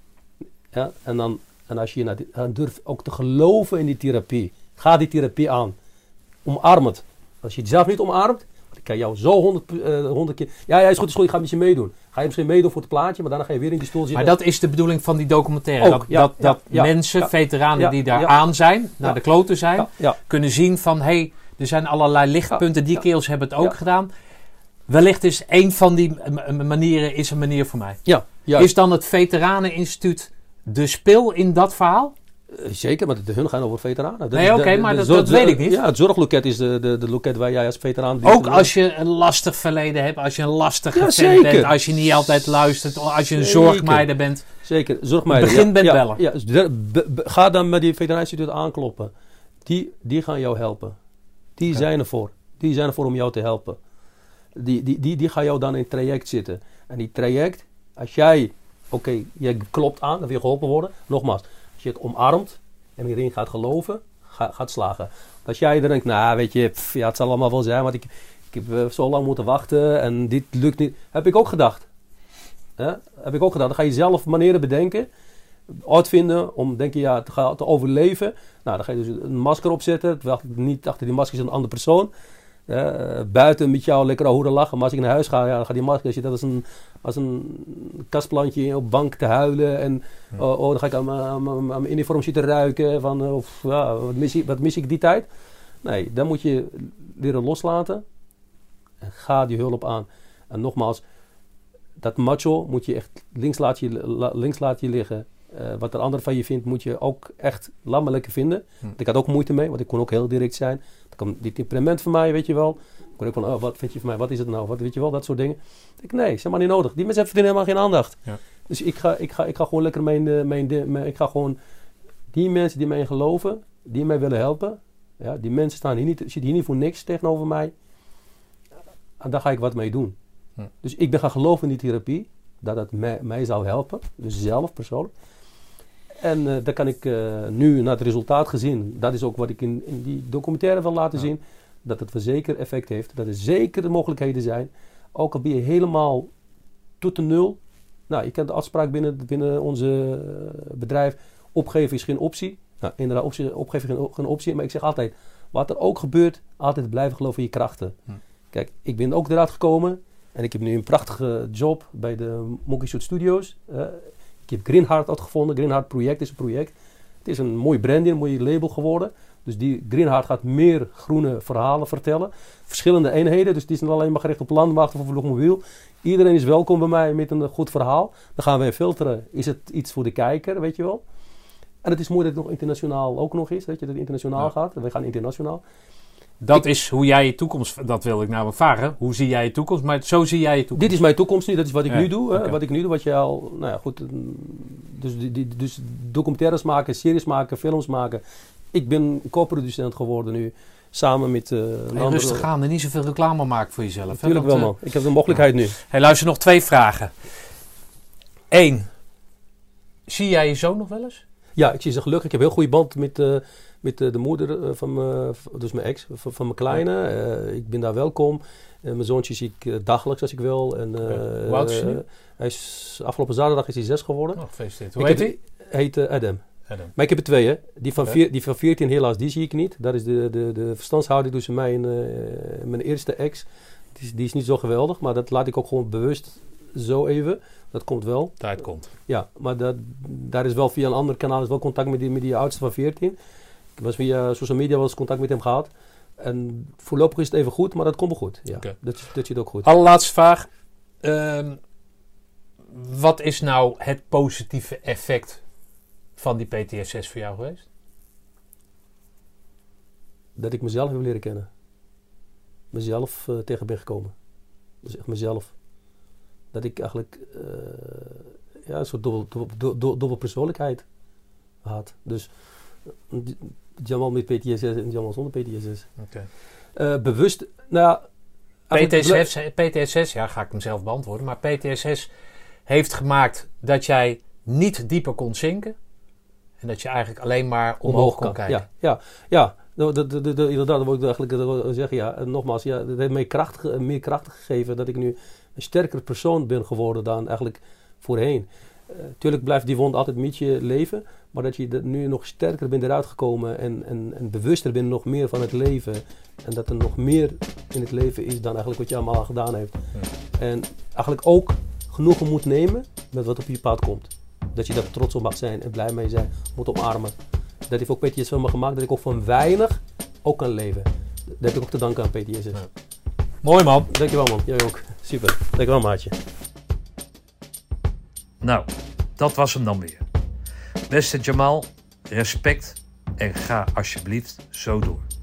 Ja, en, dan, en als je naar die, dan durf ook te geloven in die therapie. Ga die therapie aan. Omarm het. Als je het zelf niet omarmt, dan kan je jou zo honderd, uh, honderd keer... Ja, ja, is goed, is goed, ik ga met je meedoen. Ga je misschien meedoen voor het plaatje, maar daarna ga je weer in die stoel zitten. Maar dat is de bedoeling van die documentaire. Ook, dat ja, dat, ja, dat ja, mensen, ja, veteranen ja, die daar ja, aan zijn, naar ja, de kloten zijn, ja, ja. kunnen zien van, hé, hey, er zijn allerlei lichtpunten. Ja, die ja, kerels hebben het ook ja. gedaan. Wellicht is een van die m- manieren is een manier voor mij. Ja, ja. Is dan het Veteraneninstituut de spil in dat verhaal? Uh, zeker, maar de, hun gaan over veteranen. Dat nee, oké, okay, maar de, dat, dat weet ik niet. Ja, het zorgloket is de, de, de loket waar jij als veteraan... Ook als je een lastig verleden hebt, als je een lastige ja, fan bent, als je niet altijd luistert, als je een zeker. zorgmeider bent. Zeker, zorgmeider. Begin ja, met ja, bellen. Ja, dus de, be, be, ga dan met die Veteraneninstituut aankloppen. Die, die gaan jou helpen. Die okay. zijn ervoor. Die zijn ervoor om jou te helpen. Die, die, die, die gaan jou dan in het traject zitten. En die traject, als jij, oké, okay, je klopt aan, dan wil je geholpen worden. Nogmaals, als je het omarmt en hierin gaat geloven, ga, gaat slagen. Als jij er denkt, nou weet je, pff, ja, het zal allemaal wel zijn, want ik, ik heb uh, zo lang moeten wachten en dit lukt niet. Heb ik ook gedacht. He? Heb ik ook gedacht. Dan ga je zelf manieren bedenken, uitvinden om, denk je, ja, te, gaan, te overleven. Nou, dan ga je dus een masker opzetten. Terwijl niet achter die masker is een andere persoon. Uh, buiten met jou lekker horen lachen. Maar als ik naar huis ga, ja, dan gaat die masker zitten als een, als een kastplantje op bank te huilen. En ja. oh, oh, dan ga ik aan, aan, aan mijn uniform zitten ruiken. Van, uh, of, ja, wat, mis ik, wat mis ik die tijd? Nee, dan moet je leren loslaten. En ga die hulp aan. En nogmaals, dat macho moet je echt links laat je, la, links laat je liggen. Uh, wat er ander van je vindt, moet je ook echt laat me lekker vinden. Hm. Ik had ook moeite mee, want ik kon ook heel direct zijn. Dan kwam die temperament van mij, weet je wel. Ik kon ook van, oh, wat vind je van mij, wat is het nou, wat weet je wel, dat soort dingen. Ik nee, is helemaal niet nodig. Die mensen verdienen helemaal geen aandacht. Ja. Dus ik ga, ik, ga, ik ga gewoon lekker mijn, mijn, mijn, ik ga gewoon die mensen die mij in geloven, die mij willen helpen. Ja, die mensen staan hier niet, zitten hier niet voor niks tegenover mij. En daar ga ik wat mee doen. Hm. Dus ik ben gaan geloven in die therapie, dat het mij, mij zou helpen. Dus zelf, persoonlijk. En uh, daar kan ik uh, nu naar het resultaat gezien, dat is ook wat ik in, in die documentaire wil laten ja. zien, dat het zeker effect heeft, dat er zeker de mogelijkheden zijn, ook al ben je helemaal tot de nul. Nou, je kent de afspraak binnen, binnen onze uh, bedrijf, opgeven is geen optie. Nou, inderdaad, optie, opgeven is geen, geen optie, maar ik zeg altijd, wat er ook gebeurt, altijd blijven geloven in je krachten. Hm. Kijk, ik ben ook eruit gekomen en ik heb nu een prachtige job bij de Monkey Shoot Studios. Uh, Ik heb Greenheart uitgevonden. Greenheart project is een project. Het is een mooi branding, een mooi label geworden. Dus die Greenheart gaat meer groene verhalen vertellen. Verschillende eenheden. Dus het is niet alleen maar gericht op landmacht of op mobiel. Iedereen is welkom bij mij met een goed verhaal. Dan gaan wij filteren. Is het iets voor de kijker, weet je wel. En het is mooi dat het nog internationaal ook nog is. Weet je, dat het internationaal ja. gaat. Wij gaan internationaal. Dat ik, is hoe jij je toekomst, dat wil ik namelijk vragen. Hoe zie jij je toekomst? Maar zo zie jij je toekomst. Dit is mijn toekomst nu, dat is wat ik ja, nu doe. Okay. Hè? Wat ik nu doe, wat je al, nou ja, goed. Dus, die, die, dus documentaires maken, series maken, films maken. Ik ben co-producent geworden nu, samen met... Uh, hey, andere... Rustig aan en niet zoveel reclame maken voor jezelf. Natuurlijk wel, man. Ik heb de mogelijkheid ja. nu. Hey, luister, nog twee vragen. Eén. Zie jij je zoon nog wel eens? Ja, ik zie ze gelukkig. Ik heb een heel goede band met... Uh, Met uh, de moeder uh, van mijn, dus mijn ex, van, van mijn kleine. Uh, ik ben daar welkom. Uh, mijn zoontje zie ik uh, dagelijks als ik wil. En, uh, okay. Hoe oud is hij nu? Uh, hij is, afgelopen zaterdag is hij zes geworden. Oh, gefeliciteerd. Hoe heet hij? Hij heet uh, Adam. Adam. Maar ik heb er twee, hè. Die van, okay. vier, die van veertien helaas, die zie ik niet. Dat is de, de, de verstandshouding tussen mij en uh, mijn eerste ex. Die is, die is niet zo geweldig, maar dat laat ik ook gewoon bewust zo even. Dat komt wel. Tijd komt. Ja, maar dat, daar is wel via een ander kanaal is wel contact met die, met die oudste van veertien. Ik was via social media wel eens contact met hem gehad. En voorlopig is het even goed, maar dat komt wel goed. Ja, okay. dat, dat zit ook goed. Allerlaatste vraag. Um, wat is nou het positieve effect van die P T S S voor jou geweest? Dat ik mezelf heb leren kennen. Mezelf uh, tegen ben gekomen. Dus echt mezelf. Dat ik eigenlijk uh, ja, een soort dubbel, dubbel, dubbel, dubbel persoonlijkheid had. Dus Jamal met P T S S en Jamal zonder P T S S. Okay. Uh, bewust, nou P T S S, P T S S, ja, ga ik hem zelf beantwoorden. Maar P T S S heeft gemaakt dat jij niet dieper kon zinken. En dat je eigenlijk alleen maar omhoog, omhoog kon kijken. Ja, ja, ja. De, de, de, de, inderdaad, dat wil ik eigenlijk zeggen. Ja. En nogmaals, ja, het heeft mij kracht, meer kracht gegeven dat ik nu een sterker persoon ben geworden dan eigenlijk voorheen. Uh, tuurlijk blijft die wond altijd met je leven, maar dat je de, nu nog sterker bent eruit gekomen en, en, en bewuster bent nog meer van het leven. En dat er nog meer in het leven is dan eigenlijk wat je allemaal al gedaan heeft. Ja. En eigenlijk ook genoegen moet nemen met wat op je pad komt. Dat je daar trots op mag zijn en blij mee zijn, moet omarmen. Dat heeft ook P T S S van me gemaakt dat ik ook van weinig ook kan leven. Dat heb ik ook te danken aan P T S S. Ja. Mooi man. Dankjewel man, jij ook. Super. Dankjewel maatje. Nou, dat was hem dan weer. Beste Jamal, respect en ga alsjeblieft zo door.